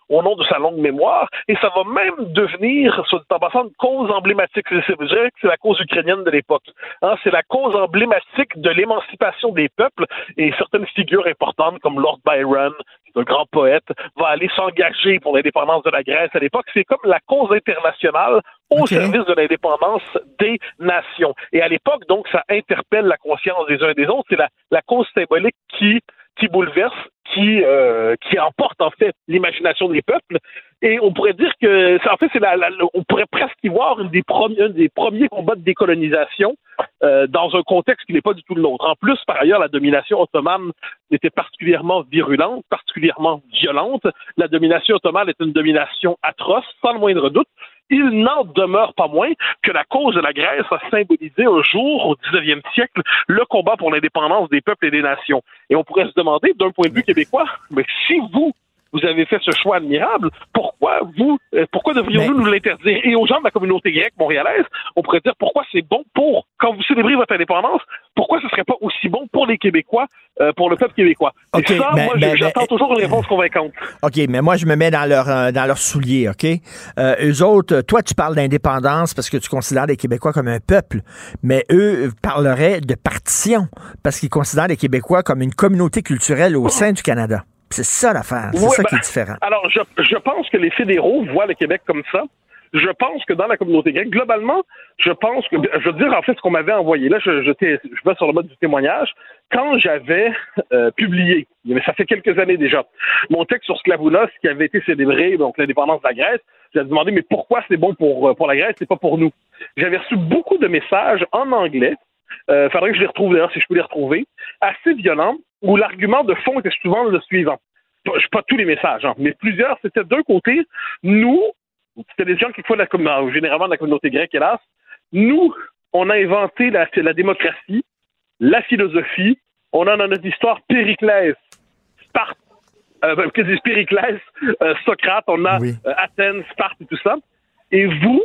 au nom de sa longue mémoire, et ça va même devenir, en passant, une cause emblématique. Je dirais que c'est la cause ukrainienne de l'époque. Hein, c'est la cause emblématique de l'émancipation des peuples, et certaines figures importantes, comme Lord Byron, un grand poète, va aller s'engager pour l'indépendance de la Grèce à l'époque. C'est comme la cause internationale au service de l'indépendance des nations. Et à l'époque, donc, ça interpelle la conscience des uns et des autres. C'est la cause symbolique qui bouleverse, qui emporte en fait l'imagination des peuples. Et on pourrait dire que, en fait, on pourrait presque y voir un des premiers combats de décolonisation dans un contexte qui n'est pas du tout le nôtre. En plus, par ailleurs, la domination ottomane était particulièrement virulente, particulièrement violente. La domination ottomane est une domination atroce, sans le moindre doute. Il n'en demeure pas moins que la cause de la Grèce a symbolisé un jour, au 19e siècle, le combat pour l'indépendance des peuples et des nations. Et on pourrait se demander, d'un point de vue québécois, mais si vous avez fait ce choix admirable, pourquoi devrions-nous nous l'interdire? Et aux gens de la communauté grecque montréalaise, on pourrait dire pourquoi c'est bon quand vous célébrez votre indépendance, pourquoi ce serait pas aussi bon pour les Québécois, pour le peuple québécois? Et ça, j'attends toujours une réponse convaincante. OK, mais moi, je me mets dans leurs souliers, OK? Eux autres, toi, tu parles d'indépendance parce que tu considères les Québécois comme un peuple, mais eux parleraient de partition parce qu'ils considèrent les Québécois comme une communauté culturelle au sein du Canada. C'est ça l'affaire. C'est ça qui est différent. Alors, je pense que les fédéraux voient le Québec comme ça. Je pense que dans la communauté grecque, globalement, je veux dire, en fait, ce qu'on m'avait envoyé, là, je vais sur le mode du témoignage, quand j'avais publié, mais ça fait quelques années déjà, mon texte sur Sklavounos, qui avait été célébré, donc l'indépendance de la Grèce, j'avais demandé, mais pourquoi c'est bon pour la Grèce, c'est pas pour nous? J'avais reçu beaucoup de messages en anglais, faudrait que je les retrouve d'ailleurs, si je peux les retrouver, assez violents, où l'argument de fond était souvent le suivant. Pas tous les messages, mais plusieurs, c'était d'un côté, nous, c'était des gens qui font généralement de la communauté grecque, hélas, nous, on a inventé la démocratie, la philosophie, on a dans notre histoire Périclès, Sparte, Socrate, on a Athènes, Sparte et tout ça, et vous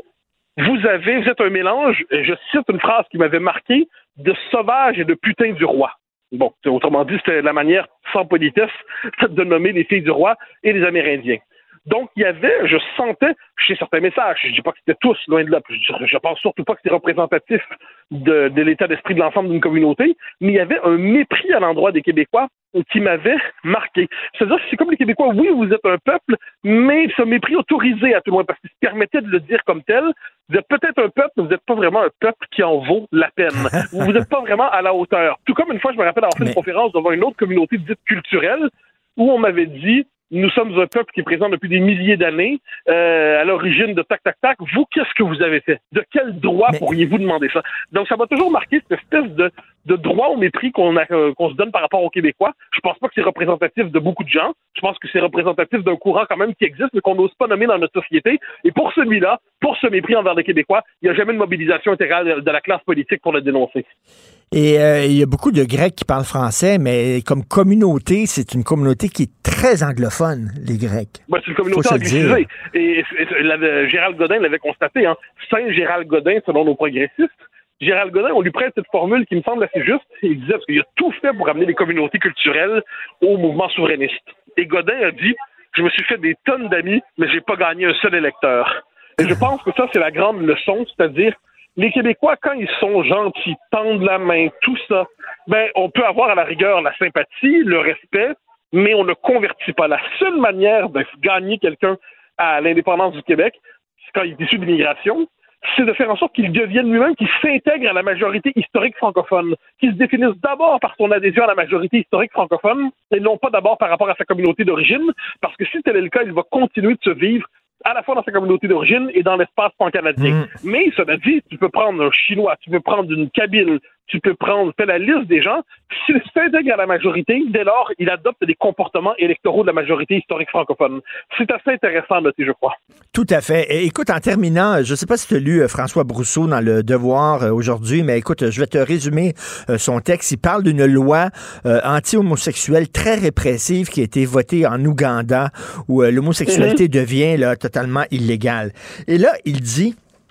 êtes un mélange, je cite une phrase qui m'avait marqué, de sauvage et de putain du roi. Bon, autrement dit, c'était la manière sans politesse de nommer les filles du roi et les Amérindiens. Donc, je sentais chez certains messages, je ne dis pas que c'était tous, loin de là, je pense surtout pas que c'était représentatif de l'état d'esprit de l'ensemble d'une communauté, mais il y avait un mépris à l'endroit des Québécois qui m'avait marqué. C'est-à-dire que c'est comme les Québécois, oui, vous êtes un peuple, mais ce mépris autorisé à tout le monde, parce qu'il se permettait de le dire comme tel. Vous êtes peut-être un peuple, mais vous n'êtes pas vraiment un peuple qui en vaut la peine. Vous n'êtes pas vraiment à la hauteur. Tout comme une fois, je me rappelle avoir fait une conférence devant une autre communauté dite culturelle, où on m'avait dit, nous sommes un peuple qui est présent depuis des milliers d'années, à l'origine de tac, tac, tac. Vous, qu'est-ce que vous avez fait? De quel droit pourriez-vous demander ça? Donc, ça m'a toujours marqué cette espèce de droit au mépris qu'on se donne par rapport aux Québécois. Je pense pas que c'est représentatif de beaucoup de gens. Je pense que c'est représentatif d'un courant quand même qui existe, mais qu'on n'ose pas nommer dans notre société. Et pour celui-là, pour ce mépris envers les Québécois, il n'y a jamais de mobilisation intégrale de la classe politique pour le dénoncer. Et il y a beaucoup de Grecs qui parlent français, mais comme communauté, c'est une communauté qui est très anglophone, les Grecs. C'est une communauté anglicisée. Et Gérald Godin l'avait constaté, hein. Saint Gérald Godin, selon nos progressistes. Gérald Godin, on lui prête cette formule qui me semble assez juste. Il disait, parce qu'il a tout fait pour amener les communautés culturelles au mouvement souverainiste. Et Godin a dit, je me suis fait des tonnes d'amis, mais j'ai pas gagné un seul électeur. Et je pense que ça, c'est la grande leçon, c'est-à-dire, les Québécois, quand ils sont gentils, tendent la main, tout ça, on peut avoir à la rigueur la sympathie, le respect, mais on ne convertit pas. La seule manière de gagner quelqu'un à l'indépendance du Québec, quand il est issu de l'immigration, c'est de faire en sorte qu'il devienne lui-même, qu'il s'intègre à la majorité historique francophone, qu'il se définisse d'abord par son adhésion à la majorité historique francophone, et non pas d'abord par rapport à sa communauté d'origine, parce que si tel est le cas, il va continuer de se vivre à la fois dans sa communauté d'origine et dans l'espace pan-canadien. Mais, cela dit, tu peux prendre un Chinois, tu peux prendre une Kabyle, tu peux fais la liste des gens. S'il s'intègre à la majorité, dès lors, il adopte des comportements électoraux de la majorité historique francophone. C'est assez intéressant à noter, je crois. Tout à fait. Et écoute, en terminant, je ne sais pas si tu as lu François Brousseau dans Le Devoir aujourd'hui, mais écoute, je vais te résumer son texte. Il parle d'une loi anti-homosexuelle très répressive qui a été votée en Ouganda, où l'homosexualité devient totalement illégale. Et là, il dit...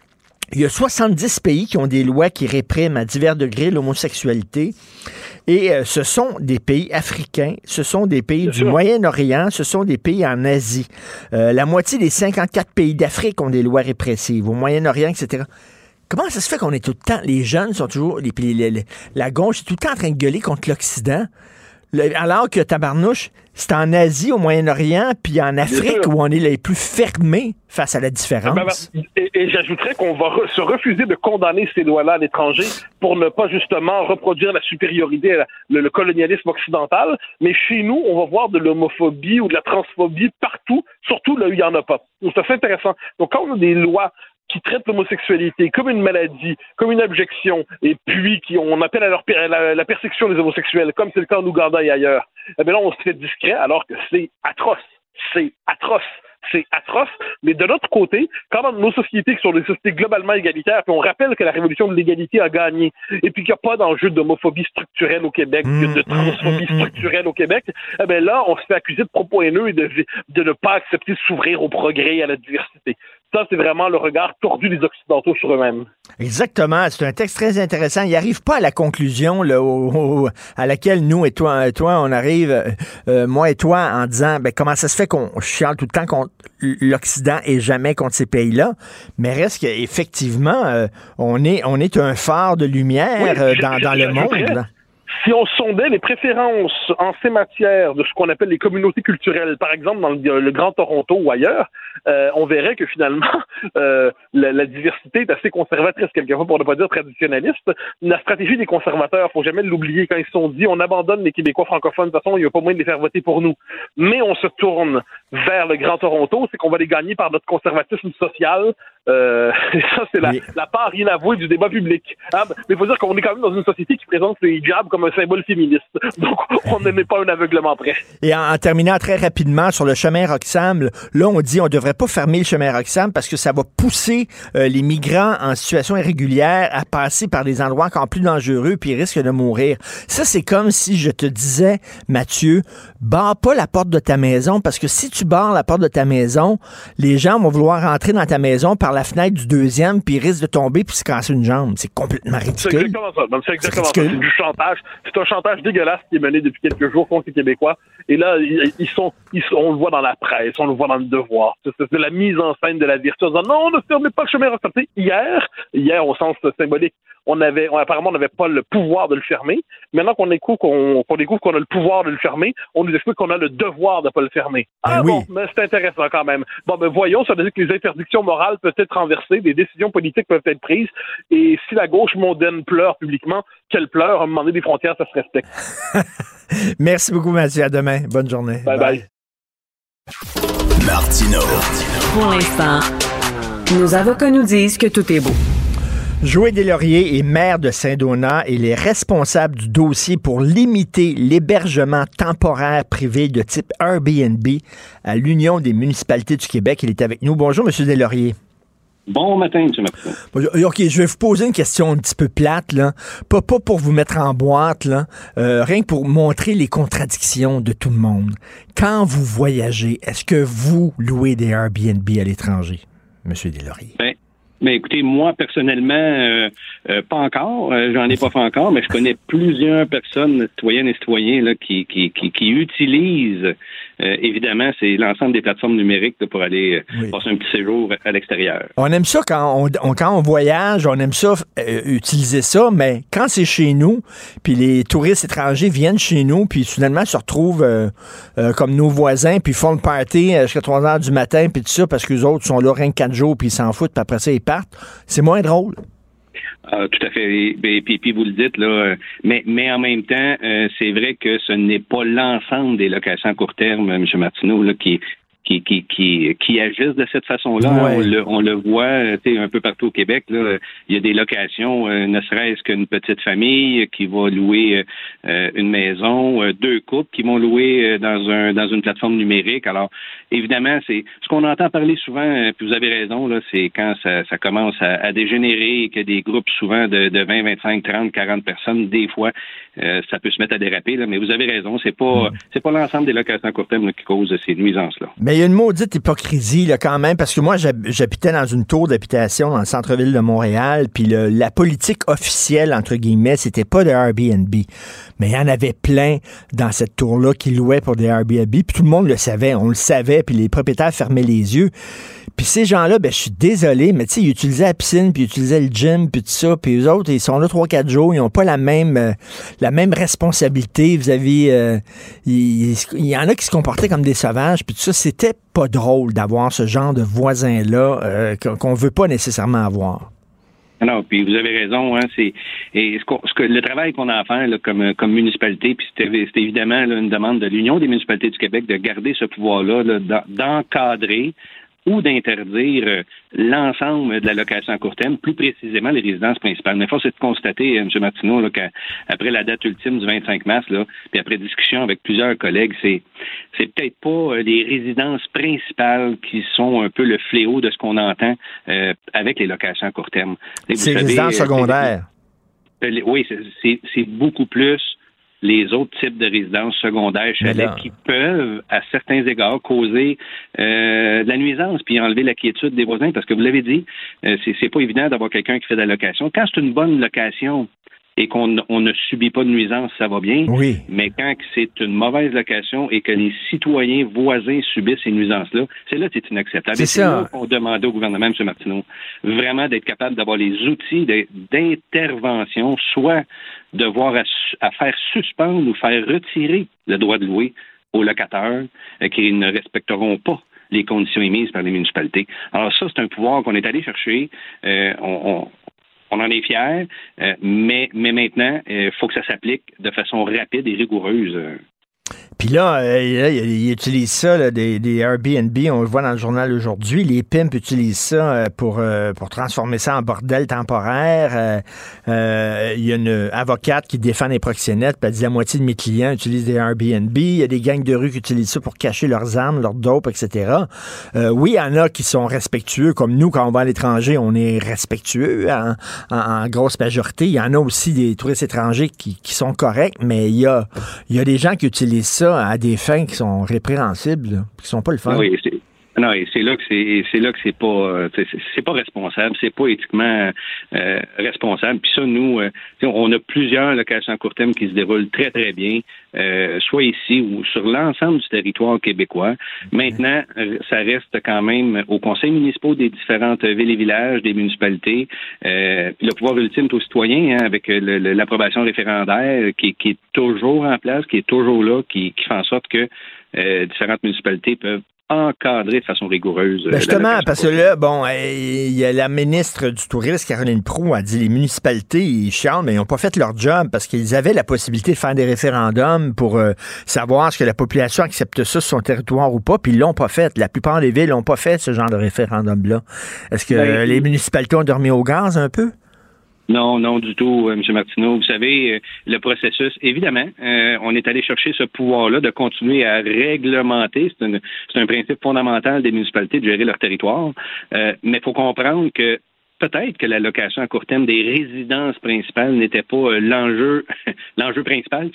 Il y a 70 pays qui ont des lois qui répriment à divers degrés l'homosexualité. Et ce sont des pays africains, ce sont des pays du Moyen-Orient, ce sont des pays en Asie. La moitié des 54 pays d'Afrique ont des lois répressives, au Moyen-Orient, etc. Comment ça se fait qu'on est tout le temps, les jeunes sont toujours, la gauche est tout le temps en train de gueuler contre l'Occident, alors que tabarnouche, c'est en Asie, au Moyen-Orient, puis en Afrique où on est les plus fermés face à la différence. Et j'ajouterais qu'on va se refuser de condamner ces lois-là à l'étranger pour ne pas justement reproduire la supériorité, le colonialisme occidental. Mais chez nous, on va voir de l'homophobie ou de la transphobie partout, surtout là où il n'y en a pas. Donc c'est assez intéressant. Donc quand on a des lois qui traitent l'homosexualité comme une maladie, comme une abjection, et puis on appelle à la persécution des homosexuels, comme c'est le cas en Ouganda et ailleurs, eh bien là, on se fait discret alors que c'est atroce. C'est atroce. C'est atroce. Mais de l'autre côté, quand dans nos sociétés qui sont des sociétés globalement égalitaires, puis on rappelle que la révolution de l'égalité a gagné, et puis qu'il n'y a pas d'enjeu d'homophobie structurelle au Québec, de transphobie structurelle au Québec, eh bien là, on se fait accuser de propos haineux et de ne pas accepter de s'ouvrir au progrès et à la diversité. Ça, c'est vraiment le regard tordu des Occidentaux sur eux-mêmes. Exactement. C'est un texte très intéressant. Il n'arrive pas à la conclusion là, à laquelle nous et toi, on arrive, moi et toi, en disant comment ça se fait qu'on chiale tout le temps contre l'Occident et jamais contre ces pays-là. Mais reste qu'effectivement, on est un phare de lumière dans le monde. Là. Si on sondait les préférences en ces matières de ce qu'on appelle les communautés culturelles, par exemple dans le Grand Toronto ou ailleurs, on verrait que finalement la diversité est assez conservatrice, quelquefois pour ne pas dire traditionnaliste. La stratégie des conservateurs, faut jamais l'oublier, quand ils se sont dit on abandonne les Québécois francophones, de toute façon il n'y a pas moyen de les faire voter pour nous. Mais on se tourne vers le Grand Toronto, c'est qu'on va les gagner par notre conservatisme social. Et ça, c'est la part inavouée du débat public. Mais il faut dire qu'on est quand même dans une société qui présente le hijab comme un symbole féministe. Donc, on n'en est pas un aveuglement près. Et en terminant très rapidement sur le chemin Roxham, là, on dit on devrait pas fermer le chemin Roxham parce que ça va pousser les migrants en situation irrégulière à passer par des endroits encore plus dangereux puis ils risquent de mourir. Ça, c'est comme si je te disais, Mathieu, barre pas la porte de ta maison parce que si tu barres la porte de ta maison, les gens vont vouloir rentrer dans ta maison par la fenêtre du deuxième puis ils risquent de tomber puis se casser une jambe. C'est complètement ridicule. C'est exactement ça. C'est exactement ça. C'est du chantage. C'est un chantage dégueulasse qui est mené depuis quelques jours contre les Québécois. Et là, on le voit dans la presse, on le voit dans le Devoir. C'est la mise en scène de la vertu en disant non, ne fermez pas le chemin Roxham. Hier, au sens symbolique, apparemment, on n'avait pas le pouvoir de le fermer. Maintenant qu'on découvre qu'on a le pouvoir de le fermer, on nous explique qu'on a le devoir de ne pas le fermer. Bon, mais c'est intéressant quand même. Bon, voyons, ça veut dire que les interdictions morales peuvent être renversées, des décisions politiques peuvent être prises, et si la gauche mondaine pleure publiquement, qu'elle pleure, à un moment donné, des frontières, ça se respecte. Merci beaucoup, Mathieu. À demain. Bonne journée. Bye. Martino. Pour l'instant, nos avocats nous disent que tout est beau. Joël Deslauriers est maire de Saint-Donat et les responsables du dossier pour limiter l'hébergement temporaire privé de type Airbnb à l'Union des municipalités du Québec. Il est avec nous. Bonjour, M. Deslauriers. Bon matin, M. Martin. OK, je vais vous poser une question un petit peu plate, là. Pas pour vous mettre en boîte, là. Rien que pour montrer les contradictions de tout le monde. Quand vous voyagez, est-ce que vous louez des Airbnb à l'étranger, M. Deslauriers? Mais écoutez, moi, personnellement, pas encore. J'en ai pas fait encore, mais je connais plusieurs personnes, citoyennes et citoyens, là, qui utilisent, évidemment, c'est l'ensemble des plateformes numériques là, pour aller passer un petit séjour à l'extérieur. On aime ça quand on voyage, on aime ça utiliser ça, mais quand c'est chez nous, puis les touristes étrangers viennent chez nous, puis soudainement se retrouvent comme nos voisins, puis font le party jusqu'à 3 heures du matin, puis tout ça, parce que les autres sont là rien que 4 jours, puis ils s'en foutent, puis après ça, ils partent. C'est moins drôle. Tout à fait. Puis vous le dites, là. Mais en même temps, c'est vrai que ce n'est pas l'ensemble des locations à court terme, M. Martineau, là, qui agissent de cette façon-là. Ouais. On le voit un peu partout au Québec. Là. Il y a des locations, ne serait-ce qu'une petite famille qui va louer une maison, 2 couples qui vont louer dans une plateforme numérique. Alors, évidemment, c'est ce qu'on entend parler souvent, puis vous avez raison, là, c'est quand ça commence à dégénérer et que des groupes souvent de 20, 25, 30, 40 personnes, des fois, ça peut se mettre à déraper. Là, mais vous avez raison, c'est pas l'ensemble des locations à court terme là, qui cause ces nuisances-là. Mais il y a une maudite hypocrisie là, quand même, parce que moi, j'habitais dans une tour d'habitation dans le centre-ville de Montréal, puis la politique officielle, entre guillemets, c'était pas de Airbnb. Mais il y en avait plein dans cette tour-là qui louaient pour des Airbnb, puis tout le monde le savait, on le savait, puis les propriétaires fermaient les yeux. Puis ces gens-là, je suis désolé, mais tu sais, ils utilisaient la piscine, puis ils utilisaient le gym, puis tout ça, puis eux autres, ils sont là 3-4 jours, ils n'ont pas la même responsabilité. Vous avez... il y en a qui se comportaient comme des sauvages, puis tout ça, c'était pas drôle d'avoir ce genre de voisins-là qu'on veut pas nécessairement avoir. Non, puis vous avez raison, hein, le travail qu'on a à faire là, comme municipalité, puis c'était évidemment là, une demande de l'Union des municipalités du Québec de garder ce pouvoir-là, là, d'encadrer ou d'interdire l'ensemble de la location à court terme, plus précisément les résidences principales. Mais force est de constater, M. Martineau, là, qu'après la date ultime du 25 mars, là, puis après discussion avec plusieurs collègues, c'est peut-être pas les résidences principales qui sont un peu le fléau de ce qu'on entend avec les locations à court terme. C'est les résidences secondaires. Oui, c'est beaucoup plus les autres types de résidences secondaires, chalets, qui peuvent, à certains égards, causer de la nuisance puis enlever la quiétude des voisins. Parce que vous l'avez dit, c'est pas évident d'avoir quelqu'un qui fait de la location. Quand c'est une bonne location et qu'on ne subit pas de nuisance, ça va bien. Oui. Mais quand c'est une mauvaise location et que les citoyens voisins subissent ces nuisances-là, c'est là que c'est inacceptable. C'est ça. On demandait au gouvernement, M. Martineau, vraiment d'être capable d'avoir les outils d'intervention, soit de voir à faire suspendre ou faire retirer le droit de louer aux locataires qui ne respecteront pas les conditions émises par les municipalités. Alors ça, c'est un pouvoir qu'on est allé chercher. On en est fiers, mais maintenant, il faut que ça s'applique de façon rapide et rigoureuse. Puis là, ils utilisent ça, là, des Airbnb, on le voit dans le journal aujourd'hui. Les pimps utilisent ça pour transformer ça en bordel temporaire. Il y a une avocate qui défend les proxénètes, puis elle dit la moitié de mes clients utilisent des Airbnb. Il y a des gangs de rue qui utilisent ça pour cacher leurs armes, leurs dopes, etc. Oui, il y en a qui sont respectueux, comme nous, quand on va à l'étranger, on est respectueux en grosse majorité. Il y en a aussi des touristes étrangers qui sont corrects, mais il y a des gens qui utilisent ça à des fins qui sont répréhensibles, là, qui sont pas le fun. Oui, c'est là que c'est pas responsable, c'est pas éthiquement responsable. Puis ça, nous, on a plusieurs locations à court terme qui se déroulent très très bien, soit ici ou sur l'ensemble du territoire québécois. Maintenant, ça reste quand même aux conseils municipaux des différentes villes et villages, des municipalités. Puis le pouvoir ultime aux citoyens, hein, avec l'approbation référendaire qui est toujours en place, qui est toujours là, qui fait en sorte que différentes municipalités peuvent encadrer de façon rigoureuse. Justement, parce que là, il y a la ministre du Tourisme, Caroline Proulx, a dit les municipalités, ils chialent, mais ils n'ont pas fait leur job parce qu'ils avaient la possibilité de faire des référendums pour savoir est-ce que la population accepte ça sur son territoire ou pas, puis ils l'ont pas fait. La plupart des villes n'ont pas fait ce genre de référendum-là. Est-ce que les municipalités ont dormi au gaz un peu? Non, du tout, M. Martineau. Vous savez, le processus, évidemment, on est allé chercher ce pouvoir-là de continuer à réglementer. C'est un principe fondamental des municipalités de gérer leur territoire. Mais il faut comprendre que peut-être que la location à court terme des résidences principales n'était pas l'enjeu principal,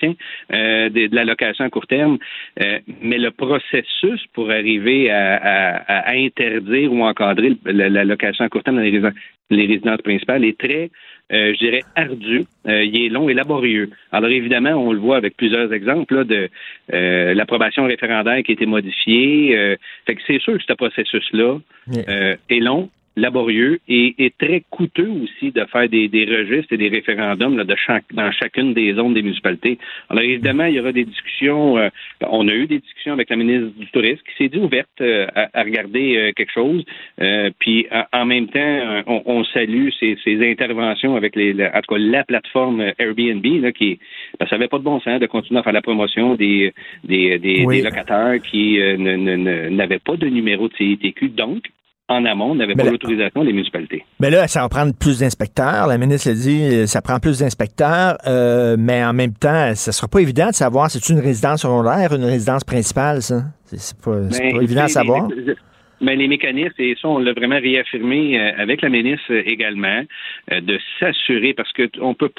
de la location à court terme, mais le processus pour arriver à interdire ou encadrer la location à court terme dans les résidences principales est très, je dirais, ardu. Il est long et laborieux. Alors évidemment, on le voit avec plusieurs exemples là, de l'approbation référendaire qui a été modifiée. Fait que c'est sûr que ce processus-là est long, laborieux et très coûteux aussi de faire des registres et des référendums là, dans chacune des zones des municipalités. Alors évidemment, il y aura des discussions. On a eu des discussions avec la ministre du Tourisme qui s'est dit ouverte à regarder quelque chose. Puis en même temps, on salue ces interventions avec en tout cas la plateforme Airbnb là, qui ça n'avait pas de bon sens de continuer à faire la promotion des locataires qui n'avaient pas de numéro de CITQ. Donc en amont, n'avait pas l'autorisation des municipalités. Mais là, ça va prendre plus d'inspecteurs. La ministre a dit ça prend plus d'inspecteurs, mais en même temps, ça sera pas évident de savoir si c'est une résidence secondaire ou une résidence principale, ça. C'est pas évident à savoir. Mais les mécanismes, et ça, on l'a vraiment réaffirmé avec la ministre également, de s'assurer, parce que on peut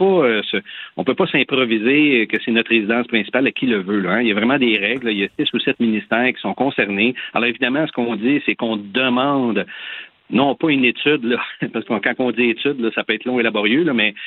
pas s'improviser que c'est notre résidence principale à qui le veut. Là, hein. Il y a vraiment des règles. Là. Il y a 6 ou 7 ministères qui sont concernés. Alors évidemment, ce qu'on dit, c'est qu'on demande non pas une étude, là, parce que quand on dit étude, là, ça peut être long et laborieux, là, mais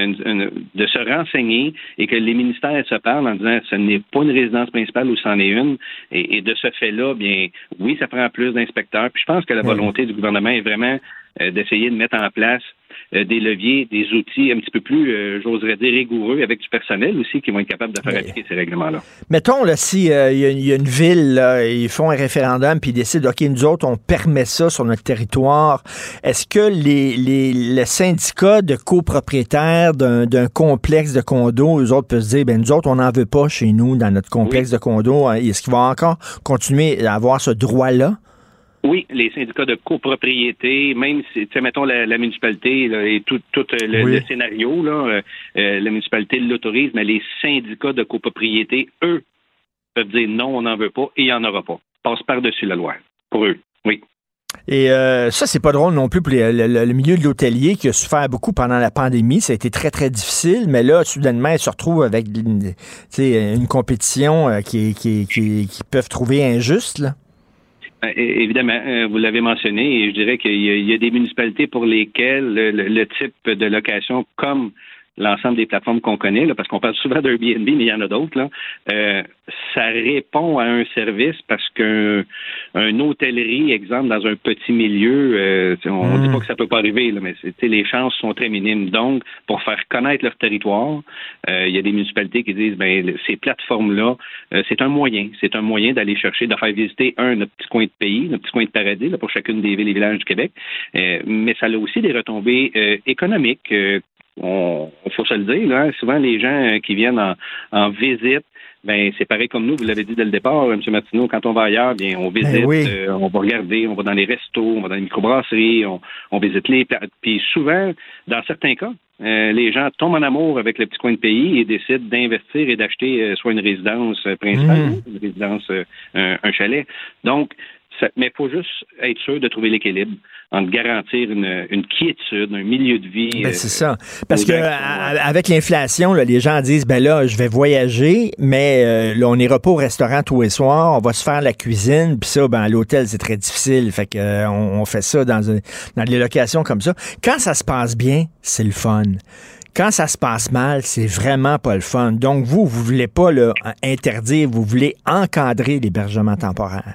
de se renseigner et que les ministères se parlent en disant ce n'est pas une résidence principale ou c'en est une. Et de ce fait-là, bien, oui, ça prend plus d'inspecteurs. Puis je pense que la volonté du gouvernement est vraiment d'essayer de mettre en place des leviers, des outils un petit peu plus, j'oserais dire, rigoureux, avec du personnel aussi qui vont être capables de faire appliquer ces règlements-là. Mettons, là, si il y a une ville, là, ils font un référendum puis ils décident, OK, nous autres, on permet ça sur notre territoire, est-ce que le syndicat de copropriétaires d'un complexe de condos, eux autres peuvent se dire, ben nous autres, on n'en veut pas chez nous, dans notre complexe de condos, est-ce qu'ils vont encore continuer à avoir ce droit-là? Oui, les syndicats de copropriété, même si, mettons, la municipalité là, et tout le scénario, là, la municipalité l'autorise, mais les syndicats de copropriété, eux, peuvent dire non, on n'en veut pas et il n'y en aura pas. Passe par-dessus la loi. Pour eux, oui. Et ça, c'est pas drôle non plus pour le milieu de l'hôtelier qui a souffert beaucoup pendant la pandémie. Ça a été très, très difficile, mais là, soudainement, ils se retrouvent avec une compétition qui peuvent trouver injuste, là. Évidemment, vous l'avez mentionné, et je dirais qu'il y a des municipalités pour lesquelles le type de location, comme l'ensemble des plateformes qu'on connaît, là, parce qu'on parle souvent d'Airbnb, mais il y en a d'autres, là, ça répond à un service parce qu'un hôtellerie, exemple, dans un petit milieu, on ne dit pas que ça peut pas arriver, là, mais les chances sont très minimes. Donc, pour faire connaître leur territoire, il y a des municipalités qui disent, ces plateformes-là, c'est un moyen d'aller chercher, de faire visiter notre petit coin de pays, notre petit coin de paradis, là, pour chacune des villes et villages du Québec, mais ça a aussi des retombées économiques. Faut se le dire, là, souvent les gens qui viennent en visite, c'est pareil comme nous, vous l'avez dit dès le départ, M. Martineau, quand on va ailleurs, bien, on visite, on va regarder, on va dans les restos, on va dans les microbrasseries, on visite les places. Puis souvent, dans certains cas, les gens tombent en amour avec le petit coin de pays et décident d'investir et d'acheter soit une résidence principale ou une résidence, un chalet. Donc, mais il faut juste être sûr de trouver l'équilibre entre garantir une quiétude, un milieu de vie. C'est ça. Parce que avec l'inflation, là, les gens disent, là, je vais voyager, mais là, on n'ira pas au restaurant tous les soirs, on va se faire la cuisine, puis ça, à l'hôtel, c'est très difficile. Fait que on fait ça dans des locations comme ça. Quand ça se passe bien, c'est le fun. Quand ça se passe mal, c'est vraiment pas le fun. Donc, vous voulez pas interdire, vous voulez encadrer l'hébergement temporaire.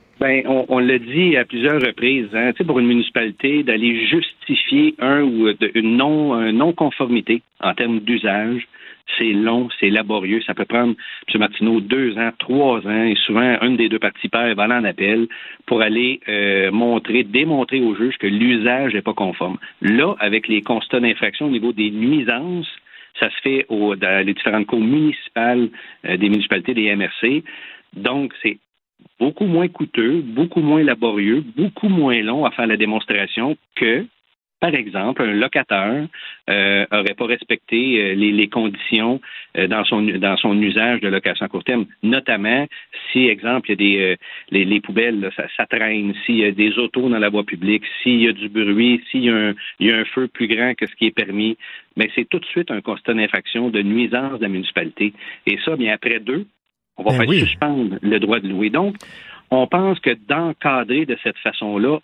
On l'a dit à plusieurs reprises, hein, pour une municipalité, d'aller justifier une non-conformité en termes d'usage, c'est long, c'est laborieux. Ça peut prendre, M. Martineau, 2 ans, 3 ans, et souvent, une des deux parties perd va aller en appel pour aller démontrer au juge que l'usage n'est pas conforme. Là, avec les constats d'infraction au niveau des nuisances, ça se fait dans les différentes cours municipales des municipalités, des MRC. Donc, c'est beaucoup moins coûteux, beaucoup moins laborieux, beaucoup moins long à faire la démonstration que, par exemple, un locataire aurait pas respecté les conditions dans son usage de location à court terme. Notamment, si, exemple, il y a les poubelles, là, ça traîne, s'il y a des autos dans la voie publique, s'il y a du bruit, s'il y a un feu plus grand que ce qui est permis, c'est tout de suite un constat d'infraction de nuisance de la municipalité. Et ça, bien après 2, on va faire suspendre le droit de louer. Donc, on pense que d'encadrer de cette façon-là,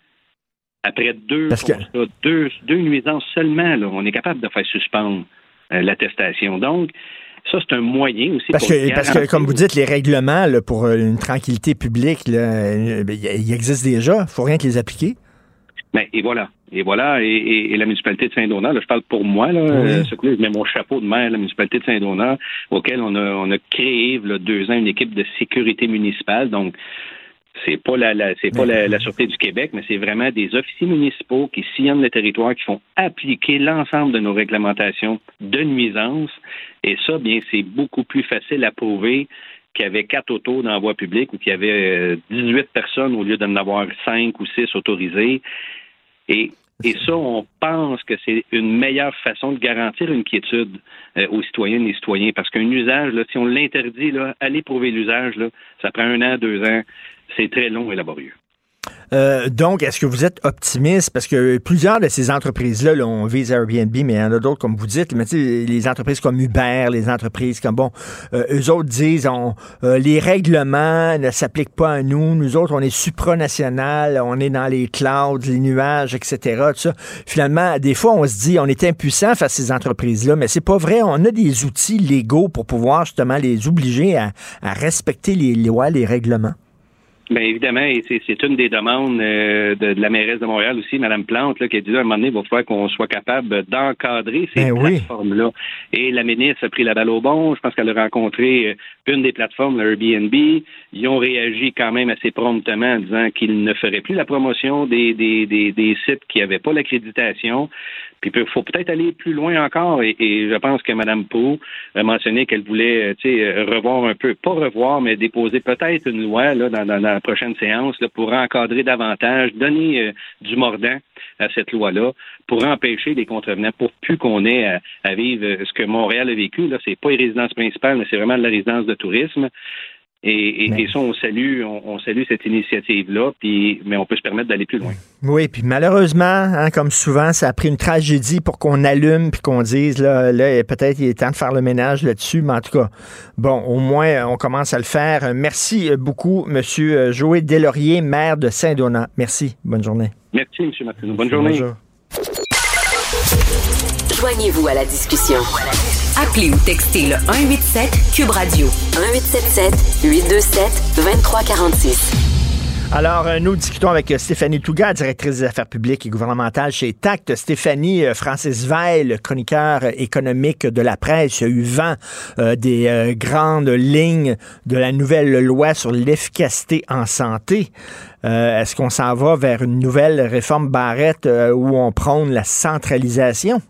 après 2 nuisances seulement, là, on est capable de faire suspendre l'attestation. Donc, ça, c'est un moyen aussi. Parce que, comme vous dites, les règlements là, pour une tranquillité publique, ils existent déjà. Il ne faut rien que les appliquer. Et voilà. Et la municipalité de Saint-Donat, là, je parle pour moi, là, je mets mon chapeau de maire de la municipalité de Saint-Donat, auquel on a créé, là, 2 ans, une équipe de sécurité municipale. Donc, c'est pas la Sûreté du Québec, mais c'est vraiment des officiers municipaux qui sillonnent le territoire, qui font appliquer l'ensemble de nos réglementations de nuisance. Et ça, bien, c'est beaucoup plus facile à prouver qu'il y avait 4 autos dans la voie publique ou qu'il y avait 18 personnes au lieu d'en avoir 5 ou 6 autorisées. Et ça, on pense que c'est une meilleure façon de garantir une quiétude aux citoyennes et citoyens. Parce qu'un usage, là, si on l'interdit, là, aller prouver l'usage, là, ça prend 1 an, 2 ans. C'est très long et laborieux. Donc, est-ce que vous êtes optimiste? Parce que plusieurs de ces entreprises-là, là, on vise Airbnb, mais il y en a d'autres, comme vous dites. Mais tu sais, les entreprises comme Uber, les entreprises comme, eux autres disent, les règlements ne s'appliquent pas à nous. Nous autres, on est supranational, on est dans les clouds, les nuages, etc. Tout ça. Finalement, des fois, on se dit, on est impuissant face à ces entreprises-là, mais c'est pas vrai. On a des outils légaux pour pouvoir justement les obliger à respecter les lois, les règlements. Bien évidemment, et c'est une des demandes de la mairesse de Montréal aussi, Mme Plante, là, qui a dit à un moment donné, il va falloir qu'on soit capable d'encadrer ces plateformes-là. Et la ministre a pris la balle au bon. Je pense qu'elle a rencontré une des plateformes, le Airbnb. Ils ont réagi quand même assez promptement en disant qu'ils ne feraient plus la promotion des sites qui n'avaient pas l'accréditation. Puis il faut peut-être aller plus loin encore. Et je pense que Mme Proulx a mentionné qu'elle voulait revoir un peu, pas revoir, mais déposer peut-être une loi là, dans la prochaine séance là, pour encadrer davantage, donner du mordant à cette loi-là, pour empêcher les contrevenants, pour plus qu'on ait à vivre ce que Montréal a vécu. Là, c'est pas les résidences principales, mais c'est vraiment de la résidence de tourisme. Et ça, on salue cette initiative-là, mais on peut se permettre d'aller plus loin. Oui, puis malheureusement, comme souvent, ça a pris une tragédie pour qu'on allume puis qu'on dise, là, peut-être il est temps de faire le ménage là-dessus, mais en tout cas, bon, au moins, on commence à le faire. Merci beaucoup, M. Joël Deslauriers, maire de Saint-Donat. Merci. Bonne journée. Merci, M. Martineau. Bonne journée. Bonjour. Joignez-vous à la discussion. Appelez ou textez le 187-CUBE Radio. 1877-827-2346. Alors, nous discutons avec Stéphanie Touga, directrice des affaires publiques et gouvernementales chez TACT. Stéphanie, Francis Veil, chroniqueur économique de la presse, a eu vent des grandes lignes de la nouvelle loi sur l'efficacité en santé. Est-ce qu'on s'en va vers une nouvelle réforme Barrette où on prône la centralisation?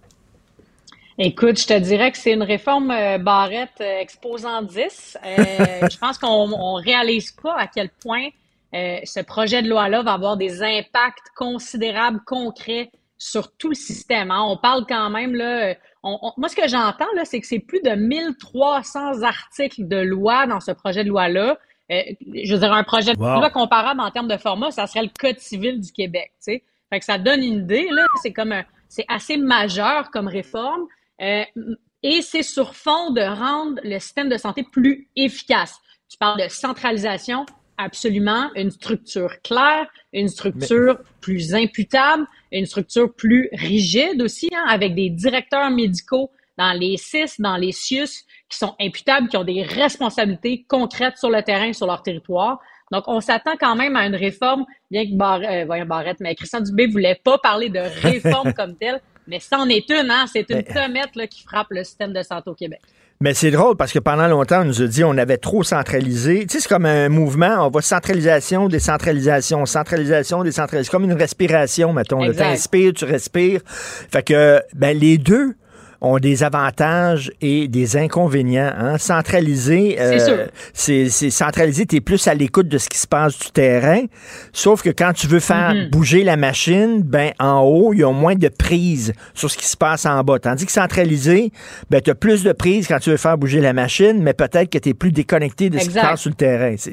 Écoute, je te dirais que c'est une réforme Barrette exposant 10. Je pense qu'on réalise pas à quel point ce projet de loi-là va avoir des impacts considérables, concrets sur tout le système. Hein. On parle quand même, là, moi, ce que j'entends, là, c'est que c'est plus de 1300 articles de loi dans ce projet de loi-là. Je veux dire, un projet de loi comparable en termes de format, ça serait le Code civil du Québec, tu sais. Fait que ça donne une idée, là. C'est assez majeur comme réforme. Et c'est sur fond de rendre le système de santé plus efficace. Tu parles de centralisation, absolument, une structure claire, une structure plus imputable, une structure plus rigide aussi, hein, avec des directeurs médicaux dans les CIS, dans les CIUS, qui sont imputables, qui ont des responsabilités concrètes sur le terrain, sur leur territoire. Donc, on s'attend quand même à une réforme, bien que Barrette, mais Christian Dubé voulait pas parler de réforme comme telle, mais c'en est une, hein, c'est une comète là, qui frappe le système de santé au Québec. Mais c'est drôle parce que pendant longtemps, on nous a dit qu'on avait trop centralisé. Tu sais, c'est comme un mouvement, on va centralisation, décentralisation, centralisation, décentralisation. C'est comme une respiration, mettons. Tu inspires, tu respires. Fait que, les deux ont des avantages et des inconvénients. Hein. Centraliser, c'est centraliser, t'es plus à l'écoute de ce qui se passe du terrain. Sauf que quand tu veux faire bouger la machine, en haut, il y a moins de prise sur ce qui se passe en bas. Tandis que centraliser, tu as plus de prise quand tu veux faire bouger la machine, mais peut-être que tu es plus déconnecté de ce qui se passe sur le terrain. C'est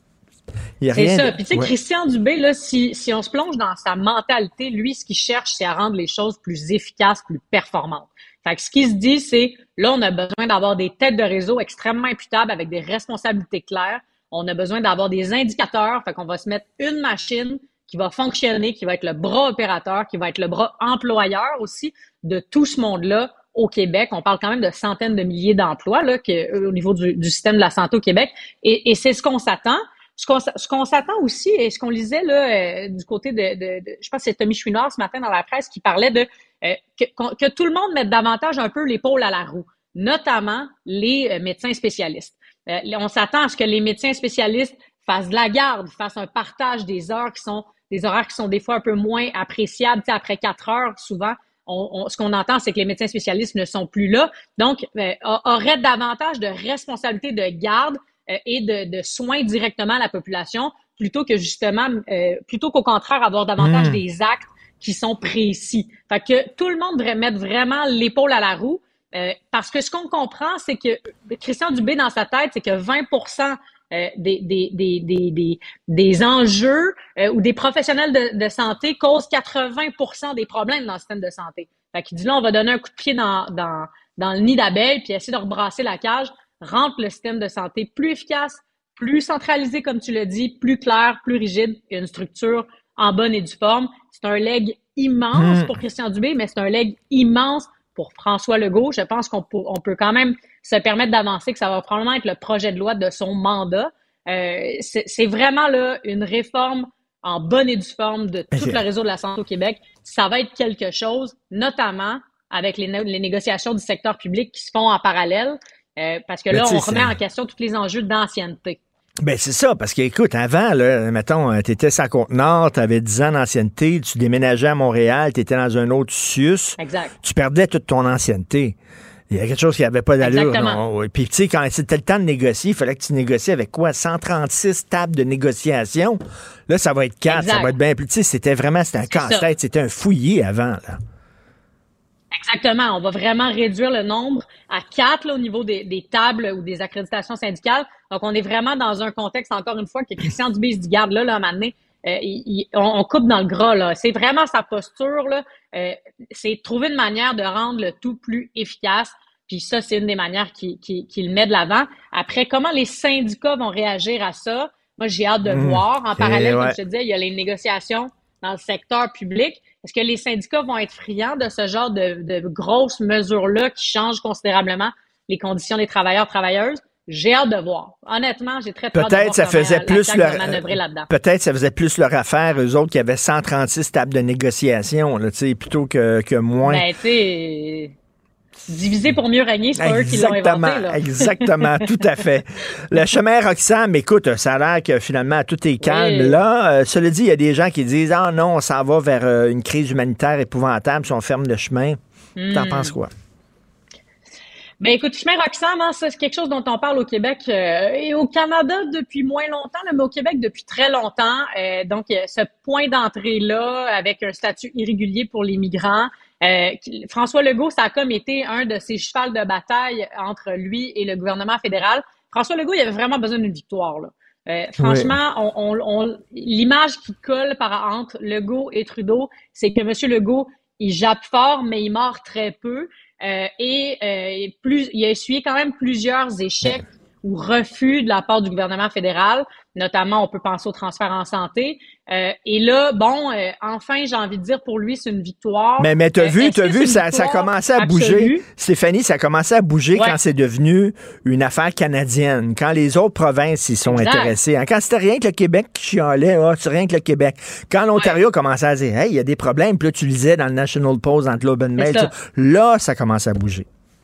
ça. Puis tu sais, Christian Dubé, là, si on se plonge dans sa mentalité, lui, ce qu'il cherche, c'est à rendre les choses plus efficaces, plus performantes. Fait que ce qui se dit, c'est, là, on a besoin d'avoir des têtes de réseau extrêmement imputables avec des responsabilités claires. On a besoin d'avoir des indicateurs. Fait qu'on va se mettre une machine qui va fonctionner, qui va être le bras opérateur, qui va être le bras employeur aussi de tout ce monde-là au Québec. On parle quand même de centaines de milliers d'emplois, là, au niveau du système de la santé au Québec. Et c'est ce qu'on s'attend. Ce qu'on s'attend aussi, et ce qu'on lisait là du côté de je pense que c'est Tommy Chouinard ce matin dans la presse qui parlait de que tout le monde mette davantage un peu l'épaule à la roue, notamment les médecins spécialistes. On s'attend à ce que les médecins spécialistes fassent de la garde, fassent un partage des heures qui sont des horaires qui sont des fois un peu moins appréciables. Tu sais, après 4 heures, souvent, ce qu'on entend, c'est que les médecins spécialistes ne sont plus là. Donc, auraient davantage de responsabilités de garde et de soins directement à la population, plutôt que justement, plutôt qu'au contraire, avoir davantage des actes qui sont précis. Fait que tout le monde devrait mettre vraiment l'épaule à la roue, parce que ce qu'on comprend, c'est que Christian Dubé, dans sa tête, c'est que 20% des enjeux où des professionnels de santé causent 80% des problèmes dans le système de santé. Fait qu'il dit là, on va donner un coup de pied dans le nid d'abeilles puis essayer de rebrasser la cage, rendre le système de santé plus efficace, plus centralisé, comme tu l'as dit, plus clair, plus rigide, une structure en bonne et due forme. C'est un legs immense pour Christian Dubé, mais c'est un legs immense pour François Legault. Je pense qu'on peut quand même se permettre d'avancer que ça va probablement être le projet de loi de son mandat. C'est vraiment là une réforme en bonne et due forme de tout le réseau de la santé au Québec. Ça va être quelque chose, notamment avec les négociations du secteur public qui se font en parallèle, parce que là, on remet en question tous les enjeux d'ancienneté. Ben c'est ça, parce que écoute, avant, là, mettons, t'étais sur la Côte-Nord, t'avais 10 ans d'ancienneté, tu déménageais à Montréal, t'étais dans un autre CIUS, tu perdais toute ton ancienneté. Il y a quelque chose qui n'avait pas d'allure. Non? Puis tu sais, quand c'était le temps de négocier, il fallait que tu négocies avec quoi? 136 tables de négociation. Là, ça va être 4, ça va être bien plus. Tu sais, c'était un casse-tête, c'était un fouillis avant, là. Exactement. On va vraiment réduire le nombre à 4 là, au niveau des tables ou des accréditations syndicales. Donc, on est vraiment dans un contexte, encore une fois, que Christian Dubé se dit, garde là, à un moment donné, on coupe dans le gras. Là. C'est vraiment sa posture. Là. C'est trouver une manière de rendre le tout plus efficace. Puis ça, c'est une des manières qu'il met de l'avant. Après, comment les syndicats vont réagir à ça? Moi, j'ai hâte de voir. En parallèle, comme je te disais, il y a les négociations dans le secteur public. Est-ce que les syndicats vont être friands de ce genre de grosses mesures-là qui changent considérablement les conditions des travailleurs-travailleuses? J'ai hâte de voir. Honnêtement, j'ai très hâte de voir peut-être ça faisait plus manœuvrer là-dedans. Peut-être ça faisait plus leur affaire, eux autres qui avaient 136 tables de négociation, là, plutôt que moins. Ben, tu sais, diviser pour mieux régner, c'est pas eux qui l'ont inventé. Là. Exactement, tout à fait. Le chemin Roxham, écoute, ça a l'air que finalement tout est calme là. Cela dit, il y a des gens qui disent « Ah non, on s'en va vers une crise humanitaire épouvantable si on ferme le chemin. » T'en penses quoi? Ben écoute, chemin Roxham, hein, ça, c'est quelque chose dont on parle au Québec et au Canada depuis moins longtemps, là, mais au Québec depuis très longtemps. Donc, ce point d'entrée-là, avec un statut irrégulier pour les migrants, François Legault, ça a comme été un de ses chevals de bataille entre lui et le gouvernement fédéral. François Legault, il avait vraiment besoin d'une victoire, là. Franchement, l'image qui colle entre Legault et Trudeau, c'est que M. Legault, il jappe fort, mais il mord très peu. Il a essuyé quand même plusieurs échecs ou refus de la part du gouvernement fédéral. Notamment, on peut penser au transfert en santé. Et là, enfin, j'ai envie de dire, pour lui, c'est une victoire. Mais t'as vu, ça a commencé à bouger. Stéphanie, ça a commencé à bouger quand c'est devenu une affaire canadienne. Quand les autres provinces y sont intéressées. Quand c'était rien que le Québec qui chialait, c'est rien que le Québec. Quand l'Ontario commençait à dire, hey, il y a des problèmes, puis là, tu lisais dans le National Post, dans le Globe and Mail, là, ça commence à bouger.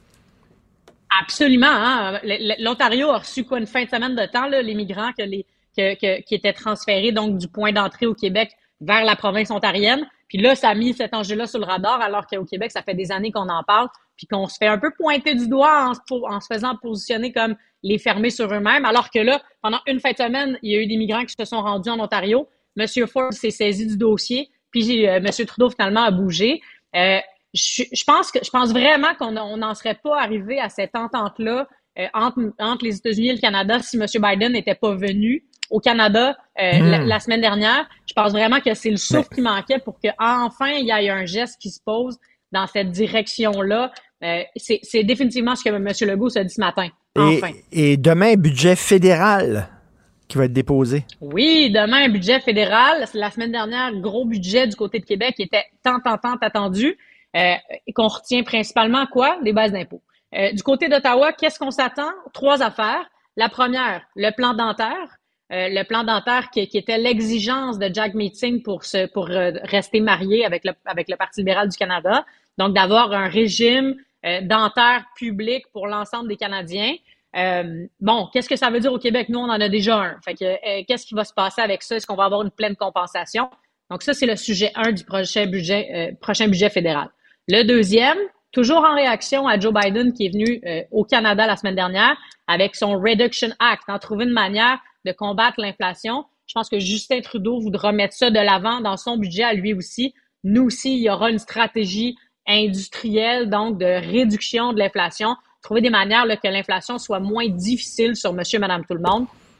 Absolument. Hein? L'Ontario a reçu une fin de semaine de temps, là, les migrants qui étaient transférés donc du point d'entrée au Québec vers la province ontarienne. Puis là, ça a mis cet enjeu-là sur le radar, alors qu'au Québec, ça fait des années qu'on en parle, puis qu'on se fait un peu pointer du doigt en se faisant positionner comme les fermés sur eux-mêmes, alors que là, pendant une fin de semaine, il y a eu des migrants qui se sont rendus en Ontario. M. Ford s'est saisi du dossier, puis M. Trudeau, finalement, a bougé. Je pense vraiment qu'on n'en serait pas arrivé à cette entente-là entre les États-Unis et le Canada si M. Biden n'était pas venu au Canada la semaine dernière. Je pense vraiment que c'est le souffle qui manquait pour qu'enfin il y ait un geste qui se pose dans cette direction-là. C'est définitivement ce que M. Legault se dit ce matin. Enfin. Et demain, budget fédéral qui va être déposé. Oui, demain, un budget fédéral. La semaine dernière, gros budget du côté de Québec qui était tant attendu. Qu'on retient principalement quoi? Des baisses d'impôts. Du côté d'Ottawa, qu'est-ce qu'on s'attend? 3 affaires. La première, le plan dentaire. Le plan dentaire qui était l'exigence de Jack Meeting pour rester marié avec le Parti libéral du Canada. Donc, d'avoir un régime dentaire public pour l'ensemble des Canadiens. Qu'est-ce que ça veut dire au Québec? Nous, on en a déjà un. Fait que, qu'est-ce qui va se passer avec ça? Est-ce qu'on va avoir une pleine compensation? Donc, ça, c'est le sujet 1 du prochain budget fédéral. Le deuxième, toujours en réaction à Joe Biden qui est venu au Canada la semaine dernière avec son Reduction Act, trouver une manière de combattre l'inflation. Je pense que Justin Trudeau voudra mettre ça de l'avant dans son budget à lui aussi. Nous aussi, il y aura une stratégie industrielle, donc de réduction de l'inflation, trouver des manières là, que l'inflation soit moins difficile sur monsieur, madame, tout le monde.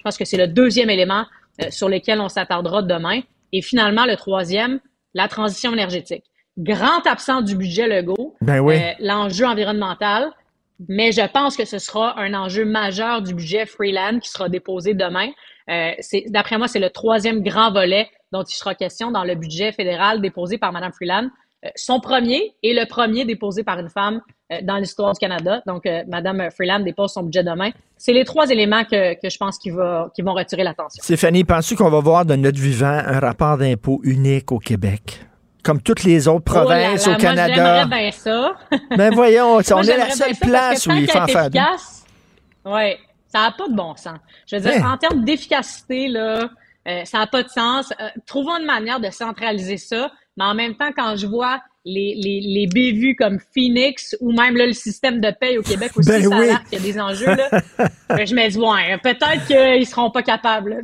pense que c'est le deuxième élément sur lequel on s'attardera demain. Et finalement, le troisième, la transition énergétique. Grand absent du budget Legault, l'enjeu environnemental, mais je pense que ce sera un enjeu majeur du budget Freeland qui sera déposé demain. D'après moi, c'est le troisième grand volet dont il sera question dans le budget fédéral déposé par Mme Freeland. Son premier et le premier déposé par une femme dans l'histoire du Canada. Donc, Mme Freeland dépose son budget demain. C'est les trois éléments que je pense qui vont retirer l'attention. Stéphanie, penses-tu qu'on va voir de notre vivant un rapport d'impôt unique au Québec? Comme toutes les autres provinces au Canada. Moi, j'aimerais bien ça. Ben voyons, on est la seule place où il faut en faire deux. Oui, ça n'a pas de bon sens. Je veux dire, en termes d'efficacité, là, ça n'a pas de sens. Trouvons une manière de centraliser ça, mais en même temps, quand je vois les bévues comme Phoenix ou même là, le système de paye au Québec aussi, ça a l'air qu'il y a des enjeux. Là. Je me dis, peut-être qu'ils seront pas capables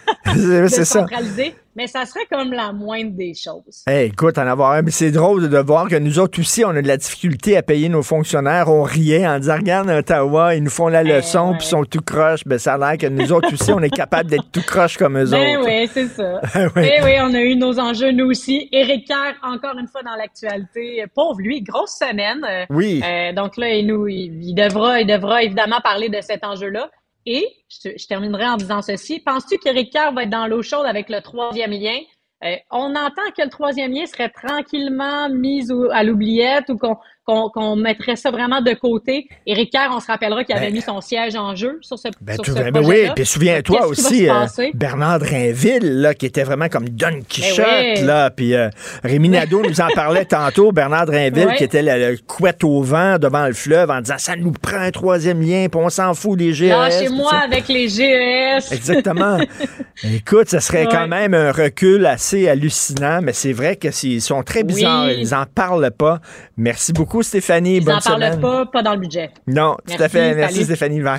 de centraliser, mais ça serait comme la moindre des choses. Écoute, en avoir un, mais c'est drôle de voir que nous autres aussi, on a de la difficulté à payer nos fonctionnaires. On riait en disant, regarde, Ottawa, ils nous font la leçon, puis ils sont tout croche. Ben, ça a l'air que nous autres aussi, on est capable d'être tout croche comme eux autres. Oui, c'est ça. Oui, on a eu nos enjeux, nous aussi. Éric Kerr, encore une fois dans l'actualité. Pauvre lui, grosse semaine. Oui. Donc là, il devra évidemment parler de cet enjeu-là. Et je terminerai en disant ceci. Penses-tu qu'Éric Kerr va être dans l'eau chaude avec le troisième lien? On entend que le troisième lien serait tranquillement mis à l'oubliette ou qu'on mettrait ça vraiment de côté. Éric Kerr, on se rappellera qu'il avait mis son siège en jeu sur ce projet-là. Oui, puis souviens-toi aussi, Bernard Drainville, là, qui était vraiment comme Don Quichotte, là, puis Rémi Nadeau nous en parlait tantôt, Bernard Drainville, qui était le couette au vent devant le fleuve en disant, ça nous prend un troisième lien, puis on s'en fout des GES. Lâchez-moi avec les GES. Exactement. Écoute, ça serait quand même un recul assez hallucinant, mais c'est vrai que ils sont très bizarres, ils en parlent pas. Merci beaucoup, Stéphanie. Bonne semaine. Ils n'en parlent pas dans le budget. Non, tout à fait. Merci, Stéphanie. Bye.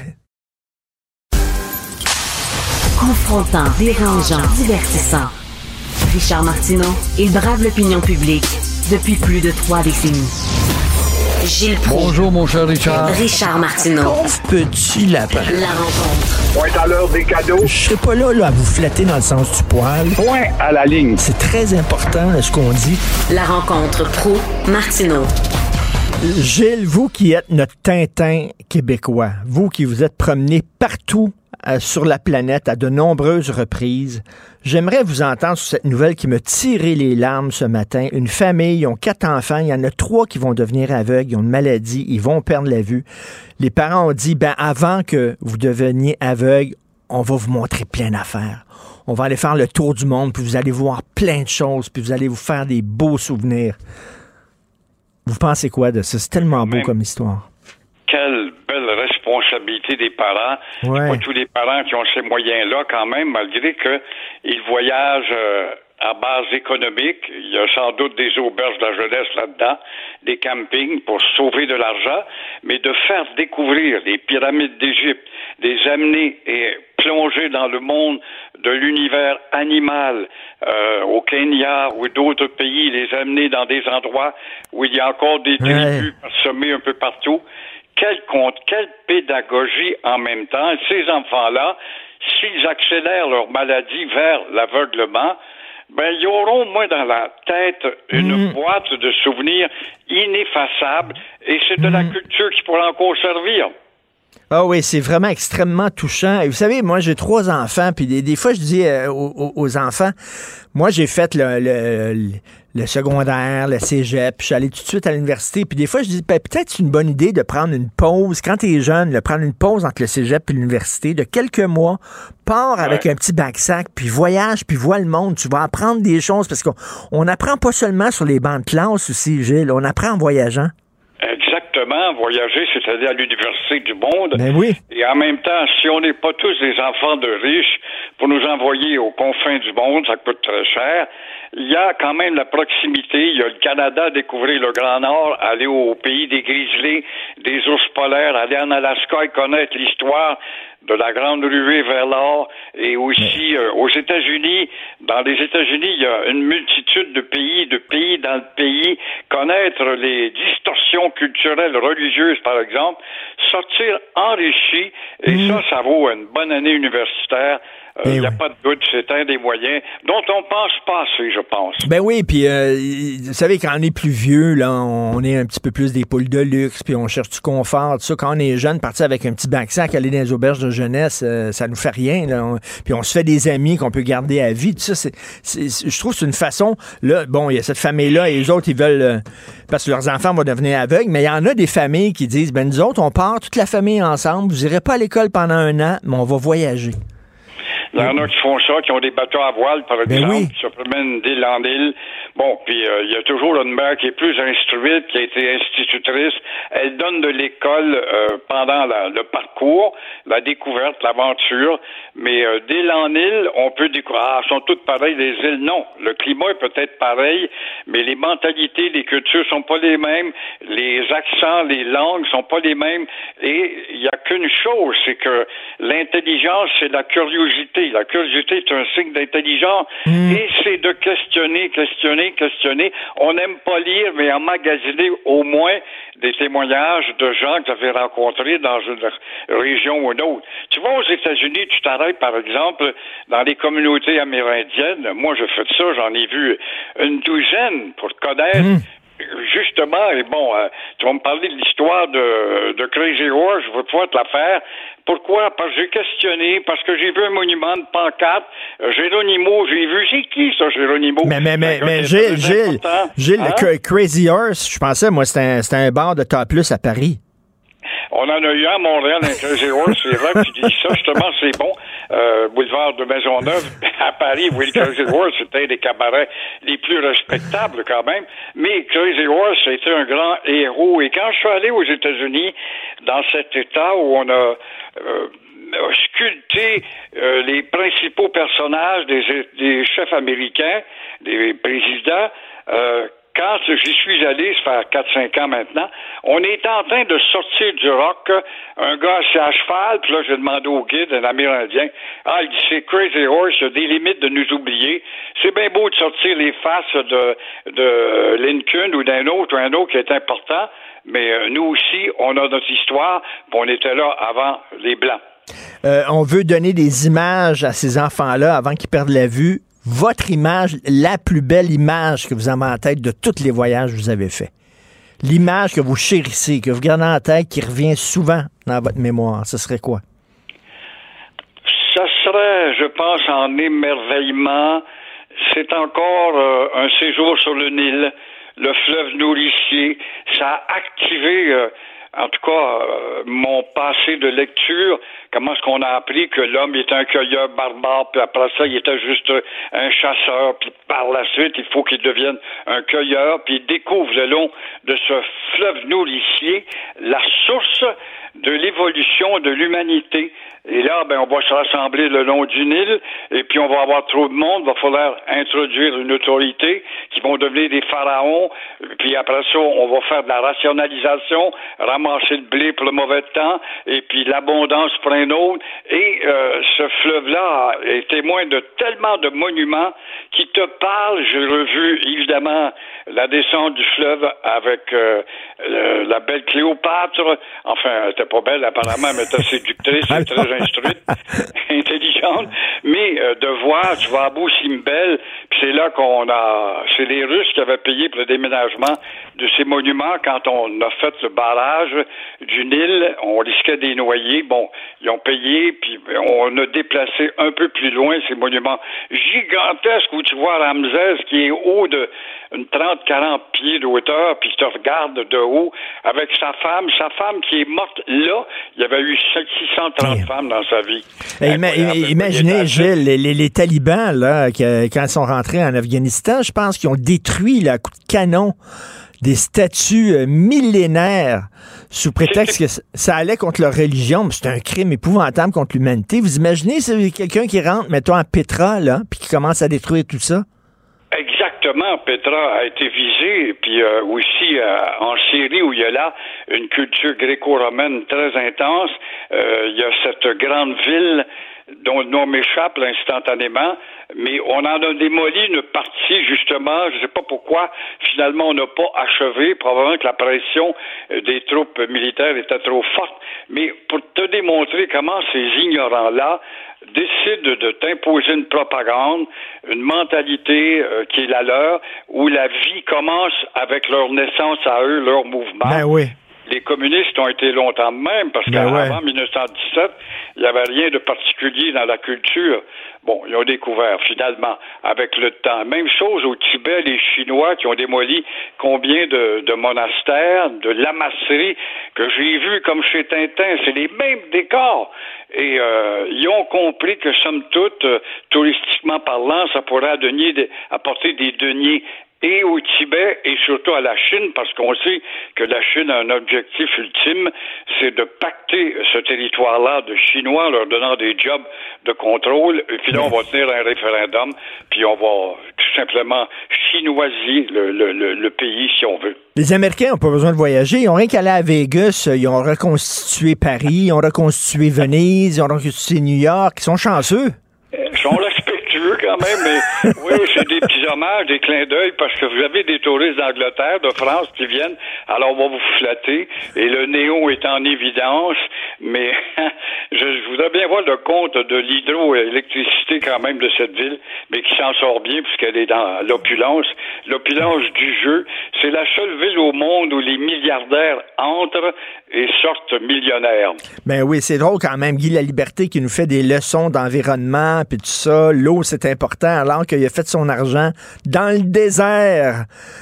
Confrontant, dérangeant, divertissant. Richard Martineau, il brave l'opinion publique depuis plus de 3 décennies. Gilles Proulx. Bonjour, mon cher Richard. Richard Martineau. Petit lapin. La rencontre. Point à l'heure des cadeaux. Je serai pas là à vous flatter dans le sens du poil. Point à la ligne. C'est très important, ce qu'on dit. La rencontre Proulx-Martineau. Gilles, vous qui êtes notre Tintin québécois, vous qui vous êtes promené partout sur la planète à de nombreuses reprises, j'aimerais vous entendre sur cette nouvelle qui me tirait les larmes ce matin. Une famille, ils ont 4 enfants, il y en a 3 qui vont devenir aveugles, ils ont une maladie, ils vont perdre la vue. Les parents ont dit, avant que vous deveniez aveugle, on va vous montrer plein d'affaires. On va aller faire le tour du monde, puis vous allez voir plein de choses, puis vous allez vous faire des beaux souvenirs. Vous pensez quoi de ça? C'est tellement beau comme histoire. Quelle belle responsabilité des parents. Ouais. Pas tous les parents qui ont ces moyens-là quand même, malgré qu'ils voyagent à base économique. Il y a sans doute des auberges de la jeunesse là-dedans, des campings pour sauver de l'argent, mais de faire découvrir les pyramides d'Égypte, les amener et plonger dans le monde de l'univers animal au Kenya ou d'autres pays, les amener dans des endroits où il y a encore des tribus parsemées un peu partout. Quelle pédagogie en même temps. Et ces enfants-là, s'ils accélèrent leur maladie vers l'aveuglement, ils auront au moins dans la tête une boîte de souvenirs ineffaçables et c'est de la culture qui pourra encore servir. Ah oui, c'est vraiment extrêmement touchant. Et vous savez, moi, j'ai 3 enfants, puis des fois, je dis aux enfants, moi, j'ai fait le secondaire, le cégep, puis je suis allé tout de suite à l'université, puis des fois, je dis, peut-être c'est une bonne idée de prendre une pause, quand t'es jeune, de prendre une pause entre le cégep et l'université, de quelques mois, pars avec un petit backsack, puis voyage, puis vois le monde, tu vas apprendre des choses, parce qu'on n'apprend pas seulement sur les bancs de classe aussi, Gilles, on apprend en voyageant. Exactement, voyager, c'est-à-dire à l'université du monde. Ben oui. Et en même temps, si on n'est pas tous des enfants de riches, pour nous envoyer aux confins du monde, ça coûte très cher. Il y a quand même la proximité. Il y a le Canada, découvrir le Grand Nord, aller au pays des grizzlies, des ours polaires, aller en Alaska et connaître l'histoire de la grande ruée vers l'or, et aussi aux États-Unis. Dans les États-Unis, il y a une multitude de pays dans le pays. Connaître les distorsions culturelles, religieuses, par exemple, sortir enrichi, et ça vaut une bonne année universitaire. Il n'y a pas de doute, c'est un des moyens dont on pense pas assez, je pense. Ben oui, puis vous savez, quand on est plus vieux, là, on est un petit peu plus des poules de luxe, puis on cherche du confort, tout ça. Quand on est jeune, partir avec un petit backsack, aller dans les auberges de jeunesse, ça nous fait rien, là. Puis on se fait des amis qu'on peut garder à vie, tout ça. Je trouve que c'est une façon, là, bon, il y a cette famille-là, et les autres, ils veulent, parce que leurs enfants vont devenir aveugles, mais il y en a des familles qui disent, ben nous autres, on part toute la famille ensemble, vous irez pas à l'école pendant 1 an, mais on va voyager. Il y en a qui font ça, qui ont des bateaux à voile, par exemple, qui se promènent d'île en île. Bon, puis il y a toujours une mère qui est plus instruite, qui a été institutrice. Elle donne de l'école pendant le parcours, la découverte, l'aventure. Mais d'île en île, on peut découvrir. Ah, sont toutes pareilles, les îles. Non, le climat est peut-être pareil, mais les mentalités, les cultures sont pas les mêmes. Les accents, les langues sont pas les mêmes. Et il y a qu'une chose, c'est que l'intelligence, c'est la curiosité. La curiosité est un signe d'intelligence et c'est de questionner. On n'aime pas lire, mais emmagasiner au moins des témoignages de gens que vous avez rencontrés dans une région ou une autre. Tu vois, aux États-Unis, tu t'arrêtes, par exemple, dans les communautés amérindiennes. Moi, j'ai fait ça, j'en ai vu une douzaine pour te connaître. Justement, et bon, tu vas me parler de l'histoire de Crazy Horse, je vais pouvoir te la faire. Pourquoi? Parce que j'ai questionné, parce que j'ai vu un monument de pancarte, Geronimo, j'ai vu, c'est qui ça, Geronimo? Mais Gilles, le Crazy Horse, je pensais, moi, c'était un bar de Top Plus à Paris. On en a eu un à Montréal, un Crazy Horse, c'est vrai que tu dis ça, justement, c'est bon. Boulevard de Maisonneuve, à Paris, oui, le Crazy Horse, c'était un des cabarets les plus respectables quand même. Mais Crazy Horse, c'était un grand héros. Et quand je suis allé aux États-Unis, dans cet état où on a sculpté les principaux personnages des chefs américains, des présidents, quand j'y suis allé, ça fait 4-5 ans maintenant, on est en train de sortir du rock, un gars assis à cheval, puis là, j'ai demandé au guide, un amérindien, il dit, c'est Crazy Horse, il y a des limites de nous oublier. C'est bien beau de sortir les faces de Lincoln ou d'un autre qui est important, mais nous aussi, on a notre histoire, puis on était là avant les Blancs. On veut donner des images à ces enfants-là avant qu'ils perdent la vue. Votre image, la plus belle image que vous avez en tête de tous les voyages que vous avez faits. L'image que vous chérissez, que vous gardez en tête, qui revient souvent dans votre mémoire, ce serait quoi? Ça serait, je pense, en émerveillement. C'est encore un séjour sur le Nil, le fleuve nourricier. Ça a activé... en tout cas, mon passé de lecture, comment est-ce qu'on a appris que l'homme était un cueilleur barbare, puis après ça, il était juste un chasseur, puis par la suite, il faut qu'il devienne un cueilleur, puis il découvre le long de ce fleuve nourricier la source de l'évolution de l'humanité. Et là, on va se rassembler le long du Nil, et puis on va avoir trop de monde, il va falloir introduire une autorité qui vont devenir des pharaons, puis après ça, on va faire de la rationalisation, ramasser le blé pour le mauvais temps, et puis l'abondance pour un autre. Et ce fleuve-là est témoin de tellement de monuments qui te parlent. J'ai revu, évidemment, la descente du fleuve avec la belle Cléopâtre. Enfin, elle était pas belle apparemment, mais elle était séductrice, elle était très instruite, intelligente. Mais de voir, tu vas à Beau-Simbel, puis c'est là c'est les Russes qui avaient payé pour le déménagement de ces monuments quand on a fait le barrage du Nil. On risquait des noyés. Bon, ils ont payé, puis on a déplacé un peu plus loin ces monuments gigantesques où tu vois Ramsès qui est haut de 30-40 pieds de hauteur, puis qui te regarde de haut avec sa femme qui est morte là. Il y avait eu 630 femmes dans sa vie. Imaginez, Gilles, les talibans, là, quand ils sont rentrés en Afghanistan, je pense qu'ils ont détruit là, à coups de canon des statues millénaires sous prétexte que ça allait contre leur religion, mais c'est un crime épouvantable contre l'humanité. Vous imaginez, c'est quelqu'un qui rentre, mettons, à Petra, là, puis qui commence à détruire tout ça? Exactement. justement, Petra a été visée, puis aussi en Syrie, où il y a là une culture gréco-romaine très intense. Il y a cette grande ville dont le nom m'échappe là, instantanément, mais on en a démoli une partie, justement, je ne sais pas pourquoi, finalement on n'a pas achevé, probablement que la pression des troupes militaires était trop forte, mais pour te démontrer comment ces ignorants-là décident de t'imposer une propagande, une mentalité qui est la leur, où la vie commence avec leur naissance à eux, leur mouvement. Ben oui. Les communistes ont été longtemps même, parce qu'avant 1917, il n'y avait rien de particulier dans la culture. Bon, ils ont découvert, finalement, avec le temps. Même chose au Tibet, les Chinois qui ont démoli combien de monastères, de lamasseries, que j'ai vu comme chez Tintin. C'est les mêmes décors. Et ils ont compris que, somme toute, touristiquement parlant, ça pourrait apporter des deniers et au Tibet et surtout à la Chine, parce qu'on sait que la Chine a un objectif ultime, c'est de pacter ce territoire-là de Chinois en leur donnant des jobs de contrôle, et puis là, on va tenir un référendum, puis on va tout simplement chinoisier le pays, si on veut. Les Américains n'ont pas besoin de voyager. Ils n'ont rien qu'à aller à Vegas. Ils ont reconstitué Paris, ils ont reconstitué Venise, ils ont reconstitué New York. Ils sont chanceux. Ils sont respectueux quand même, mais oui, c'est des petits hommages, des clins d'œil, parce que vous avez des touristes d'Angleterre, de France qui viennent, alors on va vous flatter, et le néon est en évidence, mais je voudrais bien voir le compte de l'hydroélectricité quand même de cette ville, mais qui s'en sort bien puisqu'elle est dans l'opulence du jeu. C'est la seule ville au monde où les milliardaires entrent et sortent millionnaires. Ben oui, c'est drôle quand même. Guy Laliberté qui nous fait des leçons d'environnement, puis tout ça. L'eau, c'est important, alors qu'il a fait son argent dans le désert,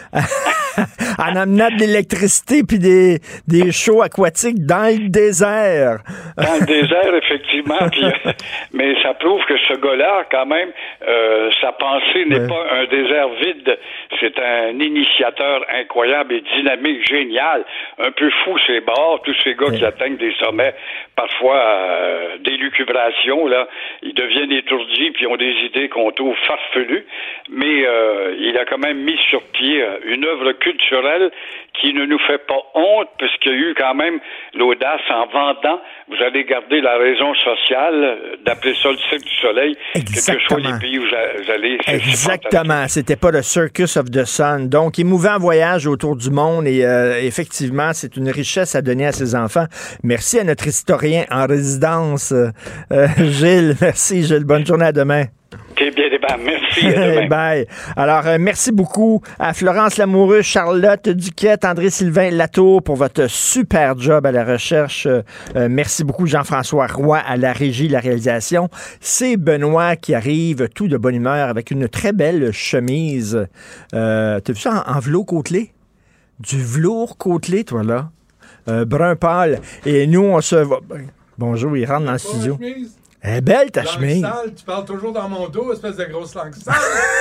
en amenant de l'électricité puis des shows aquatiques dans le désert. Dans le désert, effectivement. Puis, mais ça prouve que ce gars-là, quand même, sa pensée n'est pas un désert vide. C'est un initiateur incroyable et dynamique, génial. Un peu fou, ses bords. Tous ces gars qui atteignent des sommets, parfois d'élucubration, là, ils deviennent étourdis puis ont des idées qu'on trouve farfelues. Mais il a quand même mis sur pied une œuvre culturelle qui ne nous fait pas honte, puisqu'il y a eu quand même l'audace en vendant. Vous allez garder la raison sociale d'appeler ça le Cirque du Soleil, quels que soient les pays où vous allez. Exactement. C'était pas le Circus of the Sun. Donc, émouvant voyage autour du monde et effectivement, c'est une richesse à donner à ses enfants. Merci à notre historien en résidence, Gilles. Merci, Gilles. Bonne journée, à demain. OK, bien, merci. À demain. Bye. Alors, merci beaucoup à Florence Lamoureux, Charlotte Duquette, André-Sylvain Latour pour votre super job à la recherche. Merci beaucoup, Jean-François Roy à la régie, la réalisation. C'est Benoît qui arrive tout de bonne humeur avec une très belle chemise. T'as vu ça en velours côtelé? Du velours côtelé, toi, là. Brun pâle. Et nous, on se va... Bonjour, il rentre dans le studio. Elle est belle, ta chemise. Sale, tu parles toujours dans mon dos, espèce de grosse langue sale.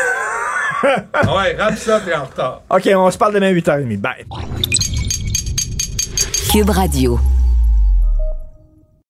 Ouais, rate ça, t'es en retard. OK, on se parle demain 8h30. Bye. Cube Radio.